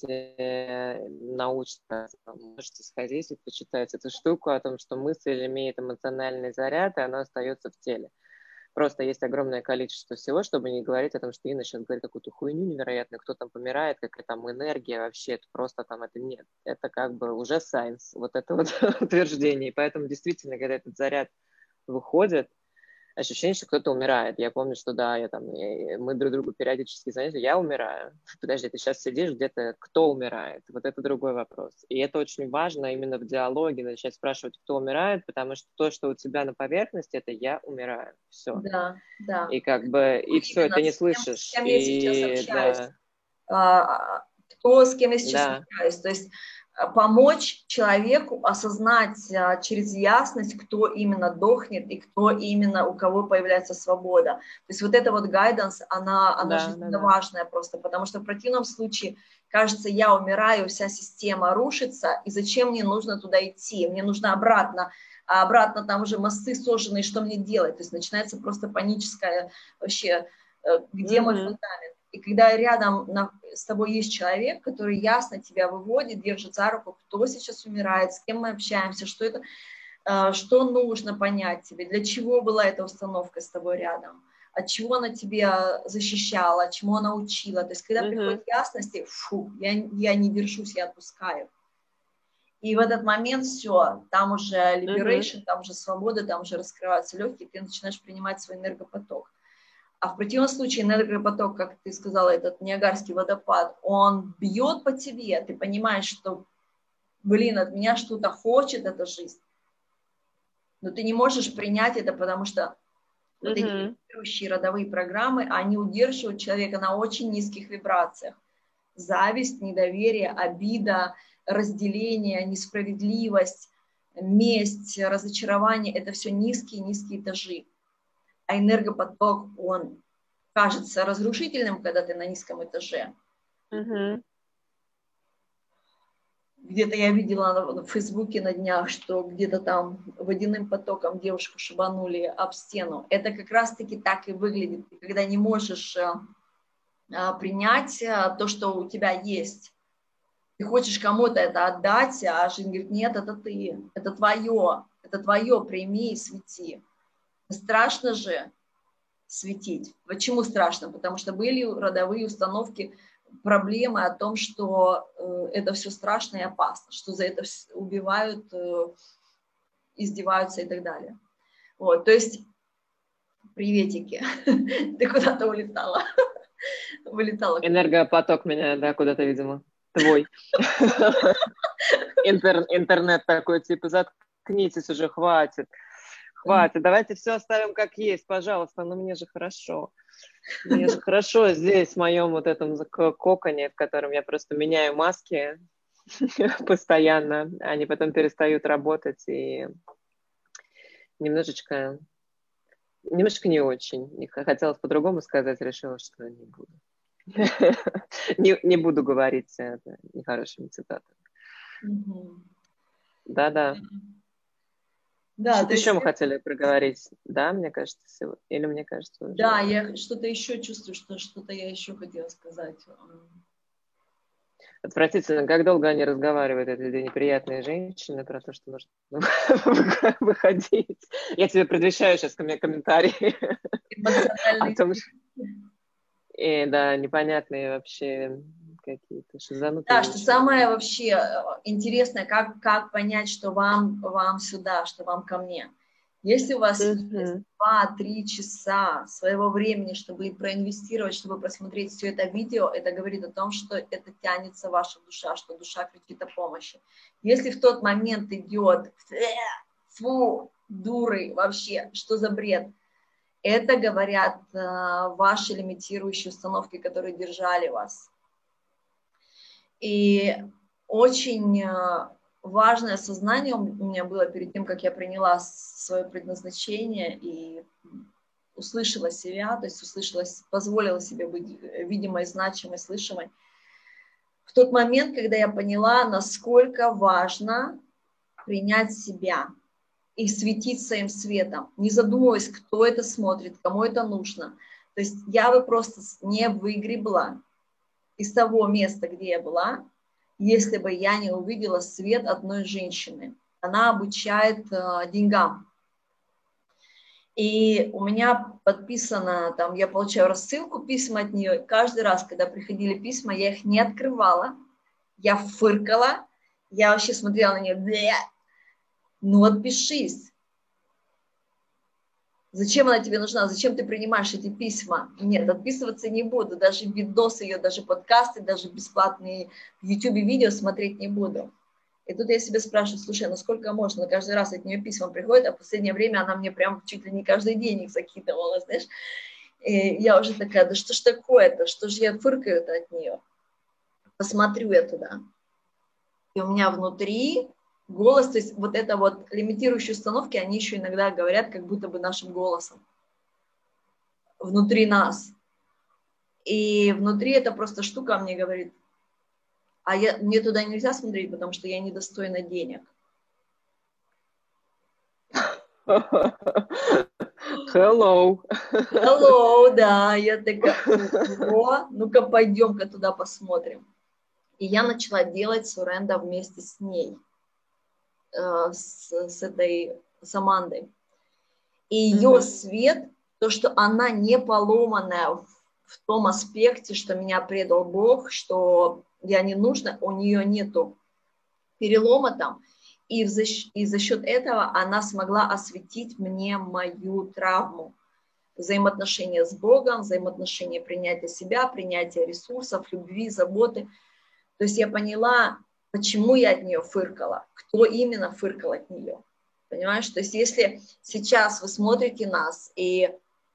научно можете сходить и почитать эту штуку о том, что мысль имеет эмоциональный заряд, и она остается в теле. Просто есть огромное количество всего, чтобы не говорить о том, что Инна сейчас говорит какую-то хуйню невероятную, кто там помирает, какая там энергия вообще, это просто там это нет. Это как бы уже сайенс, вот это вот утверждение. И поэтому действительно, когда этот заряд выходит, ощущение, что кто-то умирает. Я помню, что да, мы друг другу периодически звоним, я умираю. Подожди, ты сейчас сидишь где-то, кто умирает? Вот это другой вопрос. И это очень важно именно в диалоге начать спрашивать, кто умирает, потому что то, что у тебя на поверхности, это я умираю. Все. Да, да. И как бы, и все, ты не слышишь. С кем я сейчас И общаюсь. да. С кем я сейчас Да. общаюсь. То есть помочь человеку осознать через ясность, кто именно дохнет и кто именно, у кого появляется свобода. То есть вот эта вот гайданс, она Да, жизненно важная просто, потому что в противном случае, кажется, я умираю, вся система рушится, и зачем мне нужно туда идти? Мне нужно обратно, а обратно там уже мосты сожжены, что мне делать? То есть начинается просто паническое вообще, где мой фундамент? И когда рядом с тобой есть человек, который ясно тебя выводит, держит за руку, кто сейчас умирает, с кем мы общаемся, что это, что нужно понять тебе, для чего была эта установка с тобой рядом, от чего она тебя защищала, чему она учила. То есть когда приходит ясность, я не держусь, я отпускаю. И в этот момент все, там уже liberation, там уже свобода, там уже раскрываются легкие, ты начинаешь принимать свой энергопоток. А в противном случае энергопоток, как ты сказала, этот Ниагарский водопад, он бьет по тебе, ты понимаешь, что, от меня что-то хочет эта жизнь. Но ты не можешь принять это, потому что вот эти лимитирующие родовые программы, они удерживают человека на очень низких вибрациях. Зависть, недоверие, обида, разделение, несправедливость, месть, разочарование – это все низкие-низкие этажи. А энергопоток, он кажется разрушительным, когда ты на низком этаже. Где-то я видела в Фейсбуке на днях, что где-то там водяным потоком девушку шибанули об стену. Это как раз-таки так и выглядит. Ты когда не можешь принять то, что у тебя есть. Ты хочешь кому-то это отдать, а жизнь говорит, нет, это ты, это твое, прими и свети. Страшно же светить. Почему страшно? Потому что были родовые установки, проблемы о том, что это все страшно и опасно, что за это убивают, издеваются и так далее. Вот, то есть, приветики, ты куда-то улетала. Энергопоток меня, да, куда-то, видимо, твой. Интернет такой, типа, заткнитесь уже, хватит. Хватит, давайте все оставим как есть, пожалуйста, но мне же хорошо. Мне же хорошо здесь, в моем вот этом коконе, в котором я просто меняю маски постоянно, они потом перестают работать, и немножечко не очень. Хотелось по-другому сказать, решила, что не буду. Не буду говорить это нехорошими цитатами. Да-да. Да, что-то еще мы хотели проговорить, да, мне кажется, сегодня? Или мне кажется уже? Да, я что-то еще чувствую, что что-то я еще хотела сказать. Отвратительно, как долго они разговаривают, эти две неприятные женщины, про то, что нужно выходить. Я тебе предвещаю сейчас комментарии. Эмоциональный. Да, непонятные вообще какие-то шизанутые. Да, что самое вообще интересное, как понять, что вам сюда, что вам ко мне. Если у вас есть 2-3 часа своего времени, чтобы проинвестировать, чтобы просмотреть все это видео, это говорит о том, что это тянется ваша душа, что душа кричит о помощи. Если в тот момент идет фу, дуры, вообще, что за бред, это говорят ваши лимитирующие установки, которые держали вас. И очень важное осознание у меня было перед тем, как я приняла свое предназначение и услышала себя, то есть позволила себе быть видимой, значимой, слышимой. В тот момент, когда я поняла, насколько важно принять себя и светить своим светом, не задумываясь, кто это смотрит, кому это нужно. То есть я бы просто не выгребла из того места, где я была, если бы я не увидела свет одной женщины. Она обучает деньгам. И у меня подписано, там, я получаю рассылку, письма от нее. Каждый раз, когда приходили письма, я их не открывала, я фыркала, я вообще смотрела на нее, ну отпишись. Зачем она тебе нужна? Зачем ты принимаешь эти письма? Нет, отписываться не буду. Даже видосы ее, даже подкасты, даже бесплатные в YouTube видео смотреть не буду. И тут я себе спрашиваю, слушай, ну сколько можно? Каждый раз от нее письма приходят, а в последнее время она мне прям чуть ли не каждый день их закидывала, знаешь. И я уже такая, да что ж такое-то? Что же я фыркаю-то от нее? Посмотрю я туда. И у меня внутри голос, то есть вот это вот лимитирующие установки, они еще иногда говорят как будто бы нашим голосом внутри нас. И внутри эта просто штука мне говорит, мне туда нельзя смотреть, потому что я недостойна денег. Hello. Hello, да, я такая, ну-ка пойдем-ка туда посмотрим. И я начала делать суренда вместе с ней, с Амандой. И ее свет, то, что она не поломанная в том аспекте, что меня предал Бог, что я не нужна, у нее нету перелома там. И за счет этого она смогла осветить мне мою травму. Взаимоотношения с Богом, взаимоотношения принятия себя, принятия ресурсов, любви, заботы. То есть я поняла, почему я от нее фыркала, кто именно фыркал от нее. Понимаешь? То есть если сейчас вы смотрите нас, и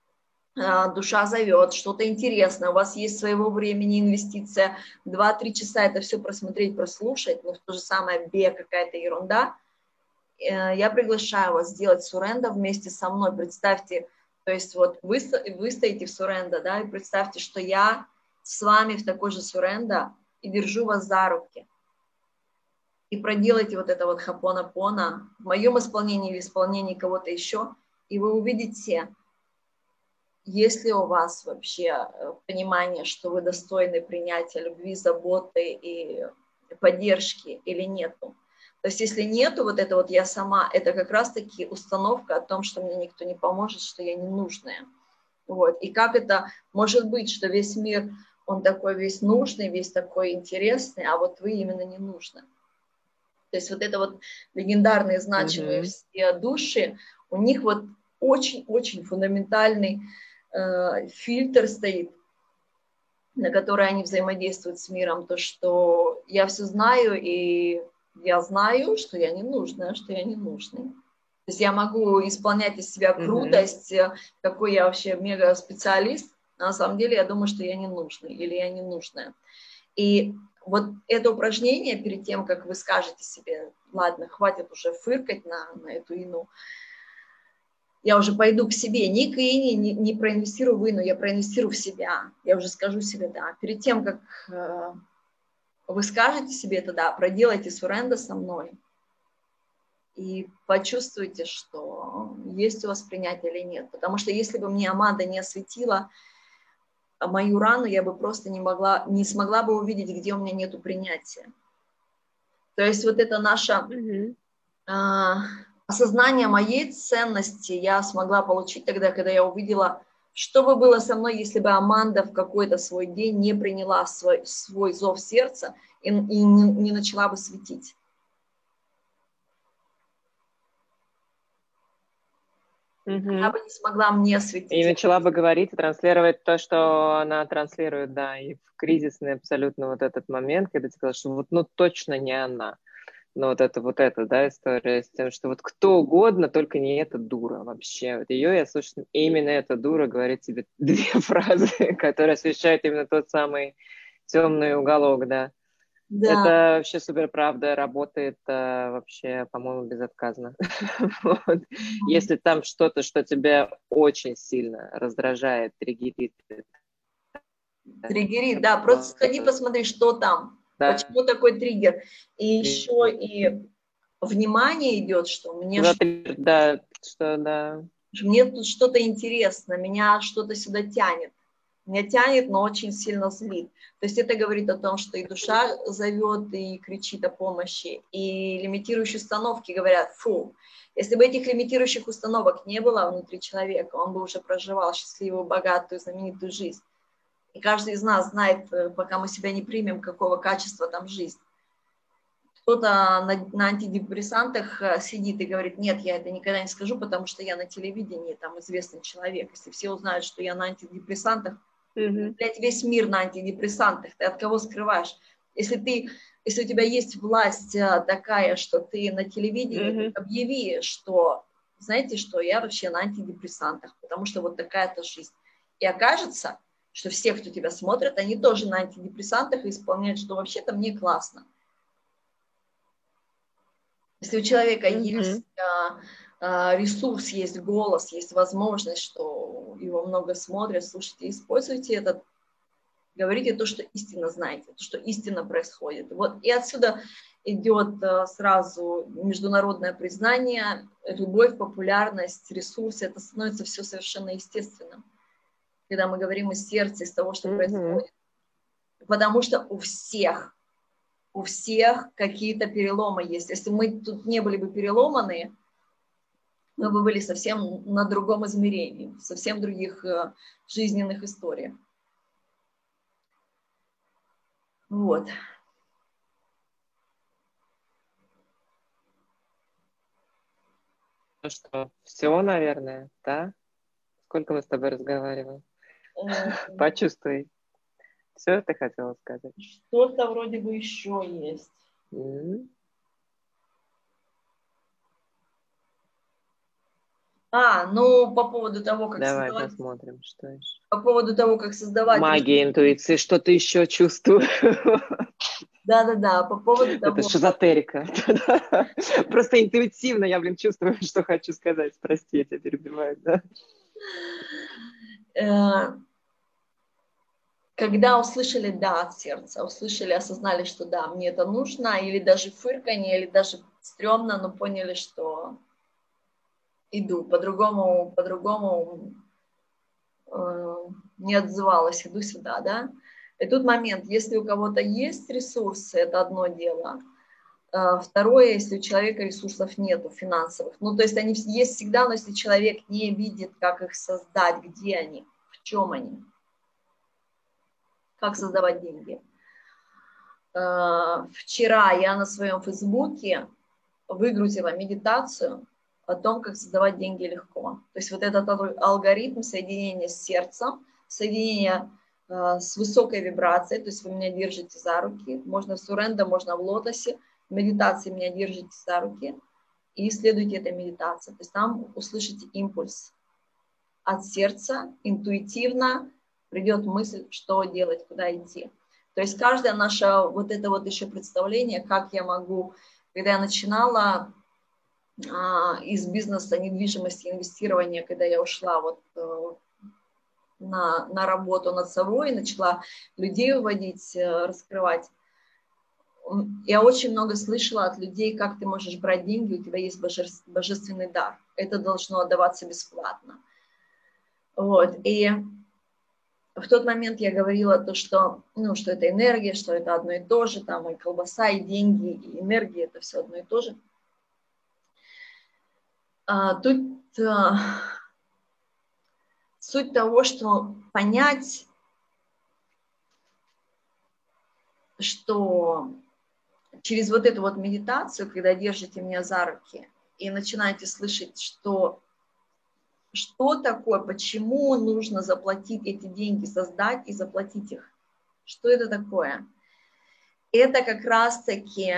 душа зовет, что-то интересное, у вас есть своего времени инвестиция, 2-3 часа это все просмотреть, прослушать, но в то же самое какая-то ерунда, я приглашаю вас сделать суренда вместе со мной. Представьте, то есть вот вы стоите в суренда, да, и представьте, что я с вами в такой же суренда и держу вас за руки. И проделайте вот это вот хапона-пона в моем исполнении или в исполнении кого-то еще, и вы увидите, есть ли у вас вообще понимание, что вы достойны принятия любви, заботы и поддержки или нету. То есть если нету вот это вот я сама, это как раз-таки установка о том, что мне никто не поможет, что я ненужная. Вот. И как это может быть, что весь мир, он такой весь нужный, весь такой интересный, а вот вы именно не нужны. То есть вот это вот легендарные, значимые все души, у них вот очень-очень фундаментальный фильтр стоит, на который они взаимодействуют с миром, то, что я все знаю, и я знаю, что я не нужная, что я не нужный. То есть я могу исполнять из себя крутость, какой я вообще мега-специалист, а на самом деле я думаю, что я не нужный или я не нужная. И вот это упражнение перед тем, как вы скажете себе, ладно, хватит уже фыркать на эту Ину, я уже пойду к себе, не к Ине, не проинвестирую в Ину, я проинвестирую в себя. Я уже скажу себе, да. Перед тем, как вы скажете себе это, да, проделайте суренда со мной и почувствуйте, что есть у вас принятие или нет. Потому что если бы мне Аманда не осветила мою рану, я бы просто не смогла бы увидеть, где у меня нету принятия. То есть вот это наше осознание моей ценности я смогла получить тогда, когда я увидела, что бы было со мной, если бы Аманда в какой-то свой день не приняла свой зов сердца и не начала бы светить. Она бы не смогла мне осветить. И начала бы говорить и транслировать то, что она транслирует, да, и в кризисный абсолютно вот этот момент, когда ты сказала, что вот, ну, точно не она. Но вот эта, да, история с тем, что вот кто угодно, только не эта дура вообще. Вот ее я слышу, именно эта дура говорит тебе две фразы, которые освещают именно тот самый темный уголок, да. Да. Это вообще супер правда, работает вообще, по-моему, безотказно. Вот. Если там что-то, что тебя очень сильно раздражает, триггерит. Триггерит, да, просто сходи, посмотри, что там, Да. почему такой триггер. И еще и внимание идет, что мне, Да, что да. мне тут что-то интересно, меня что-то сюда тянет. Меня тянет, но очень сильно злит. То есть это говорит о том, что и душа зовет, и кричит о помощи, и лимитирующие установки говорят, фу. Если бы этих лимитирующих установок не было внутри человека, он бы уже проживал счастливую, богатую, знаменитую жизнь. И каждый из нас знает, пока мы себя не примем, какого качества там жизнь. Кто-то на антидепрессантах сидит и говорит, нет, я это никогда не скажу, потому что я на телевидении, там, известный человек. Если все узнают, что я на антидепрессантах, блядь, весь мир на антидепрессантах, ты от кого скрываешь? Если у тебя есть власть такая, что ты на телевидении, объяви, что, знаете что, я вообще на антидепрессантах, потому что вот такая-то жизнь. И окажется, что все, кто тебя смотрит, они тоже на антидепрессантах и исполняют, что вообще-то мне классно. Если у человека есть ресурс, есть голос, есть возможность, что его много смотрят, слушайте, используйте это, говорите то, что истинно знаете, то, что истинно происходит. Вот. И отсюда идет сразу международное признание, любовь, популярность, ресурсы, это становится все совершенно естественным, когда мы говорим из сердца, из того, что происходит. Потому что у всех какие-то переломы есть. Если мы тут не были бы переломаны, мы бы были совсем на другом измерении, в совсем других жизненных историях. Вот. Ну что, все, наверное, да? Сколько мы с тобой разговариваем? Почувствуй. Все ты хотела сказать? Что-то вроде бы еще есть. Ну, по поводу того, как Давай создавать... посмотрим, что еще. По поводу того, как создавать... Магия интуиции, что-то еще чувствую. Да, по поводу того... Это шизотерика. Просто интуитивно я, чувствую, что хочу сказать. Прости, я тебя перебиваю, да? Когда услышали «да» от сердца, услышали, осознали, что да, мне это нужно, или даже фырканье, или даже стрёмно, но поняли, что иду, по-другому не отзывалась, иду сюда, да. И тут момент, если у кого-то есть ресурсы, это одно дело. Второе, если у человека ресурсов нету финансовых. Ну, то есть они есть всегда, но если человек не видит, как их создать, где они, в чем они, как создавать деньги. Вчера я на своем фейсбуке выгрузила медитацию о том, как создавать деньги легко. То есть вот этот алгоритм соединения с сердцем, соединения с высокой вибрацией, то есть вы меня держите за руки, можно в суренда, можно в лотосе, в медитации меня держите за руки и исследуйте этой медитации. То есть там услышите импульс от сердца, интуитивно придет мысль, что делать, куда идти. То есть каждое наше вот это вот еще представление, как я могу, когда я начинала из бизнеса недвижимости, инвестирования, когда я ушла вот на работу над собой, начала людей выводить, раскрывать. Я очень много слышала от людей, как ты можешь брать деньги, у тебя есть божественный дар. Это должно отдаваться бесплатно. Вот. И в тот момент я говорила то, что, что это энергия, что это одно и то же, там и колбаса, и деньги, и энергия, это все одно и то же. Тут суть того, что понять, что через вот эту вот медитацию, когда держите меня за руки и начинаете слышать, что что такое, почему нужно заплатить эти деньги, создать и заплатить их. Что это такое? Это как раз-таки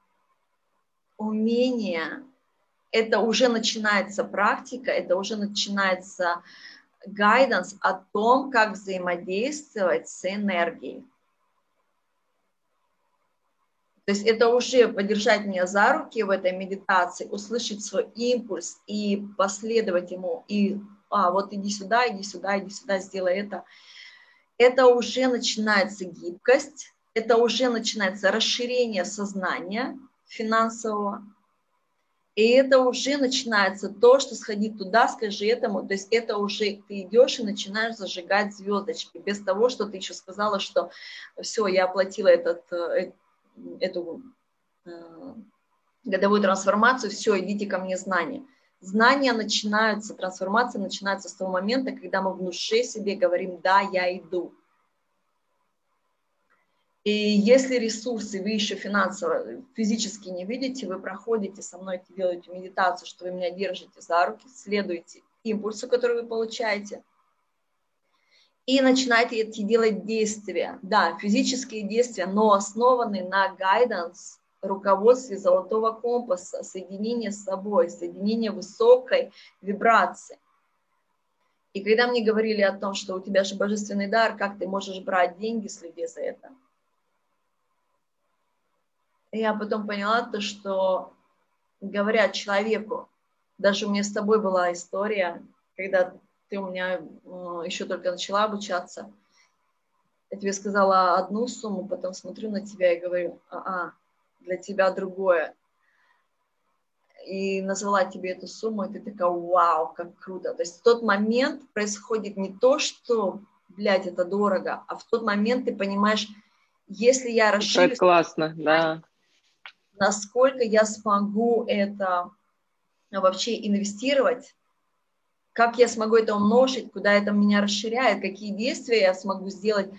умение, это уже начинается практика, это уже начинается гайданс о том, как взаимодействовать с энергией. То есть это уже подержать меня за руки в этой медитации, услышать свой импульс и последовать ему. И вот иди сюда, иди сюда, иди сюда, сделай это. Это уже начинается гибкость, это уже начинается расширение сознания финансового. И это уже начинается то, что сходи туда, скажи этому. То есть это уже ты идешь и начинаешь зажигать звездочки. Без того, что ты еще сказала, что все, я оплатила эту годовую трансформацию, все, идите ко мне знания. Знания начинаются, трансформация начинается с того момента, когда мы в душе себе говорим, да, я иду. И если ресурсы вы еще финансово, физически не видите, вы проходите со мной, делаете медитацию, что вы меня держите за руки, следуете импульсу, который вы получаете, и начинаете делать действия. Да, физические действия, но основанные на гайданс, руководстве золотого компаса, соединение с собой, соединение высокой вибрации. И когда мне говорили о том, что у тебя же божественный дар, как ты можешь брать деньги с людей за это? Я потом поняла то, что говорят человеку, даже у меня с тобой была история, когда ты у меня еще только начала обучаться, я тебе сказала одну сумму, потом смотрю на тебя и говорю, для тебя другое. И назвала тебе эту сумму, и ты такая, вау, как круто. То есть в тот момент происходит не то, что, блядь, это дорого, а в тот момент ты понимаешь, если я расширюсь... Это классно, да. Насколько я смогу это вообще инвестировать, как я смогу это умножить, куда это меня расширяет, какие действия я смогу сделать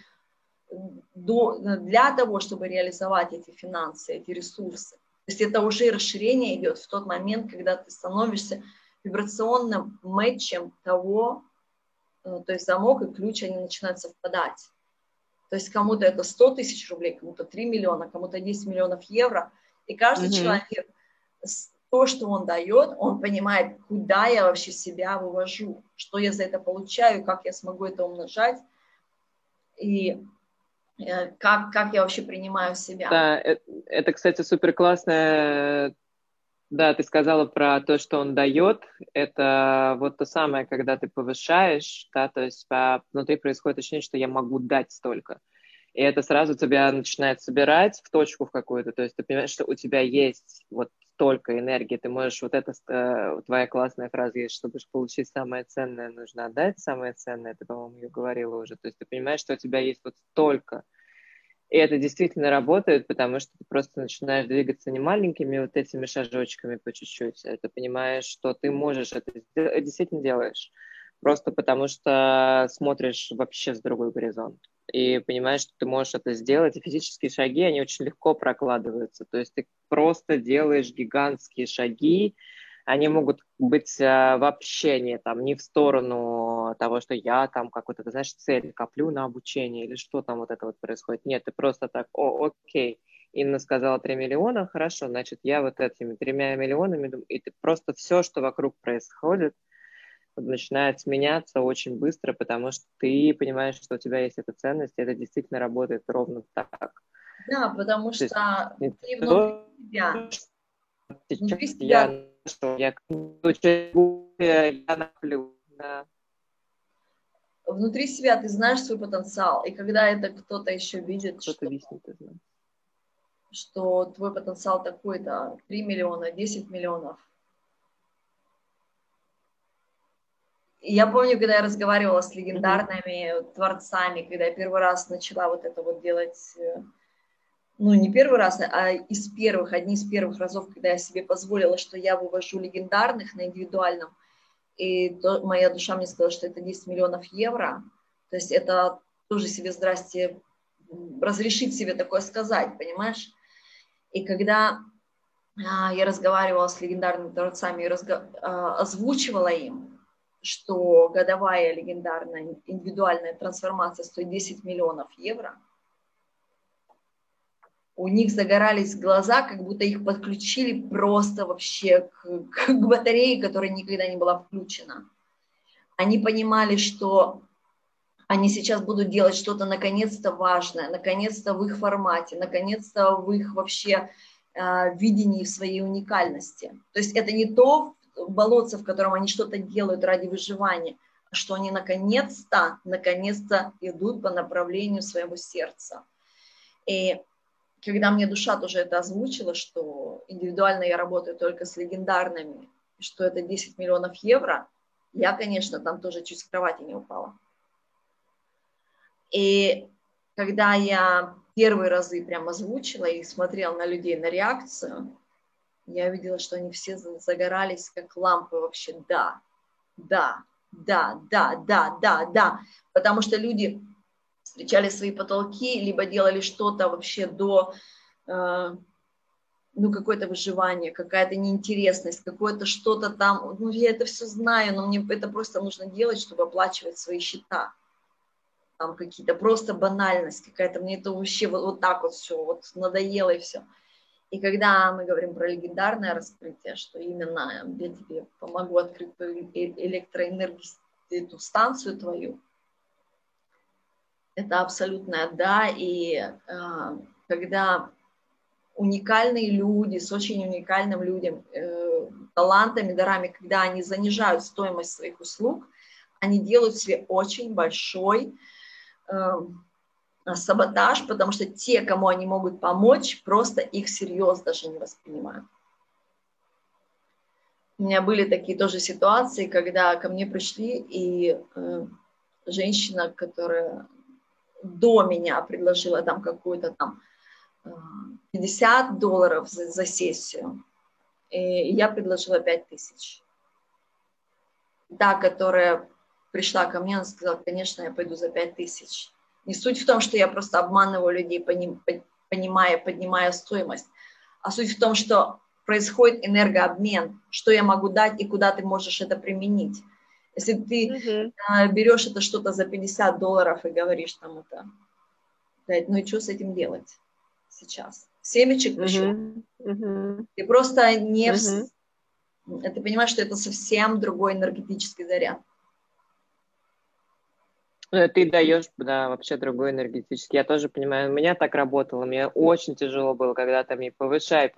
для того, чтобы реализовать эти финансы, эти ресурсы. То есть это уже расширение идет в тот момент, когда ты становишься вибрационным мэтчем того, то есть замок и ключ, они начинают совпадать. То есть кому-то это 100 тысяч рублей, кому-то 3 миллиона, кому-то 10 миллионов евро. И каждый человек, то, что он дает, он понимает, куда я вообще себя вывожу, что я за это получаю, как я смогу это умножать, и как я вообще принимаю себя. Да, это, кстати, супер классно. Да, ты сказала про то, что он дает. Это вот то самое, когда ты повышаешь, да, то есть внутри происходит ощущение, что я могу дать столько. И это сразу тебя начинает собирать в точку в какую-то. То есть ты понимаешь, что у тебя есть вот столько энергии. Ты можешь, вот это твоя классная фраза есть, чтобы получить самое ценное, нужно отдать самое ценное. Ты, по-моему, ее говорила уже. То есть ты понимаешь, что у тебя есть вот столько. И это действительно работает, потому что ты просто начинаешь двигаться не маленькими вот этими шажочками по чуть-чуть, а ты понимаешь, что ты можешь это сделать, действительно делаешь, просто потому что смотришь вообще с другой горизонт. И понимаешь, что ты можешь это сделать, и физические шаги, они очень легко прокладываются. То есть ты просто делаешь гигантские шаги, они могут быть вообще не в сторону того, что я там какую-то, ты знаешь, цель коплю на обучение или что там вот это вот происходит. Нет, ты просто так, окей, Инна сказала 3 миллиона, хорошо, значит, я вот этими 3 миллионами, и ты просто все, что вокруг происходит, начинает сменяться очень быстро, потому что ты понимаешь, что у тебя есть эта ценность, и это действительно работает ровно так. Да, потому что ты внутри себя, я наплю, да. Внутри себя ты знаешь свой потенциал, и когда это кто-то еще видит, что твой потенциал такой-то, 3 миллиона, 10 миллионов. И я помню, когда я разговаривала с легендарными творцами, когда я первый раз начала вот это вот делать, ну, не первый раз, а одни из первых разов, когда я себе позволила, что я вывожу легендарных на индивидуальном, и моя душа мне сказала, что это 10 миллионов евро, то есть это тоже себе, здрасте, разрешить себе такое сказать, понимаешь? И когда я разговаривала с легендарными творцами и озвучивала им, что годовая легендарная индивидуальная трансформация стоит 10 миллионов евро, у них загорались глаза, как будто их подключили просто вообще к батарее, которая никогда не была включена. Они понимали, что они сейчас будут делать что-то наконец-то важное, наконец-то в их формате, наконец-то в их вообще видении, в своей уникальности. То есть это не то болотце, в котором они что-то делают ради выживания, а что они наконец-то идут по направлению своего сердца. И когда мне душа тоже это озвучила, что индивидуально я работаю только с легендарными, что это 10 миллионов евро, я, конечно, там тоже чуть с кровати не упала. И когда я первые разы прям озвучила и смотрела на людей, на реакцию, я видела, что они все загорались, как лампы вообще. Да, да, да, да, да, да, да. Потому что люди встречали свои потолки, либо делали что-то вообще до, какое-то выживание, какая-то неинтересность, какое-то что-то там. Я это все знаю, но мне это просто нужно делать, чтобы оплачивать свои счета. Там какие-то просто банальность какая-то, мне это вообще вот так вот все, вот надоело и все. И когда мы говорим про легендарное раскрытие, что именно я тебе помогу открыть твою электроэнергию, эту станцию твою, это абсолютное да. И когда уникальные люди с очень уникальным людям, талантами, дарами, когда они занижают стоимость своих услуг, они делают себе очень большой саботаж, потому что те, кому они могут помочь, просто их всерьез даже не воспринимают. У меня были такие тоже ситуации, когда ко мне пришли, и женщина, которая до меня предложила там какую-то там $50 за сессию, и я предложила 5000. Та, которая пришла ко мне, она сказала, конечно, я пойду за 5000. Не суть в том, что я просто обманываю людей, поднимая стоимость, а суть в том, что происходит энергообмен, что я могу дать и куда ты можешь это применить. Если ты берешь это что-то за $50 и говоришь там это, ну и что с этим делать сейчас? Семечек причем. Ты просто не... Ты понимаешь, что это совсем другой энергетический заряд. Ты даешь, да, вообще другой энергетический. Я тоже понимаю, у меня так работало, мне очень тяжело было, когда там мне повышай.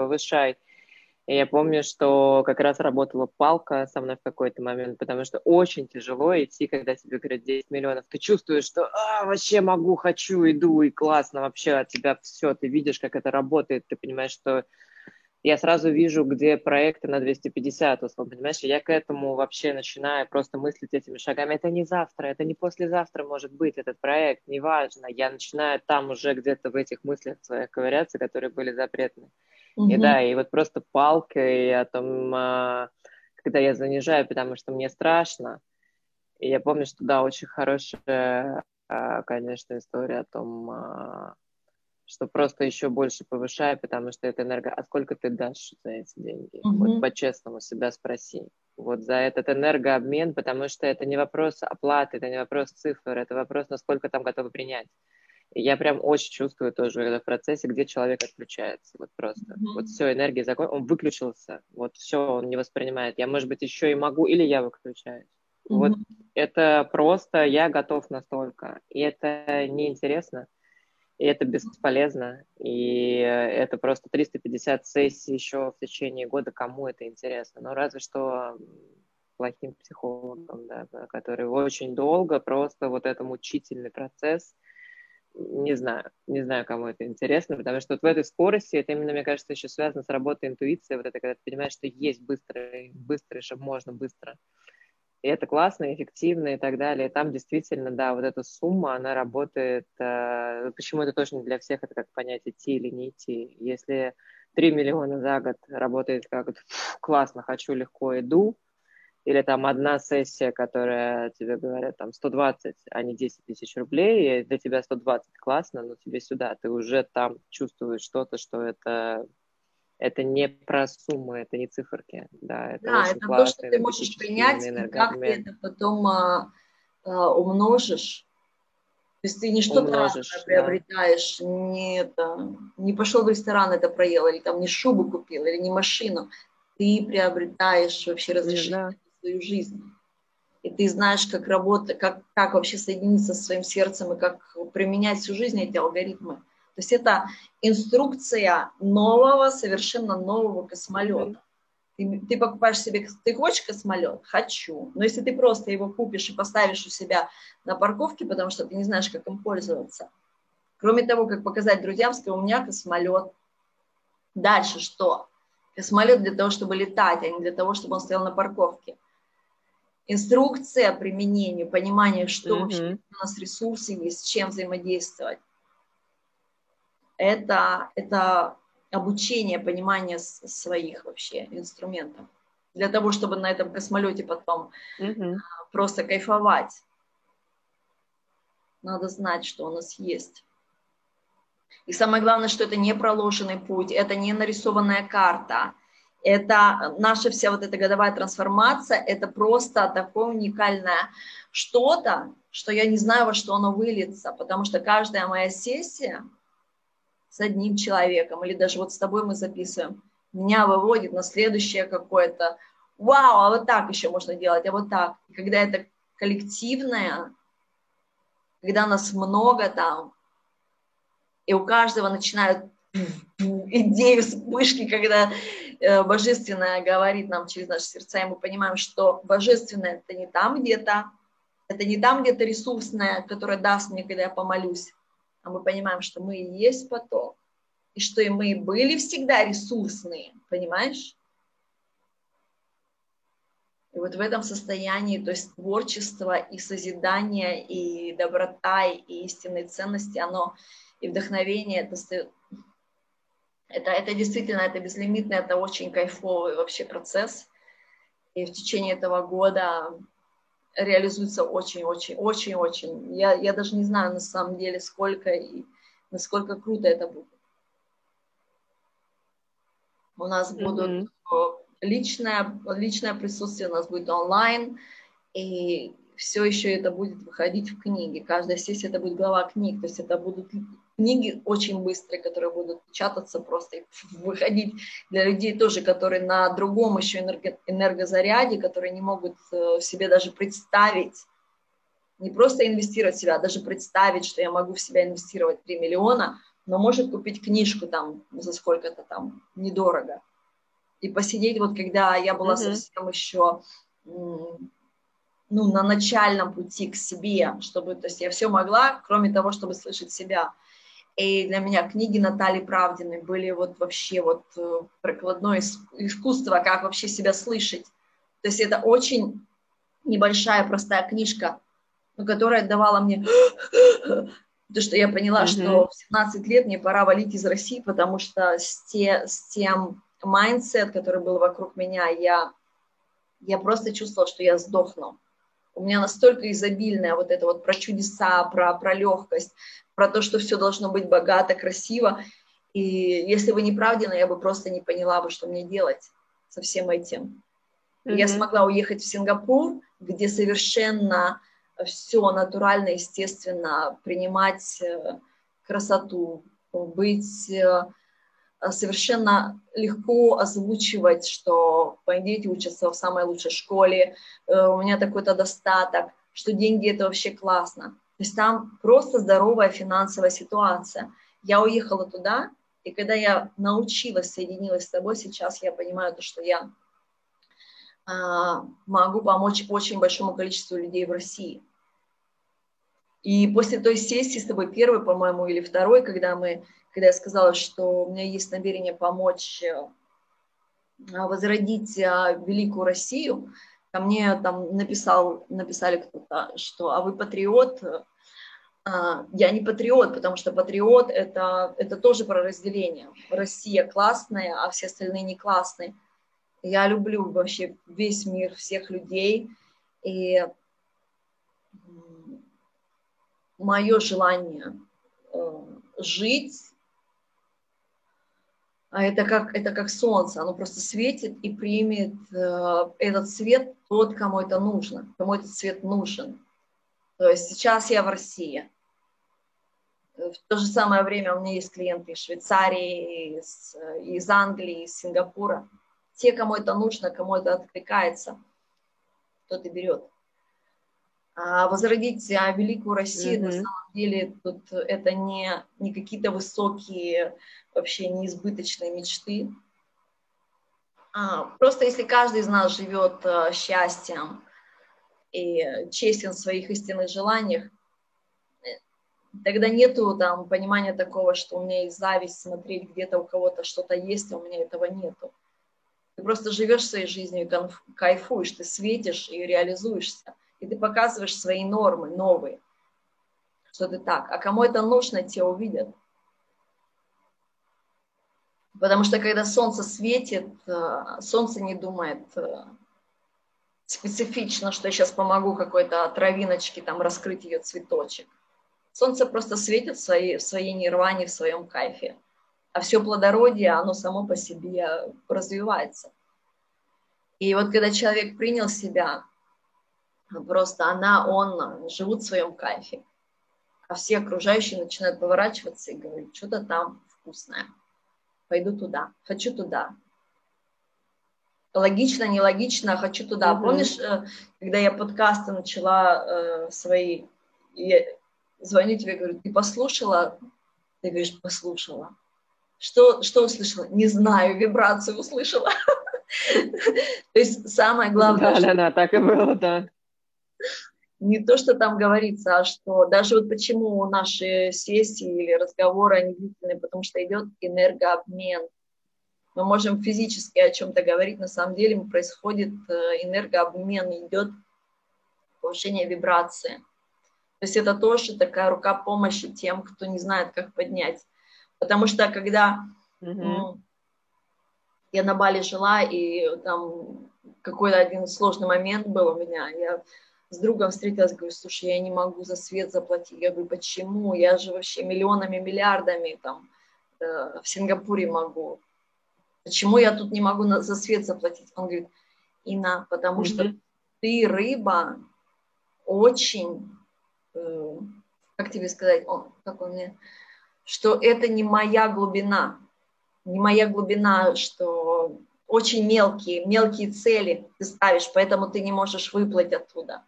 И я помню, что как раз работала палка со мной в какой-то момент, потому что очень тяжело идти, когда тебе говорят 10 миллионов. Ты чувствуешь, что вообще могу, хочу, иду, и классно вообще от тебя все. Ты видишь, как это работает, ты понимаешь, что я сразу вижу, где проекты на 250, условно, понимаешь, и я к этому вообще начинаю просто мыслить этими шагами. Это не завтра, это не послезавтра может быть этот проект, неважно. Я начинаю там уже где-то в этих мыслях своих ковыряться, которые были запретны. И да, и вот просто палкой о том, когда я занижаю, потому что мне страшно. И я помню, что да, очень хорошая, конечно, история о том, что просто еще больше повышай, потому что это а сколько ты дашь за эти деньги? Вот по-честному себя спроси. Вот за этот энергообмен, потому что это не вопрос оплаты, это не вопрос цифр, это вопрос, насколько там готовы принять. И я прям очень чувствую тоже в процессе, где человек отключается. Вот просто. Вот все, энергия закончилась, он выключился. Вот все, он не воспринимает. Я, может быть, еще и могу, или я выключаюсь. Вот это просто я готов настолько. И это неинтересно. И это бесполезно, и это просто 350 сессий еще в течение года, кому это интересно. Но разве что плохим психологам, да, которые очень долго, просто вот это мучительный процесс, не знаю, кому это интересно, потому что вот в этой скорости, это именно, мне кажется, еще связано с работой интуиции, вот это, когда ты понимаешь, что есть быстрый, чтобы можно быстро. И это классно, эффективно и так далее. И там действительно, да, вот эта сумма, она работает. Почему это тоже не для всех, это как понять, идти или не идти. Если 3 миллиона за год работает как классно, хочу, легко, иду, или там одна сессия, которая тебе говорят там 120, а не 10 тысяч рублей, и для тебя 120 классно, но тебе сюда, ты уже там чувствуешь что-то, что это это не про суммы, это не циферки, да, это Да, очень это то, что классный ты можешь энергетический принять, именно и как ты энергообмен. это потом умножишь. То есть ты не что-то разное Умножишь, да. приобретаешь, не пошел в ресторан, это проел, или там не шубу купил, или не машину. Ты приобретаешь вообще разрешение Да. на свою жизнь. И ты знаешь, как работать, как вообще соединиться со своим сердцем и как применять всю жизнь эти алгоритмы. То есть это инструкция нового, совершенно нового космолета. Ты покупаешь себе, ты хочешь космолет? Хочу. Но если ты просто его купишь и поставишь у себя на парковке, потому что ты не знаешь, как им пользоваться, кроме того, как показать друзьям, что у меня космолет. Дальше что? Космолет для того, чтобы летать, а не для того, чтобы он стоял на парковке. Инструкция применению, понимание, что вообще у нас ресурсы есть, с чем взаимодействовать. Это обучение, понимание своих вообще инструментов. Для того, чтобы на этом космолете потом просто кайфовать, надо знать, что у нас есть. И самое главное, что это не проложенный путь, это не нарисованная карта. Это наша вся вот эта годовая трансформация, это просто такое уникальное что-то, что я не знаю, во что оно выльется, потому что каждая моя сессия с одним человеком, или даже вот с тобой мы записываем, меня выводит на следующее какое-то, вау, а вот так еще можно делать, а вот так. И когда это коллективное, когда нас много там, и у каждого начинают идеи, вспышки, когда божественное говорит нам через наши сердца, и мы понимаем, что божественное это не там где-то, это не там где-то ресурсное, которое даст мне, когда я помолюсь, а мы понимаем, что мы и есть поток, и что и мы были всегда ресурсные, понимаешь? И вот в этом состоянии, то есть творчество и созидание, и доброта, и истинные ценности, оно и вдохновение, это действительно, это безлимитно, это очень кайфовый вообще процесс. И в течение этого года реализуется очень-очень-очень-очень. Я даже не знаю на самом деле, сколько и насколько круто это будет. У нас будут личное присутствие, у нас будет онлайн, и все еще это будет выходить в книги. Каждая сессия это будет глава книг, то есть это будут книги очень быстрые, которые будут печататься просто и выходить для людей тоже, которые на другом еще энергозаряде, которые не могут себе даже представить, не просто инвестировать в себя, а даже представить, что я могу в себя инвестировать 3 миллиона, но может купить книжку там за сколько-то там недорого. И посидеть, вот когда я была совсем еще на начальном пути к себе, чтобы, то есть я все могла, кроме того, чтобы слышать себя. И для меня книги Натальи Правдиной были вот вообще вот прикладное искусство, как вообще себя слышать. То есть это очень небольшая, простая книжка, но которая давала мне... Потому что я поняла, что в 17 лет мне пора валить из России, потому что с тем майндсет, который был вокруг меня, я просто чувствовала, что я сдохну. У меня настолько изобильное вот это вот про чудеса, про легкость, про то, что все должно быть богато, красиво. И если бы не Правдина, я бы просто не поняла бы, что мне делать со всем этим. И я смогла уехать в Сингапур, где совершенно все натурально, естественно, принимать красоту, быть совершенно легко озвучивать, что мои дети учатся в самой лучшей школе, у меня такой-то достаток, что деньги это вообще классно. То есть там просто здоровая финансовая ситуация. Я уехала туда, и когда я научилась, соединилась с тобой, сейчас я понимаю то, что я могу помочь очень большому количеству людей в России. И после той сессии с тобой, первой, по-моему, или второй, когда я сказала, что у меня есть намерение помочь возродить великую Россию, ко мне там написали кто-то, что «а вы патриот?» Я не патриот, потому что патриот это тоже про разделение. Россия классная, а все остальные не классные. Я люблю вообще весь мир, всех людей. И мое желание жить это как солнце, оно просто светит и примет этот свет тот, кому это нужно, кому этот свет нужен. То есть сейчас я в России. В то же самое время у меня есть клиенты из Швейцарии, из Англии, из Сингапура. Те, кому это нужно, кому это откликается, тот и берет. А возродить великую Россию, на самом деле, тут это не какие-то высокие, вообще неизбыточные мечты. Просто если каждый из нас живет счастьем и честен в своих истинных желаниях, тогда нету там понимания такого, что у меня есть зависть, смотреть, где-то у кого-то что-то есть, а у меня этого нету. Ты просто живешь своей жизнью и кайфуешь, ты светишь и реализуешься. И ты показываешь свои нормы новые, что ты так. А кому это нужно, те увидят. Потому что когда солнце светит, солнце не думает специфично, что я сейчас помогу какой-то травиночке там раскрыть ее цветочек. Солнце просто светит в своей нирване, в своем кайфе. А все плодородие, оно само по себе развивается. И вот когда человек принял себя, просто он живут в своем кайфе. А все окружающие начинают поворачиваться и говорить, что-то там вкусное. Пойду туда, хочу туда. Логично, нелогично, хочу туда. Помнишь, когда я подкасты начала свои, я звоню тебе, говорю, ты послушала? Ты говоришь, послушала. Что услышала? Не знаю, вибрацию услышала. То есть самое главное, Да, так и было, да. Не то, что там говорится, а что даже вот почему наши сессии или разговоры, они длительные, потому что идет энергообмен. Мы можем физически о чем-то говорить, на самом деле происходит энергообмен, идет повышение вибрации. То есть это тоже такая рука помощи тем, кто не знает, как поднять. Потому что когда я на Бали жила, и там какой-то один сложный момент был у меня, я с другом встретилась, говорю, слушай, я не могу за свет заплатить. Я говорю, почему? Я же вообще миллионами, миллиардами там в Сингапуре могу. Почему я тут не могу за свет заплатить? Он говорит, Инна, потому что ты, рыба, очень, как тебе сказать, что это не моя глубина. Не моя глубина, что очень мелкие цели ты ставишь, поэтому ты не можешь выплыть оттуда.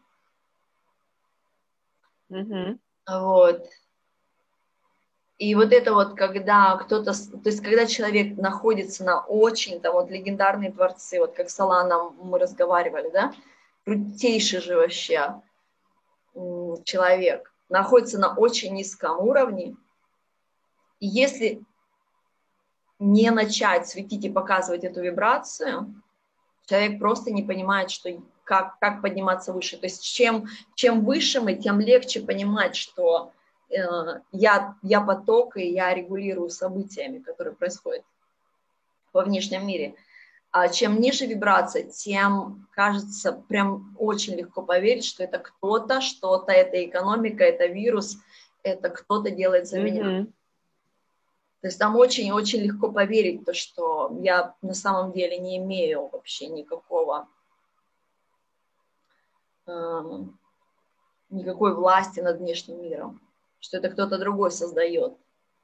Вот. И вот это вот, когда кто-то, то есть когда человек находится на очень, там вот легендарные творцы, вот как с Аланом мы разговаривали, да, крутейший же вообще человек, находится на очень низком уровне, и если не начать светить и показывать эту вибрацию, человек просто не понимает, что как подниматься выше. То есть чем выше мы, тем легче понимать, что я поток, и я регулирую событиями, которые происходят во внешнем мире. А чем ниже вибрация, тем кажется прям очень легко поверить, что это кто-то, что-то, это экономика, это вирус, это кто-то делает за меня. То есть там очень-очень легко поверить, то, что я на самом деле не имею вообще никакой власти над внешним миром, что это кто-то другой создает.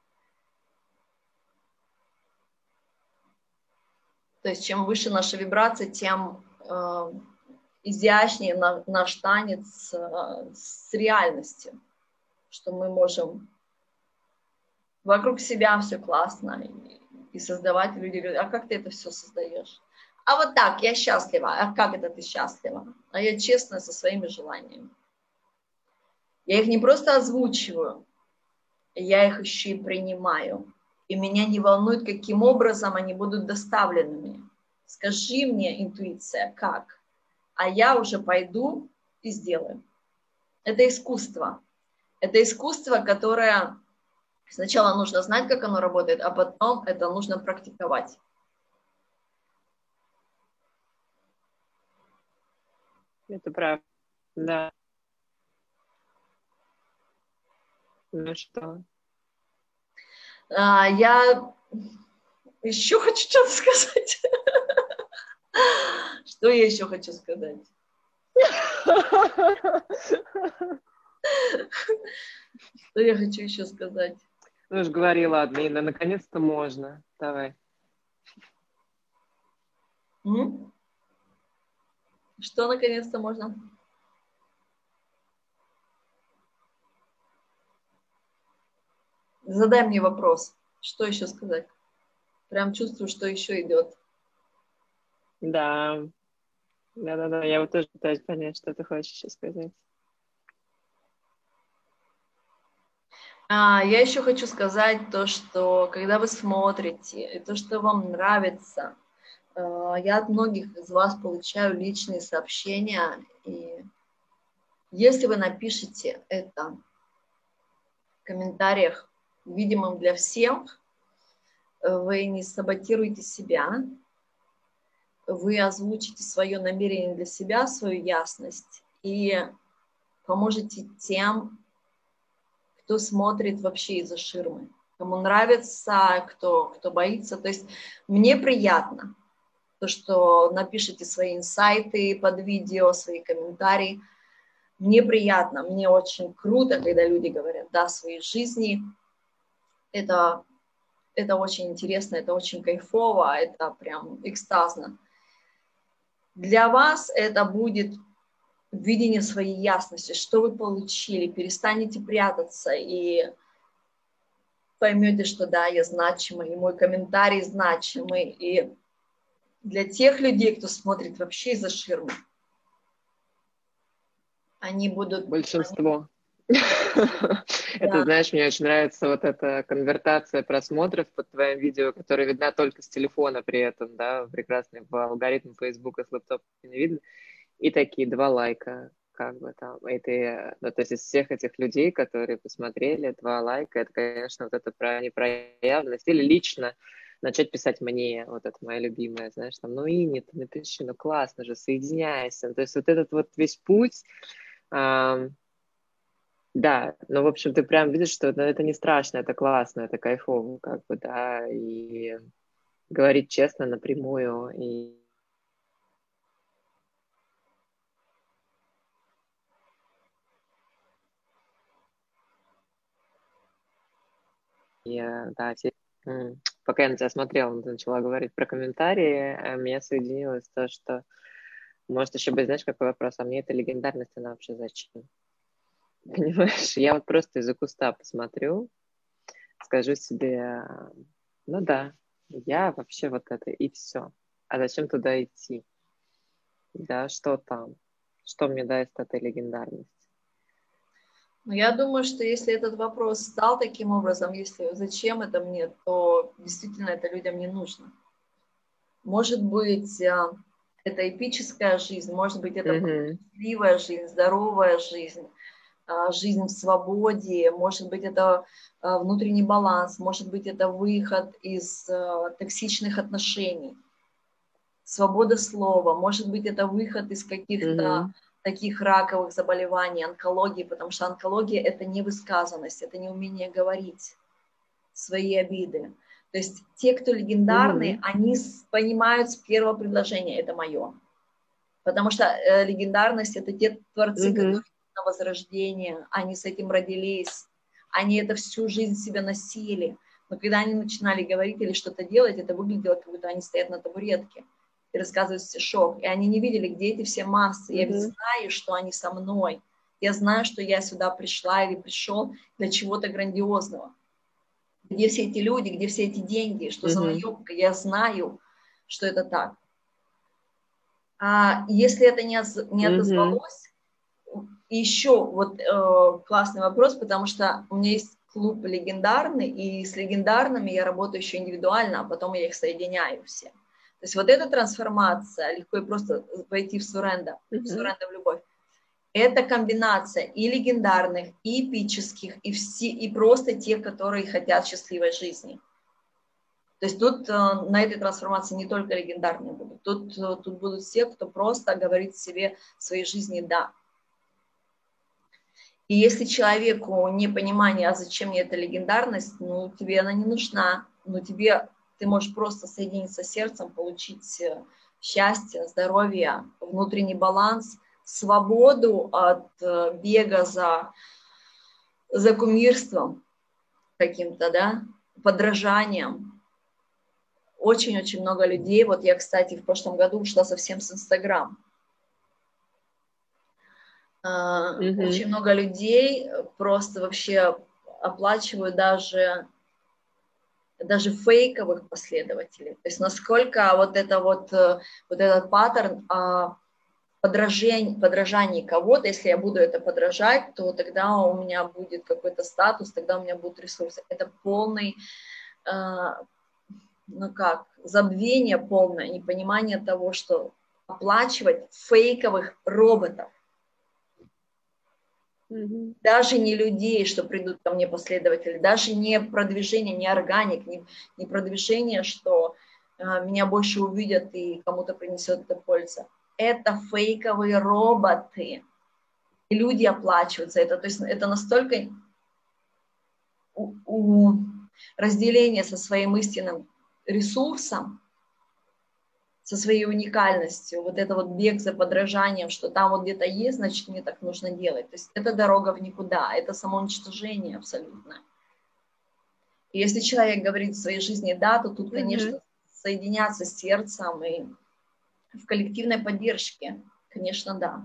То есть чем выше наша вибрация, тем изящнее наш танец с реальностью, что мы можем вокруг себя все классно и создавать. Люди говорят, а как ты это все создаешь? А вот так, я счастлива. А как это ты счастлива? А я честная со своими желаниями. Я их не просто озвучиваю, я их еще и принимаю. И меня не волнует, каким образом они будут доставлены мне. Скажи мне, интуиция, как? А я уже пойду и сделаю. Это искусство. Это искусство, которое сначала нужно знать, как оно работает, а потом это нужно практиковать. Это правда, да. Ну что? Я Еще хочу что-то сказать. Что я еще хочу сказать? Что я хочу еще сказать? Ну, уж говори, ладно, Инна, наконец-то можно. Давай. Что наконец-то можно? Задай мне вопрос. Что еще сказать? Прям чувствую, что еще идет. Да. Да-да-да, я вот тоже пытаюсь понять, что ты хочешь еще сказать. Я еще хочу сказать то, что когда вы смотрите, и то, что вам нравится, я от многих из вас получаю личные сообщения, и если вы напишете это в комментариях, видимым для всех, вы не саботируете себя, вы озвучите свое намерение для себя, свою ясность, и поможете тем, кто смотрит вообще из-за ширмы, кому нравится, кто боится. То есть мне приятно то, что напишите свои инсайты под видео, свои комментарии. Мне приятно, мне очень круто, когда люди говорят, да, своей жизни. Это очень интересно, это очень кайфово, это прям экстазно. Для вас это будет видение своей ясности, что вы получили, перестанете прятаться и поймете, что да, я значимый, и мой комментарий значимый. И для тех людей, кто смотрит вообще из-за ширмы, они будут... Большинство. Это, знаешь, мне очень нравится вот эта конвертация просмотров под твоим видео, которая видна только с телефона при этом, да, прекрасный по алгоритму Фейсбука с лэптопа не видно. И такие 2 лайка, как бы там, и ты, ну, то есть из всех этих людей, которые посмотрели, 2 лайка, это, конечно, вот это про непроявленность, или лично начать писать мне, вот это моя любимая, знаешь, там, ну, и нет, напиши, ну, классно же, соединяйся, то есть вот этот вот весь путь, да, ну, в общем, ты прям видишь, что это не страшно, это классно, это кайфово, как бы, да, и говорить честно, напрямую, и да, пока я на тебя смотрела, ты начала говорить про комментарии, меня соединилось то, что, может, еще быть, знаешь, какой вопрос, а мне эта легендарность, она вообще зачем? Понимаешь, я вот просто из-за куста посмотрю, скажу себе, ну да, я вообще вот это, и все. А зачем туда идти? Да, что там? Что мне даст эта легендарность? Ну, я думаю, что если этот вопрос стал таким образом, если зачем это мне, то действительно это людям не нужно. Может быть, это эпическая жизнь, может быть, это счастливая жизнь, здоровая жизнь, жизнь в свободе, может быть, это внутренний баланс, может быть, это выход из токсичных отношений, свобода слова, может быть, это выход из каких-то таких раковых заболеваний, онкологии, потому что онкология – это невысказанность, это неумение говорить свои обиды. То есть те, кто легендарные, они понимают с первого предложения «это мое». Потому что легендарность – это те творцы, которые на возрождение, они с этим родились, они это всю жизнь себя носили. Но когда они начинали говорить или что-то делать, это выглядело, как будто они стоят на табуретке и рассказывают стишок. И они не видели, где эти все массы. Я ведь знаю, что они со мной. Я знаю, что я сюда пришла или пришел для чего-то грандиозного. Где все эти люди, где все эти деньги, что за наебка. Я знаю, что это так. А если это не отозвалось, еще вот классный вопрос, потому что у меня есть клуб легендарный, и с легендарными я работаю еще индивидуально, а потом я их соединяю все. То есть вот эта трансформация, легко и просто войти в суррендер, в любовь, это комбинация и легендарных, и эпических, и просто тех, которые хотят счастливой жизни. То есть тут на этой трансформации не только легендарные будут, тут будут все, кто просто говорит себе в своей жизни «да». И если человеку непонимание, а зачем мне эта легендарность, ну, тебе она не нужна, ну, ты ты можешь просто соединиться с сердцем, получить счастье, здоровье, внутренний баланс, свободу от бега за кумирством каким-то, да, подражанием. Очень-очень много людей. Вот я, кстати, в прошлом году ушла совсем с Инстаграм. Очень много людей просто вообще оплачивают даже фейковых последователей. То есть насколько вот этот паттерн подражания кого-то, если я буду это подражать, то тогда у меня будет какой-то статус, тогда у меня будут ресурсы. Это полный, забвение полное, непонимание того, что оплачивать фейковых роботов. Даже не людей, что придут ко мне последователи, даже не продвижение, не органик, не продвижение, что меня больше увидят и кому-то принесет это пользу. Это фейковые роботы. И люди оплачивают за это. То есть это настолько разделение со своим истинным ресурсом, со своей уникальностью, вот это вот бег за подражанием, что там вот где-то есть, значит, мне так нужно делать. То есть это дорога в никуда, это самоуничтожение абсолютно. И если человек говорит в своей жизни «да», то тут, конечно, соединяться с сердцем и в коллективной поддержке, конечно, да.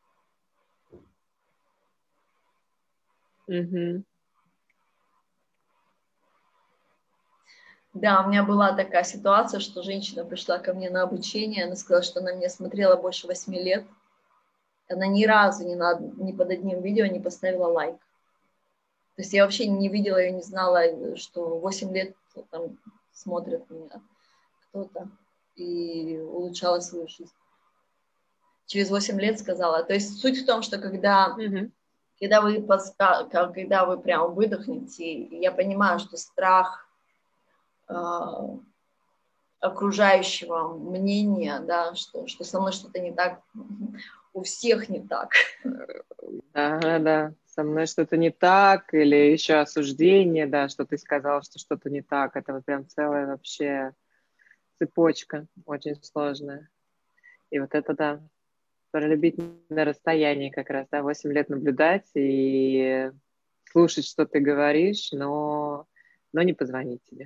Да, у меня была такая ситуация, что женщина пришла ко мне на обучение, она сказала, что она меня смотрела больше 8 лет, она ни разу ни под одним видео не поставила лайк. То есть я вообще не видела ее, не знала, что 8 лет там смотрит меня кто-то и улучшала свою жизнь. Через 8 лет сказала. То есть суть в том, что когда вы прям выдохнете, я понимаю, что страх окружающего мнения, да, что со мной что-то не так, у всех не так. Да, со мной что-то не так, или еще осуждение, да, что ты сказал, что что-то не так. Это вот прям целая вообще цепочка, очень сложная. И вот это, да, пролюбить на расстоянии как раз, да, 8 лет наблюдать и слушать, что ты говоришь, но не позвонить тебе.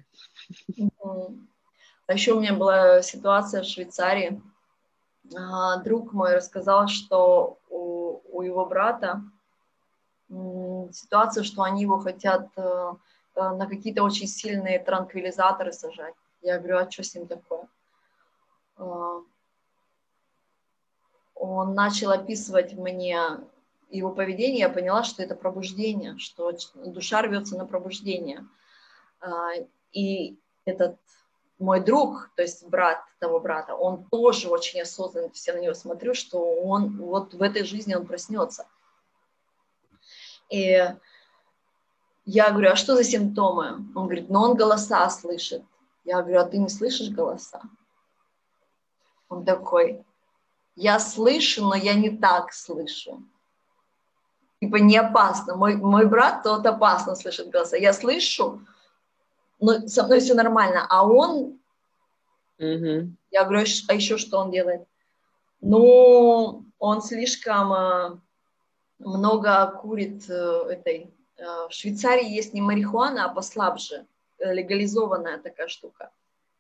А еще у меня была ситуация в Швейцарии. Друг мой рассказал, что у его брата ситуация, что они его хотят на какие-то очень сильные транквилизаторы сажать. Я говорю, а что с ним такое? Он начал описывать мне его поведение, я поняла, что это пробуждение, что душа рвется на пробуждение. И этот мой друг, то есть брат того брата, он тоже очень осознанно, я на него смотрю, что он вот в этой жизни он проснется. И я говорю, а что за симптомы? Он говорит, он голоса слышит. Я говорю, а ты не слышишь голоса? Он такой, я слышу, но я не так слышу. Типа не опасно. Мой брат, тот опасно слышит голоса. Я слышу, но со мной все нормально. А он, я говорю, а еще что он делает? Ну, он слишком много курит этой. В Швейцарии есть не марихуана, а послабже. Легализованная такая штука.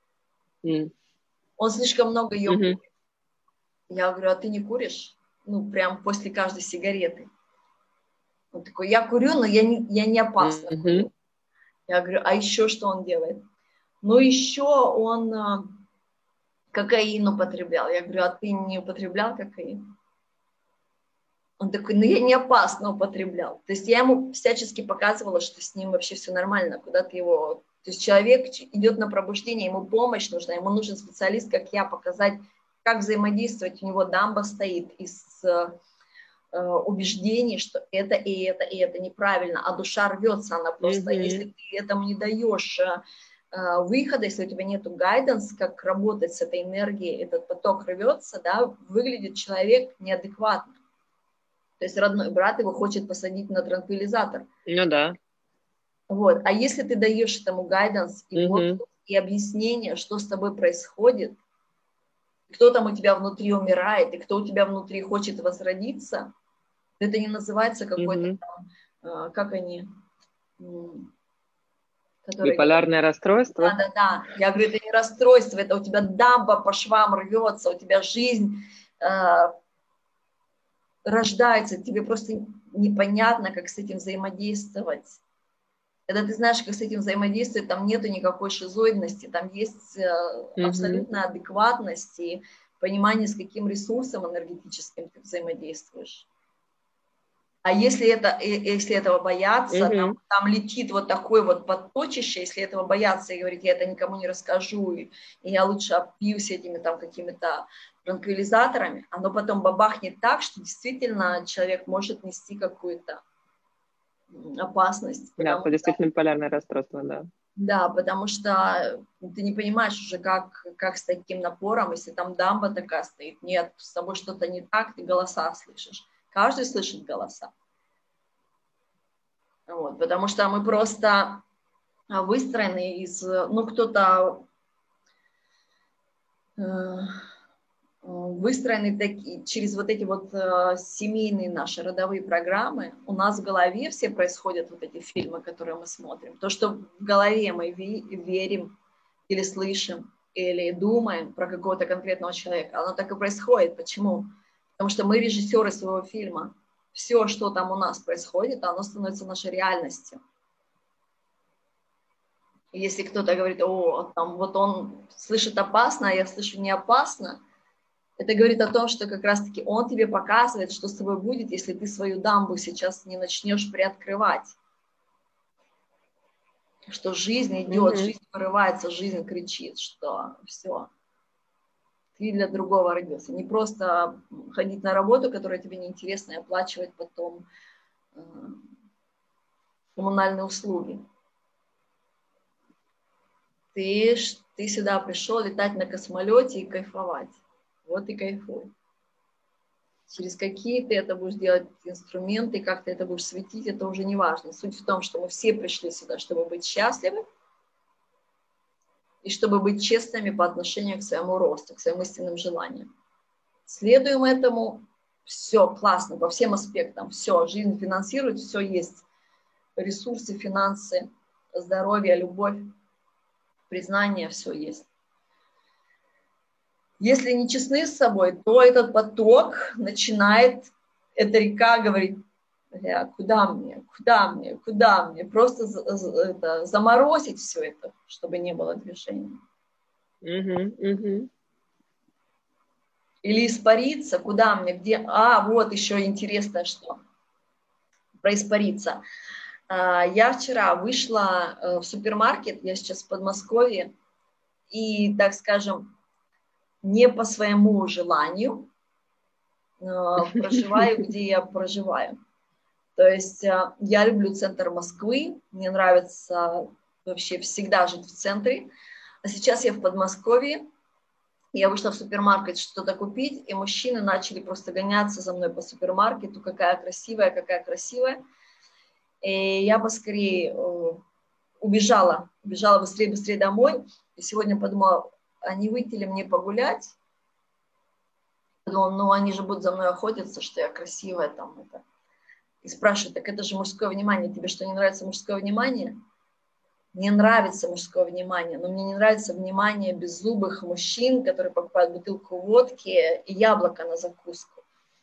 Он слишком много ее курит. Я говорю, а ты не куришь? Ну, прям после каждой сигареты. Он такой, я курю, но я не опасно курю. Я говорю, а еще что он делает? Ну, еще он кокаин употреблял. Я говорю, а ты не употреблял кокаин? Он такой, ну, я не опасно употреблял. То есть я ему всячески показывала, что с ним вообще все нормально, куда ты его... То есть человек идет на пробуждение, ему помощь нужна, ему нужен специалист, как я, показать, как взаимодействовать. У него дамба стоит из убеждений, что это и это неправильно, а душа рвется, она просто, если ты этому не даешь выхода, если у тебя нету гайденс, как работать с этой энергией, этот поток рвется, да, выглядит человек неадекватно. То есть родной брат его хочет посадить на транквилизатор. Ну да. Вот. А если ты даешь этому гайденс, и вот и объяснение, что с тобой происходит, кто там у тебя внутри умирает, и кто у тебя внутри хочет возродиться, это не называется какой-то там, как они... Биполярное расстройство? Да. Я говорю, это не расстройство, это у тебя дамба по швам рвется, у тебя жизнь рождается, тебе просто непонятно, как с этим взаимодействовать. Когда ты знаешь, как с этим взаимодействовать, там нету никакой шизоидности, там есть абсолютная адекватность и понимание, с каким ресурсом энергетическим ты взаимодействуешь. А если этого бояться, там летит вот такой вот подточище, если этого бояться и говорить, я это никому не расскажу, и я лучше опьюсь этими там какими-то транквилизаторами, оно потом бабахнет так, что действительно человек может нести какую-то опасность. Да, это действительно биполярное расстройство, да. Да, потому что ты не понимаешь уже, как с таким напором, если там дамба такая стоит, нет, с тобой что-то не так, ты голоса слышишь. Каждый слышит голоса. Вот, потому что мы просто выстроены из, кто-то выстроены через вот эти вот семейные наши родовые программы. У нас в голове все происходят вот эти фильмы, которые мы смотрим. То, что в голове мы верим или слышим, или думаем про какого-то конкретного человека, оно так и происходит. Почему? Потому что мы режиссеры своего фильма. Все, что там у нас происходит, оно становится нашей реальностью. И если кто-то говорит, там вот он слышит опасно, а я слышу не опасно, это говорит о том, что как раз-таки он тебе показывает, что с тобой будет, если ты свою дамбу сейчас не начнешь приоткрывать. Что жизнь идет, жизнь вырывается, жизнь кричит, что все, ты для другого родился. Не просто ходить на работу, которая тебе неинтересна, и оплачивать потом коммунальные услуги. Ты сюда пришел летать на космолете и кайфовать. Вот и кайфуй. Через какие ты это будешь делать инструменты, как ты это будешь светить, это уже не важно. Суть в том, что мы все пришли сюда, чтобы быть счастливы и чтобы быть честными по отношению к своему росту, к своим истинным желаниям. Следуем этому, все классно, по всем аспектам, все, жизнь финансирует, все есть. Ресурсы, финансы, здоровье, любовь, признание, все есть. Если не честны с собой, то этот поток начинает, эта река говорит, куда мне, просто заморозить все это, чтобы не было движения. Или испариться, куда мне, где, вот еще интересное что, про испариться. Я вчера вышла в супермаркет, я сейчас в Подмосковье, и, так скажем, не по своему желанию проживаю, где я проживаю. То есть я люблю центр Москвы, мне нравится вообще всегда жить в центре. А сейчас я в Подмосковье, я вышла в супермаркет что-то купить, и мужчины начали просто гоняться за мной по супермаркету, какая красивая. И я поскорее убежала быстрее домой. И сегодня подумала, а не выйти ли мне погулять? Подумала, они же будут за мной охотиться, что я красивая там это. И спрашивают, так это же мужское внимание, тебе что, не нравится мужское внимание? Мне нравится мужское внимание, но мне не нравится внимание беззубых мужчин, которые покупают бутылку водки и яблоко на закуску.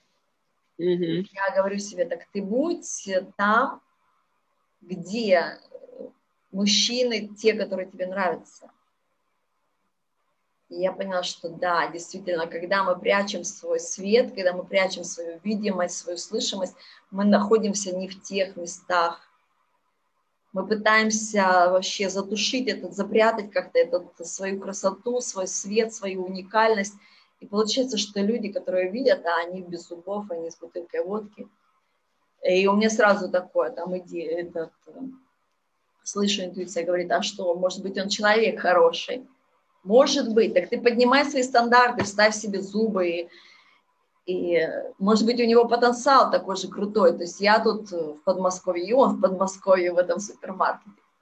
Я говорю себе, так ты будь там, где мужчины, те, которые тебе нравятся. И я поняла, что да, действительно, когда мы прячем свой свет, когда мы прячем свою видимость, свою слышимость, мы находимся не в тех местах. Мы пытаемся вообще затушить запрятать как-то свою красоту, свой свет, свою уникальность. И получается, что люди, которые видят, они без зубов, они с бутылкой водки. И у меня сразу такое, там идея, слышу, интуиция говорит, а что, может быть, он человек хороший? Может быть, так ты поднимай свои стандарты, ставь себе зубы, и может быть, у него потенциал такой же крутой. То есть я тут в Подмосковье, и он в Подмосковье в этом супермаркете.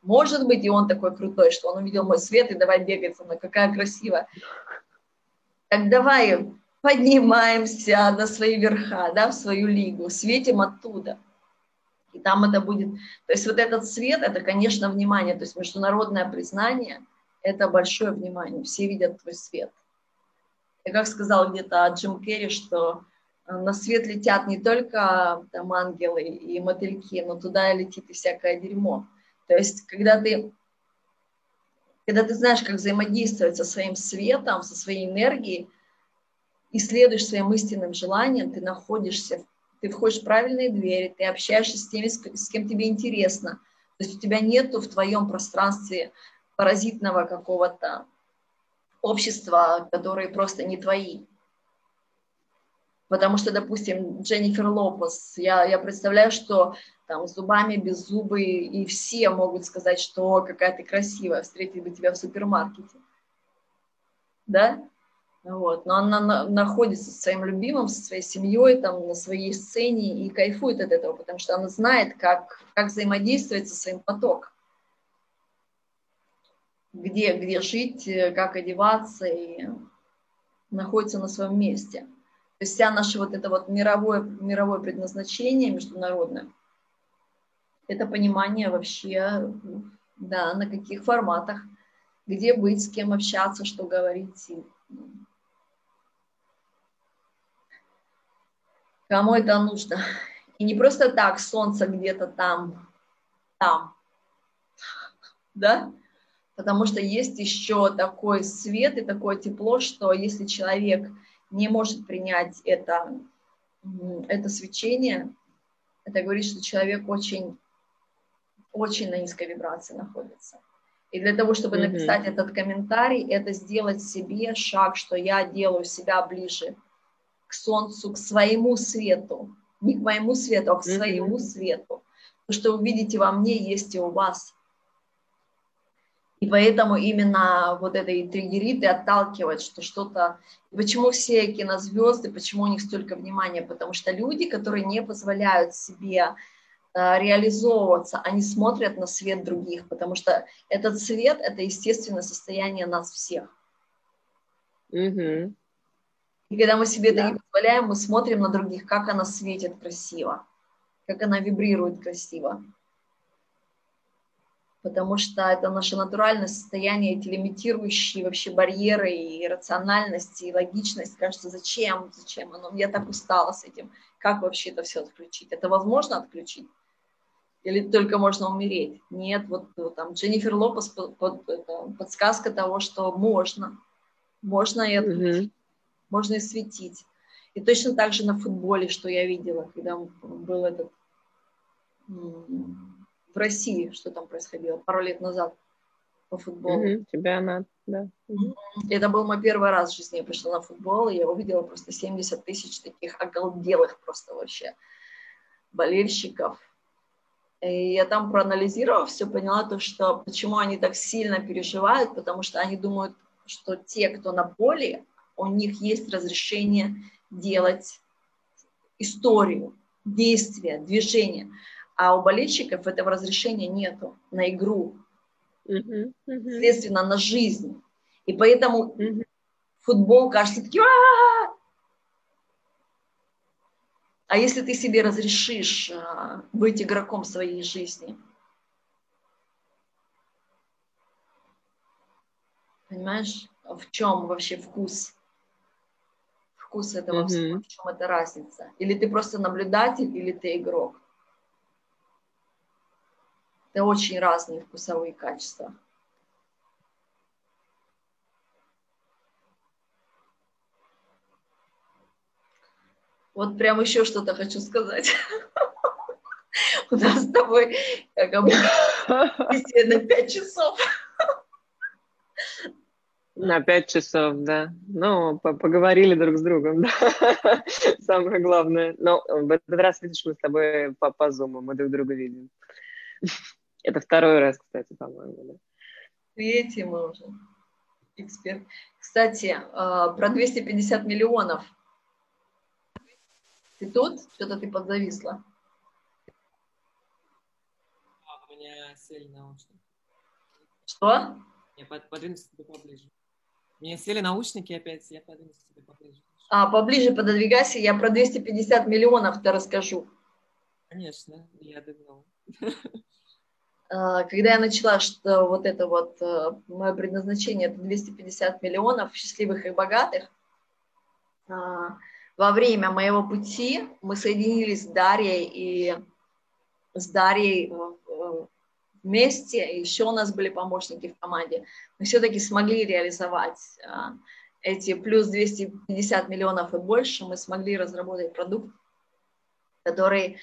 Может быть, и он такой крутой, что он увидел мой свет, и давай бегать со мной, какая красивая. Так давай поднимаемся на свои верха, да, в свою лигу, светим оттуда. И там это будет... То есть вот этот свет, это, конечно, внимание. То есть международное признание, это большое внимание. Все видят твой свет. И как сказал где-то Джим Керри, что на свет летят не только там ангелы и мотыльки, но туда летит и всякое дерьмо. То есть когда ты знаешь, как взаимодействовать со своим светом, со своей энергией, и следуешь своим истинным желаниям, ты входишь в правильные двери, ты общаешься с теми, с кем тебе интересно. То есть у тебя нету в твоем пространстве паразитного какого-то общества, которые просто не твои. Потому что, допустим, Дженнифер Лопес, я представляю, что там с зубами, без зубы, и все могут сказать, что какая ты красивая, встретить бы тебя в супермаркете. Да? Вот. Но она находится со своим любимым, со своей семьей, там, на своей сцене и кайфует от этого, потому что она знает, как взаимодействовать со своим потоком. Где жить, как одеваться, и находится на своем месте. То есть вся наша вот это вот мировое предназначение международное, это понимание вообще, да, на каких форматах, где быть, с кем общаться, что говорить. Кому это нужно? И не просто так солнце где-то там, да? Потому что есть еще такой свет и такое тепло, что если человек не может принять это свечение, это говорит, что человек очень, очень на низкой вибрации находится. И для того, чтобы написать этот комментарий, это сделать себе шаг, что я делаю себя ближе к солнцу, к своему свету. Не к моему свету, а к своему свету. То, что вы видите во мне, есть и у вас. И поэтому именно вот это и триггерит, и отталкивает, что что-то... Почему все кинозвезды, почему у них столько внимания? Потому что люди, которые не позволяют себе реализовываться, они смотрят на свет других, потому что этот свет — это естественное состояние нас всех. И когда мы себе это не позволяем, мы смотрим на других, как она светит красиво, как она вибрирует красиво. Потому что это наше натуральное состояние, эти лимитирующие вообще барьеры и рациональность, и логичность. Кажется, зачем оно? Я так устала с этим. Как вообще это все отключить? Это возможно отключить? Или только можно умереть? Нет, вот там Дженнифер Лопес подсказка того, что можно. Можно и отключить. Можно и светить. И точно так же на футболе, что я видела, когда был этот... В России, что там происходило пару лет назад по футболу. Чемпионат, да. Это был мой первый раз в жизни. Я пришла на футбол, и я увидела просто 70 тысяч таких оголделых просто вообще болельщиков. И я там, проанализировав все, поняла то, что почему они так сильно переживают, потому что они думают, что те, кто на поле, у них есть разрешение делать историю, действия, движения. А у болельщиков этого разрешения нету на игру, соответственно, на жизнь. И поэтому футбол кажется таким... А если ты себе разрешишь быть игроком своей жизни? Понимаешь, в чем вообще вкус? Вкус этого всего, в чем эта разница? Или ты просто наблюдатель, или ты игрок? Это очень разные вкусовые качества. Вот прям еще что-то хочу сказать. У нас с тобой, как обычно, беседа на 5 часов. На 5 часов, да. Ну, поговорили друг с другом, да. Самое главное. Но в этот раз, видишь, мы с тобой по Zoom, мы друг друга видим. Это второй раз, кстати, по-моему, да. Третий мы уже. Эксперт. Кстати, про 250 миллионов. Ты тут? Что-то ты подзависла. У меня сильно наушник. Что? Я подвинусь тебе поближе. Мне сели наушники опять, я подвинусь тебе поближе. Поближе пододвигайся, я про 250 миллионов-то расскажу. Конечно, я думала. Когда я начала, что вот это вот мое предназначение, это 250 миллионов счастливых и богатых, во время моего пути мы соединились с Дарьей вместе, еще у нас были помощники в команде. Мы все-таки смогли реализовать эти плюс 250 миллионов и больше, мы смогли разработать продукт, который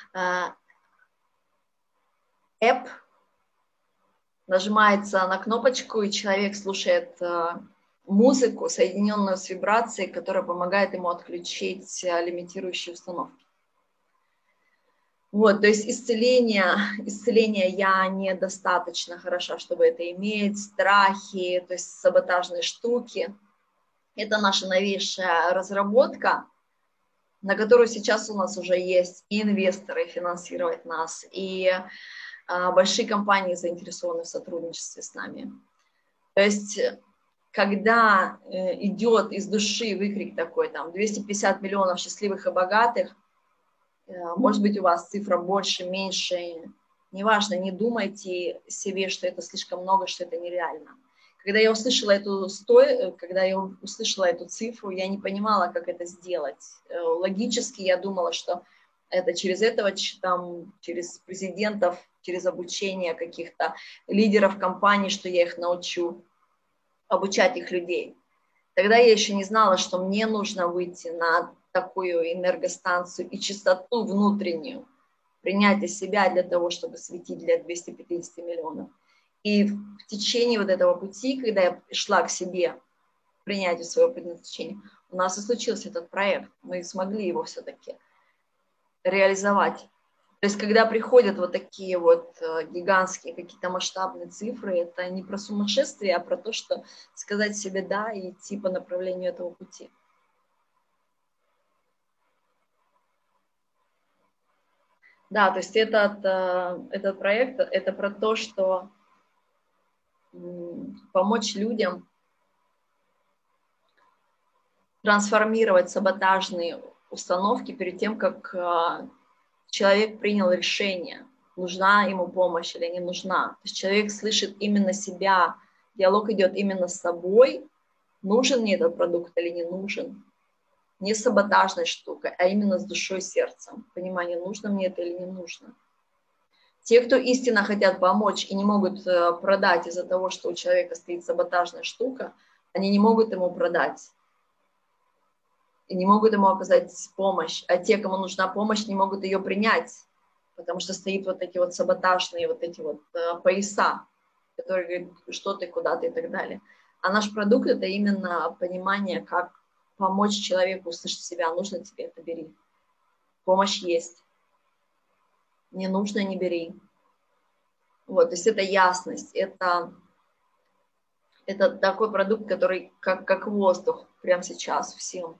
app нажимается на кнопочку, и человек слушает музыку, соединенную с вибрацией, которая помогает ему отключить лимитирующие установки. Вот, то есть исцеление я недостаточно хороша, чтобы это иметь, страхи, то есть саботажные штуки. Это наша новейшая разработка, на которую сейчас у нас уже есть и инвесторы финансировать нас, и большие компании заинтересованы в сотрудничестве с нами. То есть, когда идет из души выкрик такой, там, 250 миллионов счастливых и богатых, может быть, у вас цифра больше, меньше, неважно, не думайте себе, что это слишком много, что это нереально. Когда я услышала эту цифру, я не понимала, как это сделать. Логически я думала, что это через президентов, через обучение каких-то лидеров компаний, что я их научу обучать их людей. Тогда я еще не знала, что мне нужно выйти на такую энергостанцию и чистоту внутреннюю, принятие себя для того, чтобы светить для 250 миллионов. И в течение вот этого пути, когда я шла к себе, принятию своего предназначения, у нас и случился этот проект. Мы смогли его все-таки реализовать. То есть, когда приходят вот такие вот гигантские какие-то масштабные цифры, это не про сумасшествие, а про то, что сказать себе «да» и идти по направлению этого пути. Да, то есть этот проект, это про то, что помочь людям трансформировать саботажные установки перед тем, как человек принял решение, нужна ему помощь или не нужна. То есть человек слышит именно себя, диалог идет именно с собой, нужен мне этот продукт или не нужен. Не саботажной штукой, а именно с душой и сердцем. Понимание, нужно мне это или не нужно. Те, кто истинно хотят помочь и не могут продать из-за того, что у человека стоит саботажная штука, они не могут ему продать. И не могут ему оказать помощь. А те, кому нужна помощь, не могут ее принять. Потому что стоит вот эти вот саботажные вот эти вот пояса, которые говорят, что ты, куда ты и так далее. А наш продукт – это именно понимание, как помочь человеку услышать себя. Нужно тебе это, бери. Помощь есть. Не нужно, не бери. Вот, то есть это ясность, это такой продукт, который как воздух прямо сейчас всем.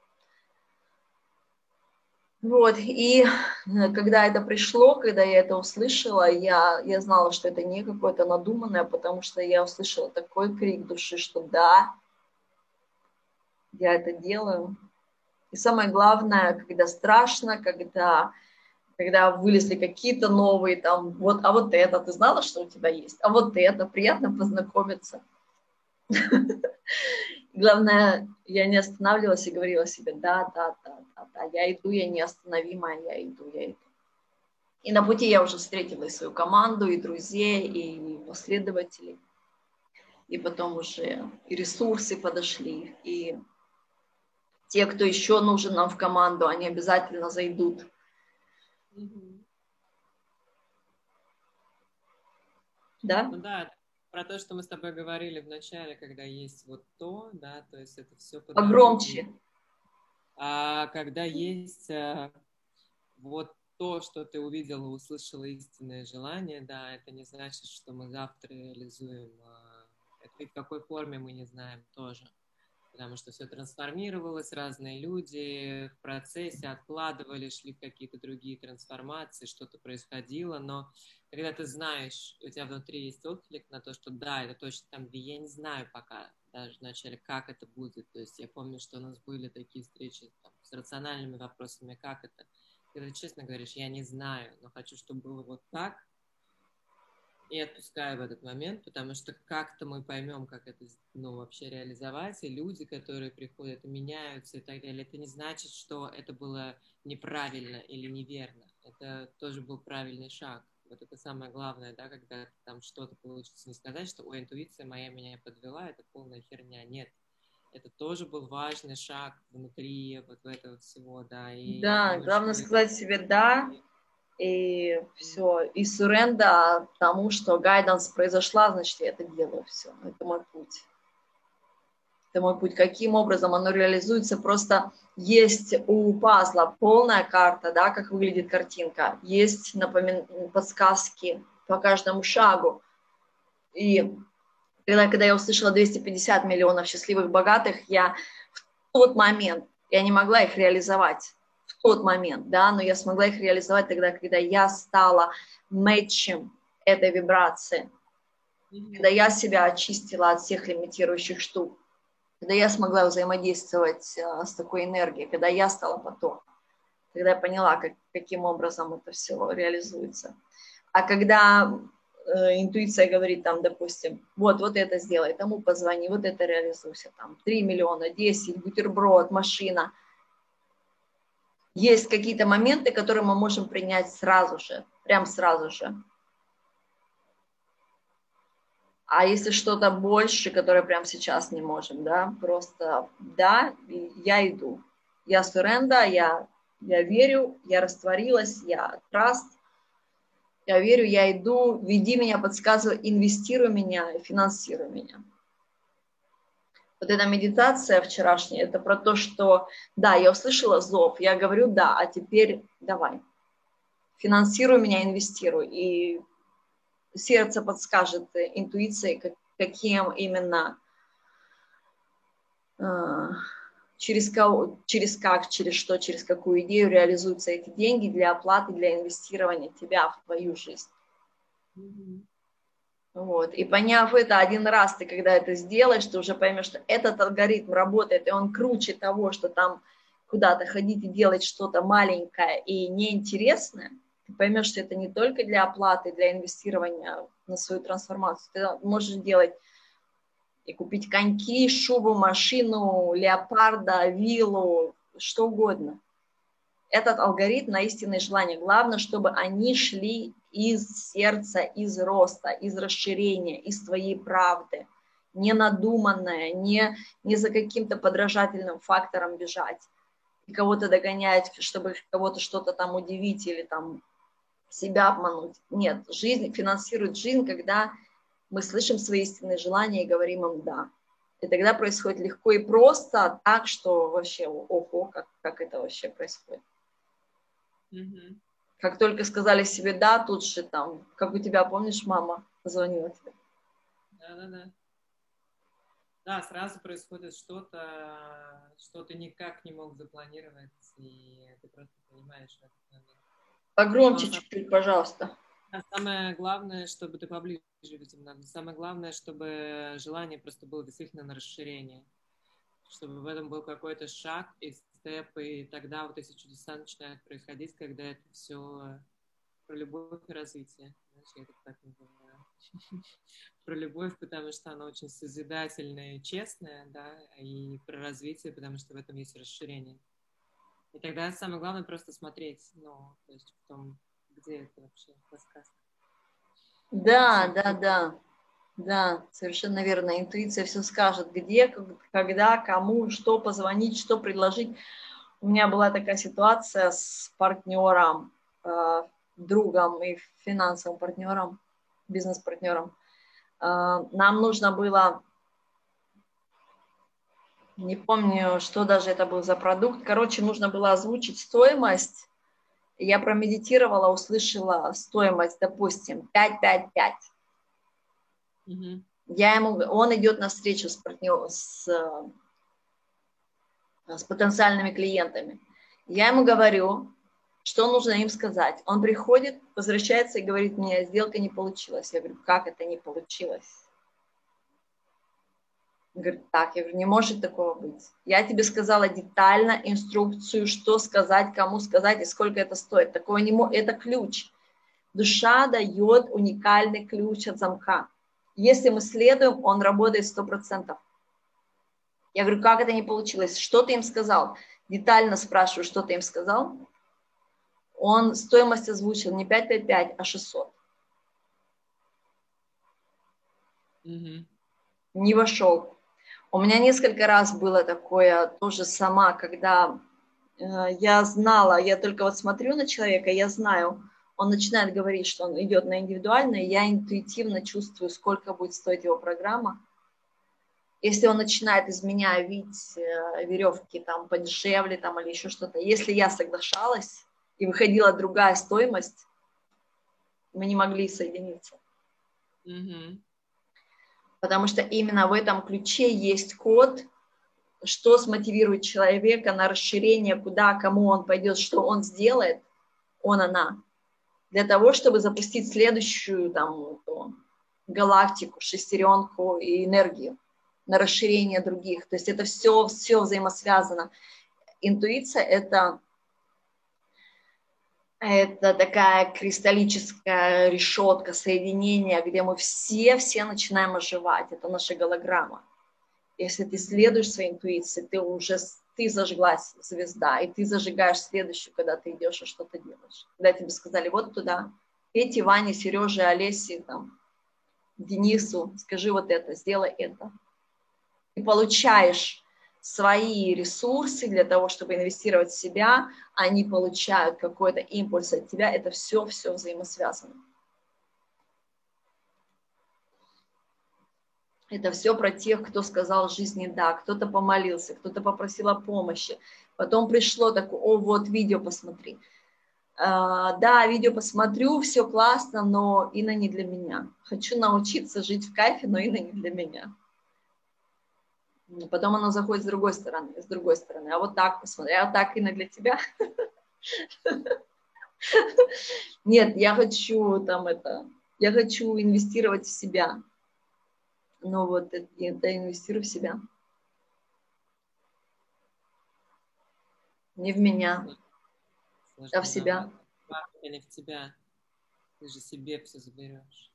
Вот, и когда это пришло, когда я это услышала, я знала, что это не какое-то надуманное, потому что я услышала такой крик души, что да, я это делаю. И самое главное, когда страшно, когда вылезли какие-то новые, там, вот, а вот это, ты знала, что у тебя есть? А вот это, приятно познакомиться. Главное, я не останавливалась и говорила себе, да, я иду, я неостановимая, я иду. И на пути я уже встретила и свою команду, и друзей, и последователей. И потом уже и ресурсы подошли, и те, кто еще нужен нам в команду, они обязательно зайдут. Да? Ну да, про то, что мы с тобой говорили в начале, когда есть вот то, да, то есть это все по Погромче. А когда есть вот то, что ты увидела, услышала истинное желание, да, это не значит, что мы завтра реализуем это, и в какой форме мы не знаем тоже. потому что все трансформировалось, разные люди в процессе откладывали, шли в какие-то другие трансформации, что-то происходило, но когда ты знаешь, у тебя внутри есть отклик на то, что да, это точно там, где я не знаю пока, даже вначале, как это будет. То есть я помню, что у нас были такие встречи там, с рациональными вопросами, как это. Когда ты честно говоришь, я не знаю, но хочу, чтобы было вот так, и отпускаю в этот момент, потому что как-то мы поймем, как это вообще реализовать, и люди, которые приходят и меняются и так далее, это не значит, что это было неправильно или неверно. Это тоже был правильный шаг. Вот это самое главное, да, когда там что-то получится. Не сказать, что ой, интуиция моя меня подвела, это полная херня. Нет. Это тоже был важный шаг внутри вот этого всего, да. И я Да, думаю, главное что сказать себе «да», и все, и суренда тому, что гайданс произошла, значит, я это делаю, все, это мой путь. Это мой путь. Каким образом оно реализуется? Просто есть у пазла полная карта, да, как выглядит картинка, есть подсказки по каждому шагу. И когда я услышала 250 миллионов счастливых, богатых, я в тот момент, я не могла их реализовать в тот момент, да, но я смогла их реализовать тогда, когда я стала мэтчем этой вибрации, когда я себя очистила от всех лимитирующих штук, когда я смогла взаимодействовать с такой энергией, когда я стала потом, когда я поняла, каким образом это все реализуется. А когда интуиция говорит, там, допустим, вот это сделай, тому позвони, вот это реализуйся, там, 3 миллиона, 10, бутерброд, машина. Есть какие-то моменты, которые мы можем принять сразу же, прям сразу же. А если что-то больше, которое прямо сейчас не можем, да, просто, да, я иду. Я суренда, я верю, я растворилась, я траст. Я верю, я иду, веди меня, подсказывай, инвестируй меня, финансируй меня. Вот эта медитация вчерашняя, это про то, что, да, я услышала зов, я говорю, да, а теперь давай, финансируй меня, инвестируй. И сердце подскажет интуицией, каким именно, через что, через какую идею реализуются эти деньги для оплаты, для инвестирования тебя в твою жизнь. Вот. И поняв это один раз, ты когда это сделаешь, ты уже поймешь, что этот алгоритм работает, и он круче того, что там куда-то ходить и делать что-то маленькое и неинтересное. Ты поймешь, что это не только для оплаты, для инвестирования на свою трансформацию. Ты можешь делать и купить коньки, шубу, машину, леопарда, виллу, что угодно. Этот алгоритм на истинные желания. Главное, чтобы они шли из сердца, из роста, из расширения, из твоей правды. Не надуманное, не за каким-то подражательным фактором бежать. И кого-то догонять, чтобы кого-то что-то там удивить или там себя обмануть. Нет, жизнь финансирует жизнь, когда мы слышим свои истинные желания и говорим им «да». И тогда происходит легко и просто, так, что вообще, ого, как это вообще происходит. Mm-hmm. Как только сказали себе «да», тут же там, как у тебя, помнишь, мама позвонила тебе? Да. Да, сразу происходит что-то, что ты никак не мог запланировать, и ты просто понимаешь в этот момент. Погромче чуть-чуть, пожалуйста. Самое главное, чтобы ты поближе, видимо, надо. Самое главное, чтобы желание просто было действительно на расширение. Чтобы в этом был какой-то шаг и степ, и тогда вот эти чудеса начинают происходить, когда это все про любовь и развитие. Знаешь, я это так называю. Про любовь, потому что она очень созидательная и честная, да, и про развитие, потому что в этом есть расширение. И тогда самое главное просто смотреть, то есть в том, где это вообще подсказка. Да, совершенно верно. Интуиция все скажет, где, когда, кому, что позвонить, что предложить. У меня была такая ситуация с партнером, другом и финансовым партнером, бизнес-партнером. Нам нужно было, не помню, что даже это был за продукт, короче, нужно было озвучить стоимость. Я промедитировала, услышала стоимость, допустим, 555. Mm-hmm. Он идет на встречу с с потенциальными клиентами. Я ему говорю, что нужно им сказать. Он приходит, возвращается и говорит мне, сделка не получилась. Я говорю, как это не получилось? Он говорит, так, я говорю, не может такого быть. Я тебе сказала детально инструкцию, что сказать, кому сказать и сколько это стоит. Такого не может, это ключ. Душа дает уникальный ключ от замка. Если мы следуем, он работает 100%. Я говорю, как это не получилось? Что ты им сказал? Детально спрашиваю, что ты им сказал. Он стоимость озвучил не 555, а 600. Не вошел. У меня несколько раз было такое тоже сама, когда я знала, я только вот смотрю на человека, я знаю, он начинает говорить, что он идет на индивидуальное, я интуитивно чувствую, сколько будет стоить его программа. Если он начинает из меня видеть веревки там подешевле там, или еще что-то, если я соглашалась и выходила другая стоимость, мы не могли соединиться. Потому что именно в этом ключе есть код, что смотивирует человека на расширение, куда, кому он пойдет, что он сделает, он, она, для того, чтобы запустить следующую там, галактику, шестеренку и энергию на расширение других. То есть это все взаимосвязано. Интуиция это такая кристаллическая решетка соединения, где мы все начинаем оживать. Это наша голограмма. Если ты следуешь своей интуиции, ты зажглась звезда, и ты зажигаешь следующую, когда ты идешь и что-то делаешь. Когда тебе сказали, вот туда, Пете, Ване, Сереже, Олесе, там, Денису, скажи вот это, сделай это. Ты получаешь свои ресурсы для того, чтобы инвестировать в себя, они получают какой-то импульс от тебя, это все взаимосвязано. Это все про тех, кто сказал жизни да, кто-то помолился, кто-то попросил о помощи. Потом пришло такое, о, вот видео посмотри. Да, видео посмотрю, все классно, но Инна не для меня. Хочу научиться жить в кайфе, но Инна не для меня. Потом оно заходит с другой стороны. А вот так посмотри, а так Инна для тебя. Нет, я хочу инвестировать в себя. Но вот это инвестирую в себя. Не в меня, а в себя. Не в тебя. Ты же себе все заберешь.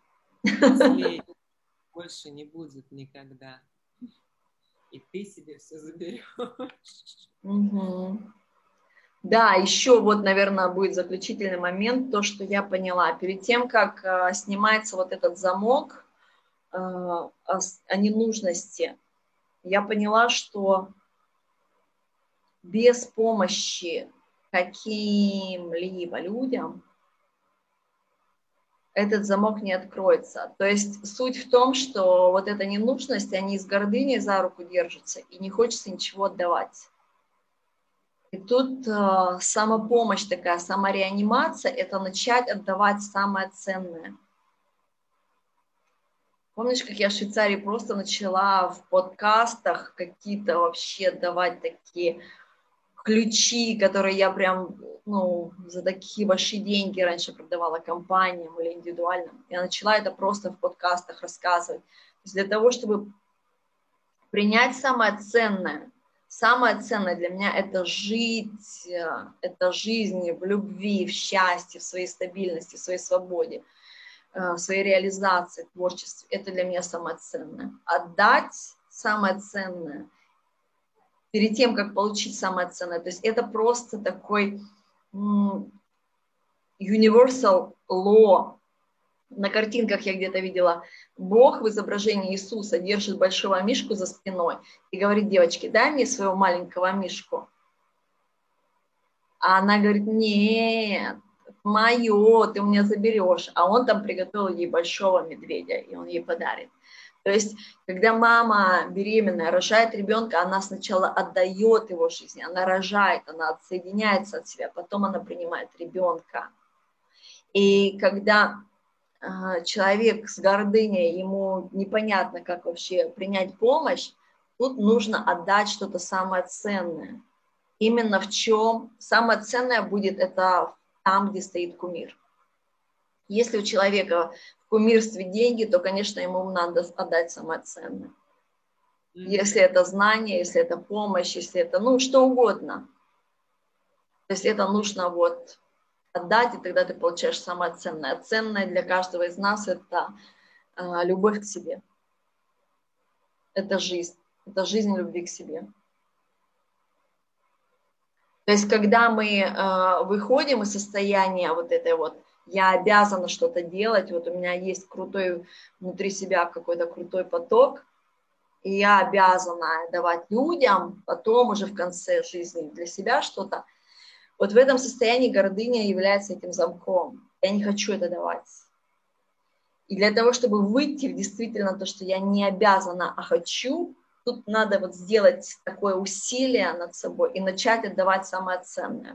Больше не будет никогда. И ты себе все заберешь. Угу. Да, еще вот, наверное, будет заключительный момент, то, что я поняла. Перед тем, как снимается вот этот замок о ненужности, я поняла, что без помощи каким-либо людям этот замок не откроется. То есть суть в том, что вот эта ненужность, они с гордыней за руку держатся, и не хочется ничего отдавать. И тут самопомощь такая, самореанимация, это начать отдавать самое ценное. Помнишь, как я в Швейцарии просто начала в подкастах какие-то вообще давать такие ключи, которые я прям, за такие большие деньги раньше продавала компаниям или индивидуальным. Я начала это просто в подкастах рассказывать. То есть для того, чтобы принять самое ценное для меня это жить, это жизнь в любви, в счастье, в своей стабильности, в своей свободе, в своей реализации, творчестве. Это для меня самое ценное. Отдать самое ценное перед тем, как получить самое ценное. То есть это просто такой universal law. На картинках я где-то видела, Бог в изображении Иисуса держит большого мишку за спиной и говорит девочке, дай мне своего маленького мишку. А она говорит, нет, мое, ты у меня заберешь. А он там приготовил ей большого медведя, и он ей подарит. То есть, когда мама беременная рожает ребенка, она сначала отдает его жизни, она рожает, она отсоединяется от себя, потом она принимает ребенка. И когда человек с гордыней, ему непонятно, как вообще принять помощь, Тут нужно отдать что-то самое ценное. Именно в чем самое ценное будет это там, где стоит кумир. Если у человека в кумирстве деньги, то, конечно, ему надо отдать самое ценное. Если это знание, если это помощь, если это, что угодно. То есть это нужно вот отдать, и тогда ты получаешь самое ценное. Ценное для каждого из нас – это любовь к себе. Это жизнь любви к себе. То есть когда мы выходим из состояния вот этой вот «я обязана что-то делать», вот у меня есть крутой внутри себя какой-то крутой поток, и я обязана давать людям, потом уже в конце жизни для себя что-то. Вот в этом состоянии гордыня является этим замком. Я не хочу это давать. И для того, чтобы выйти в действительно то, что я не обязана, а хочу, тут надо вот сделать такое усилие над собой и начать отдавать самое ценное.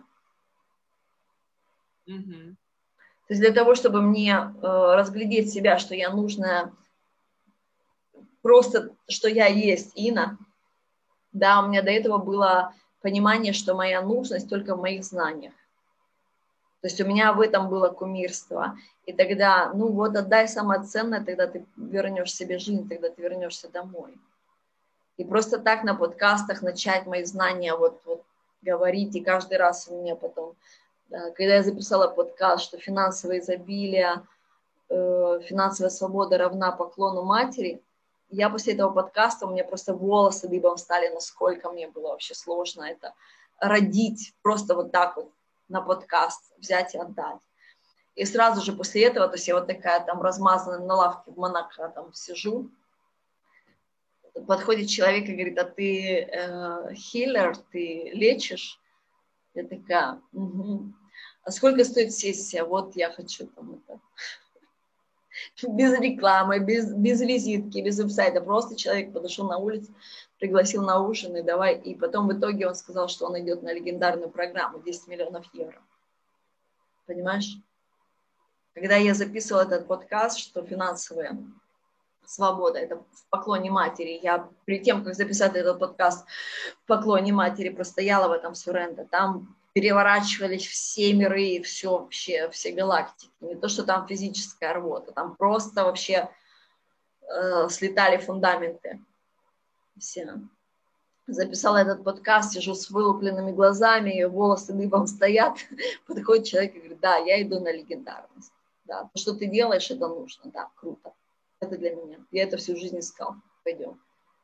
Mm-hmm. То есть для того, чтобы мне разглядеть себя, что я нужна, просто, что я есть Инна, да, у меня до этого было понимание, что моя нужность только в моих знаниях. То есть у меня в этом было кумирство. И тогда, отдай самое ценное, тогда ты вернешь себе жизнь, тогда ты вернешься домой. И просто так на подкастах начать мои знания вот говорить, и каждый раз у меня потом, когда я записала подкаст, что финансовое изобилие, финансовая свобода равна поклону матери, я после этого подкаста, у меня просто волосы дыбом стали, насколько мне было вообще сложно это родить, просто вот так вот на подкаст взять и отдать. И сразу же после этого, то есть я вот такая там размазанная на лавке в Монако там сижу, подходит человек и говорит: а ты хиллер, ты лечишь? Я такая: угу. А сколько стоит сессия? Вот я хочу там это. Без рекламы, без визитки, без веб-сайта. Просто человек подошел на улицу, пригласил на ужин и давай. И потом в итоге он сказал, что он идет на легендарную программу 10 миллионов евро. Понимаешь? Когда я записывала этот подкаст, что финансовая свобода, это в поклоне матери. Я перед тем, как записать этот подкаст в поклоне матери, простояла в этом Суренда. Там переворачивались все миры, все вообще, все галактики. Не то, что там физическая работа, там просто вообще слетали фундаменты. Все. Записала этот подкаст, сижу с вылупленными глазами, волосы дыбом стоят. Подходит человек и говорит: да, я иду на легендарность. Да, то, что ты делаешь, это нужно. Да, круто. Это для меня. Я это всю жизнь искал. Пойдем.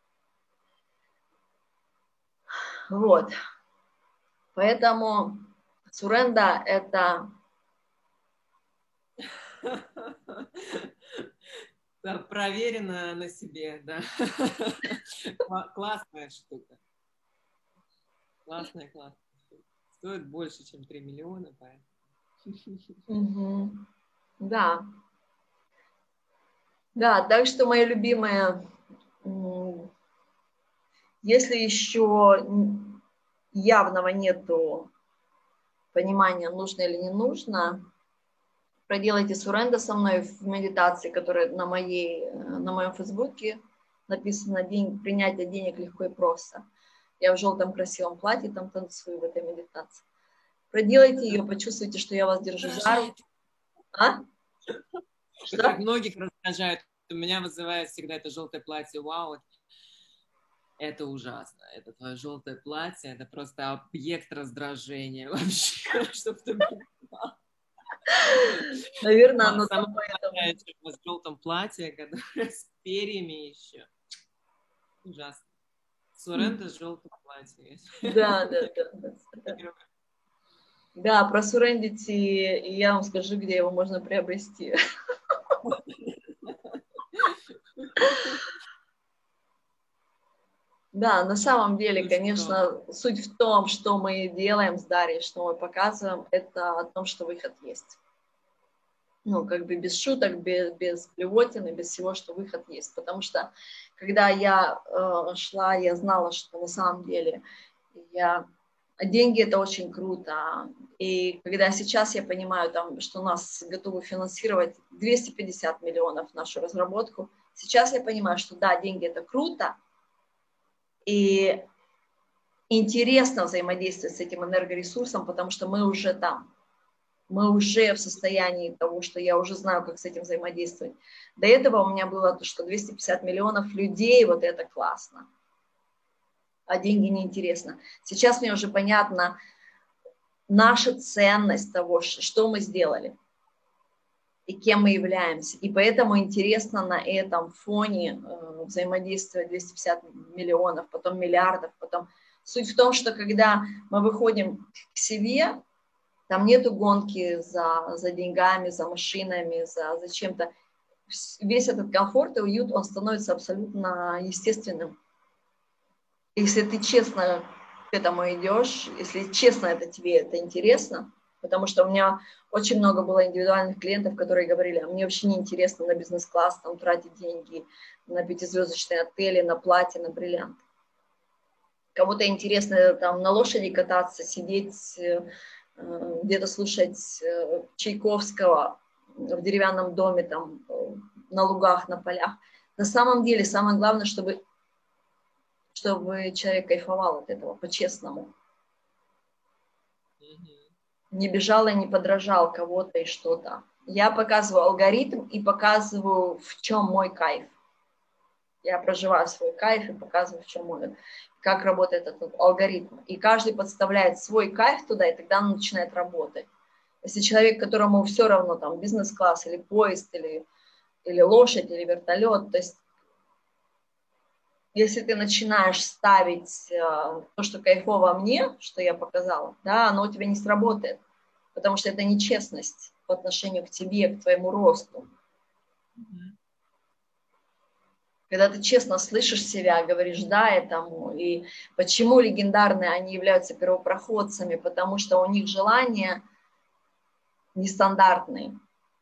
Вот. Поэтому суренда – это... Да, проверено на себе, да. Классная штука. Классная. Стоит больше, чем 3 миллиона, поэтому. Да. Да, так что, мои любимые, если еще явного нету понимания, нужно или не нужно, проделайте суренда со мной в медитации, которая на моем фейсбуке написано «Принятие денег легко и просто». Я в желтом красивом платье там танцую в этой медитации. Проделайте ее, почувствуйте, что я вас держу за руку. А? Что? Многих раздражают. У меня вызывает всегда это желтое платье. Вау, это ужасно. Это твое желтое платье, это просто объект раздражения вообще, чтобы ты понимала. Наверное, оно там поэтому. В желтом платье, которое с перьями еще. Ужасно. Суренда с желтым платьем. Да. Да, про сурендити я вам скажу, где его можно приобрести. Да, на самом деле, конечно, суть в том, что мы делаем с Дарьей, что мы показываем, это о том, что выход есть. Как бы без шуток, без блевотины, без всего, что выход есть. Потому что, когда я шла, я знала, что на самом деле деньги – это очень круто. И когда сейчас я понимаю, что нас готовы финансировать 250 миллионов нашу разработку, сейчас я понимаю, что да, деньги – это круто, И интересно взаимодействовать с этим энергоресурсом, потому что мы уже там. Мы уже в состоянии того, что я уже знаю, как с этим взаимодействовать. До этого у меня было то, что 250 миллионов людей, вот это классно. А деньги неинтересно. Сейчас мне уже понятна наша ценность того, что мы сделали и кем мы являемся. И поэтому интересно на этом фоне взаимодействовать 250 миллионов, потом миллиардов, потом... Суть в том, что когда мы выходим к себе, там нету гонки за деньгами, за машинами, за чем-то. Весь этот комфорт и уют, он становится абсолютно естественным. Если ты честно к этому идешь, если честно это тебе, это интересно, потому что у меня очень много было индивидуальных клиентов, которые говорили, а мне вообще не интересно на бизнес-класс там тратить деньги, на 5-звездочные отели, на платье, на бриллианты. Кому-то интересно там на лошади кататься, сидеть, где-то слушать Чайковского в деревянном доме, там, на лугах, на полях. На самом деле, самое главное, чтобы человек кайфовал от этого, по-честному. Не бежал и не подражал кого-то и что-то. Я показываю алгоритм и показываю, в чем мой кайф. Я проживаю свой кайф и показываю, в чем мой, как работает этот алгоритм. И каждый подставляет свой кайф туда, и тогда он начинает работать. Если человек, которому все равно там бизнес-класс или поезд, или лошадь, или вертолет, то есть если ты начинаешь ставить то, что кайфово мне, что я показала, да, оно у тебя не сработает, потому что это нечестность по отношению к тебе, к твоему росту. Когда ты честно слышишь себя, говоришь «да» этому, и почему легендарные они являются первопроходцами, потому что у них желания нестандартные.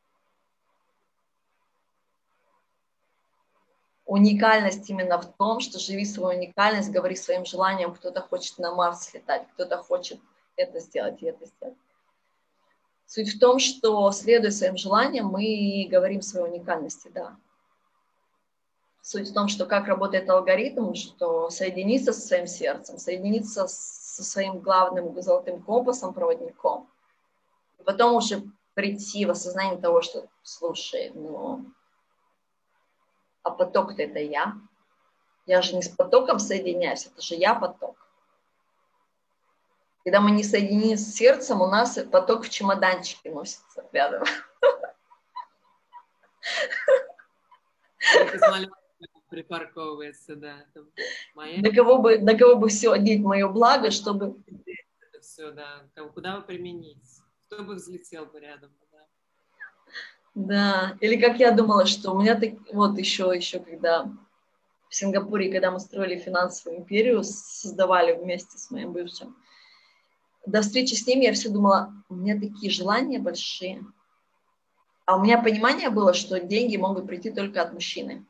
Уникальность именно в том, что живи свою уникальность, говори своим желанием, кто-то хочет на Марс летать, кто-то хочет это сделать и это сделать. Суть в том, что, следуя своим желаниям, мы говорим своей уникальности, да. Суть в том, что как работает алгоритм, что соединиться со своим сердцем, соединиться со своим главным золотым компасом, проводником, и потом уже прийти в осознание того, что, слушай, ну, а поток-то это я. Я же не с потоком соединяюсь, это же я поток. Когда мы не соединены с сердцем, у нас поток в чемоданчике носится рядом. Припарковывается, да. На кого бы все одеть мое благо, чтобы... Это все, да. Куда бы применить? Кто бы взлетел бы рядом, да. Да, или как я думала, что у меня так... Вот еще когда в Сингапуре, когда мы строили финансовую империю, создавали вместе с моим бывшим, до встречи с ним я все думала, у меня такие желания большие. А у меня понимание было, что деньги могут прийти только от мужчины.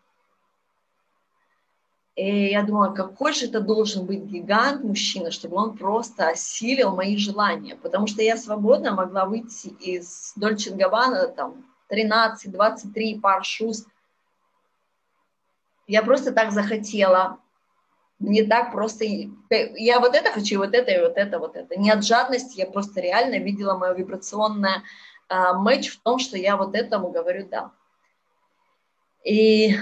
И я думала, какой же это должен быть гигант, мужчина, чтобы он просто осилил мои желания. Потому что я свободно могла выйти из Дольче & Габбана, там, 13-23 пар шуз. Я просто так захотела. Мне так просто... Я вот это хочу, вот это, и вот это, вот это. Не от жадности, я просто реально видела мое вибрационное матч в том, что я вот этому говорю «да». И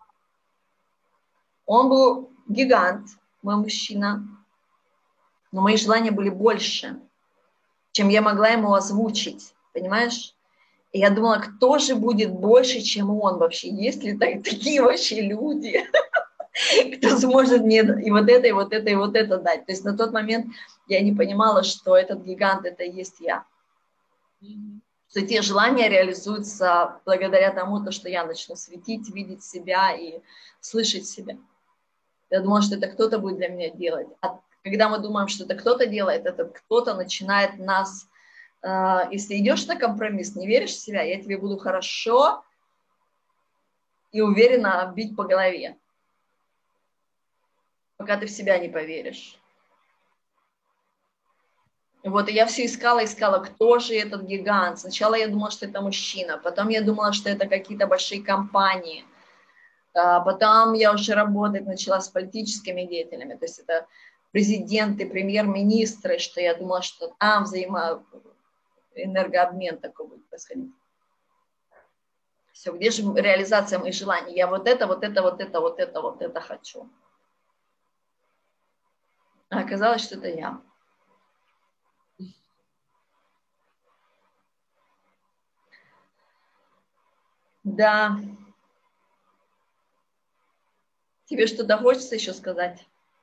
он был гигант, мой мужчина, но мои желания были больше, чем я могла ему озвучить, понимаешь? И я думала, кто же будет больше, чем он вообще? Есть ли такие вообще люди, кто сможет мне и вот это, и вот это, и вот это дать? То есть на тот момент я не понимала, что этот гигант – это и есть я. Что те желания реализуются благодаря тому, что я начну светить, видеть себя и слышать себя. Я думала, что это кто-то будет для меня делать. А когда мы думаем, что это кто-то делает, этот кто-то начинает нас... Если идешь на компромисс, не веришь в себя, я тебе буду хорошо и уверенно бить по голове, пока ты в себя не поверишь. Вот, и я все искала, кто же этот гигант. Сначала я думала, что это мужчина, потом я думала, что это какие-то большие компании. А потом я уже работать начала с политическими деятелями, то есть это президенты, премьер-министры, что я думала, что там энергообмен такой будет происходить. Все, где же реализация моих желаний? Я вот это хочу. А оказалось, что это я. Да. Тебе что-то хочется еще сказать?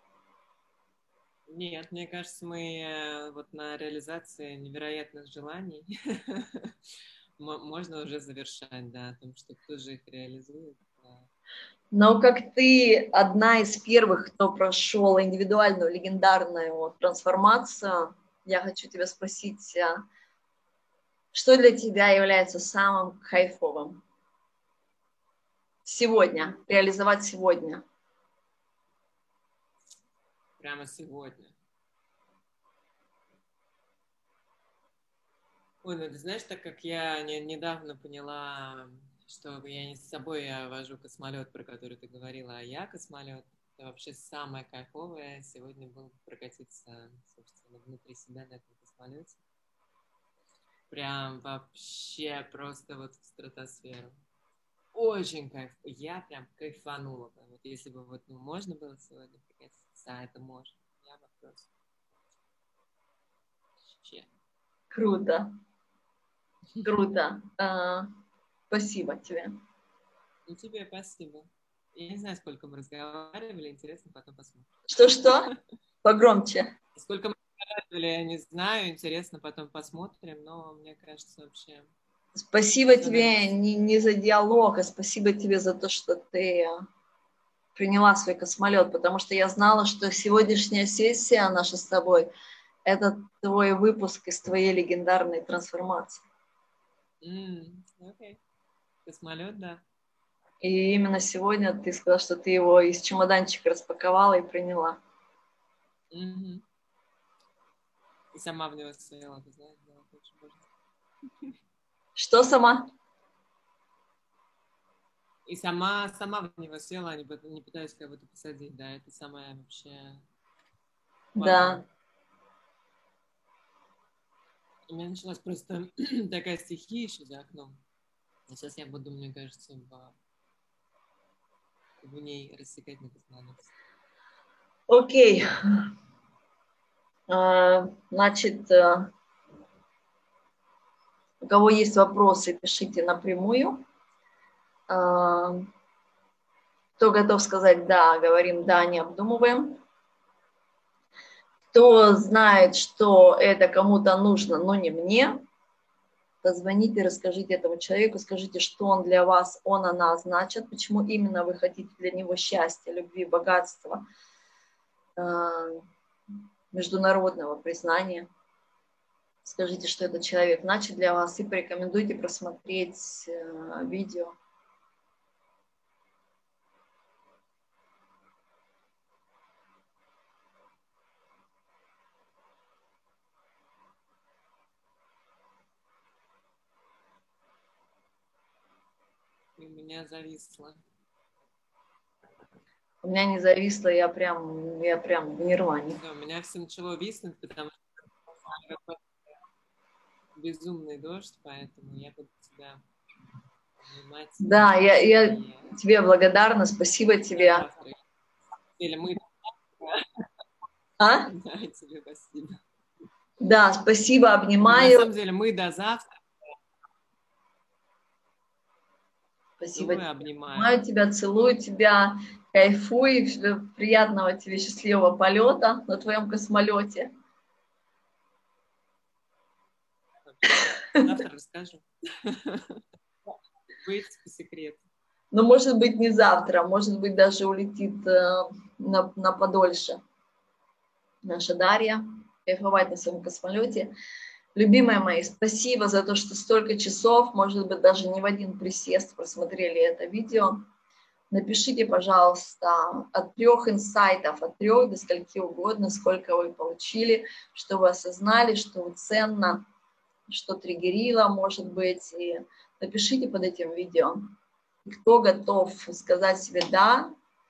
Нет, мне кажется, мы вот на реализации невероятных желаний можно уже завершать, да, о том, что кто же их реализует. Но как ты одна из первых, кто прошел индивидуальную легендарную трансформацию, я хочу тебя спросить, что для тебя является самым кайфовым сегодня, реализовать сегодня? Прямо сегодня. Ой, ну ты знаешь, так как я недавно поняла, что я не с собой вожу космолет, про который ты говорила, а я космолет, это вообще самое кайфовое сегодня было прокатиться, собственно, внутри себя на этом космолете. Прям вообще просто вот в стратосферу. Очень кайф. Я прям кайфанула. Вот если бы вот можно было сегодня прокатиться, а это можно. Я бы просто... Вообще. Круто. Круто. Спасибо тебе. Ну, тебе спасибо. Я не знаю, сколько мы разговаривали, интересно, потом посмотрим. Что-что? Погромче. Сколько мы разговаривали, я не знаю, интересно, потом посмотрим, но мне кажется, вообще... Спасибо тебе не за диалог, а спасибо тебе за то, что ты приняла свой космолет, потому что я знала, что сегодняшняя сессия наша с тобой – это твой выпуск из твоей легендарной трансформации. Окей. Космолет, да. И именно сегодня ты сказала, что ты его из чемоданчика распаковала и приняла. И сама в него села, ты знаешь, да, очень можно. Что сама? И сама в него села, а не пытаюсь кого-то посадить, да, это самое вообще... Да. У меня началась просто такая стихия еще за окном. А сейчас я буду, мне кажется, в ней рассекать на космонавте. Окей. Значит, у кого есть вопросы, пишите напрямую. Кто готов сказать «да», говорим «да», не обдумываем. Кто знает, что это кому-то нужно, но не мне, позвоните, расскажите этому человеку, скажите, что он для вас, он, она значит, почему именно вы хотите для него счастья, любви, богатства, международного признания. Скажите, что этот человек значит для вас, и порекомендуйте просмотреть видео. И у меня зависло. У меня не зависло, я прям в нирване. Да, у меня все начало виснуть, потому что безумный дождь, поэтому я буду тебя внимать. Да, я тебе благодарна, спасибо тебе. Или мы... А? Да, тебе спасибо. Да, спасибо, обнимаю. На самом деле мы до завтра. Спасибо. Целую, обнимаю. Обнимаю тебя, целую тебя, кайфуй, приятного тебе счастливого полета на твоем космолете. Завтра расскажу. Быть по секрету. Но может быть не завтра, может быть даже улетит на подольше. Наша Дарья, кайфовать на своем космолете. Любимые мои, спасибо за то, что столько часов, может быть, даже не в один присест просмотрели это видео. Напишите, пожалуйста, от 3 инсайтов, от 3 до скольки угодно, сколько вы получили, что вы осознали, что ценно, что триггерило, может быть. И напишите под этим видео. Кто готов сказать себе «да»,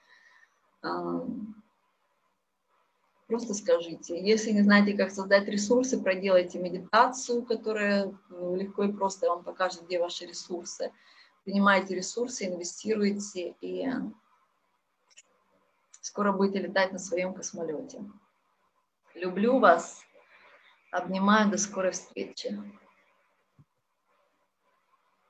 просто скажите. Если не знаете, как создать ресурсы, проделайте медитацию, которая легко и просто вам покажет, где ваши ресурсы. Принимайте ресурсы, инвестируйте, и скоро будете летать на своем космолете. Люблю вас, обнимаю, до скорой встречи.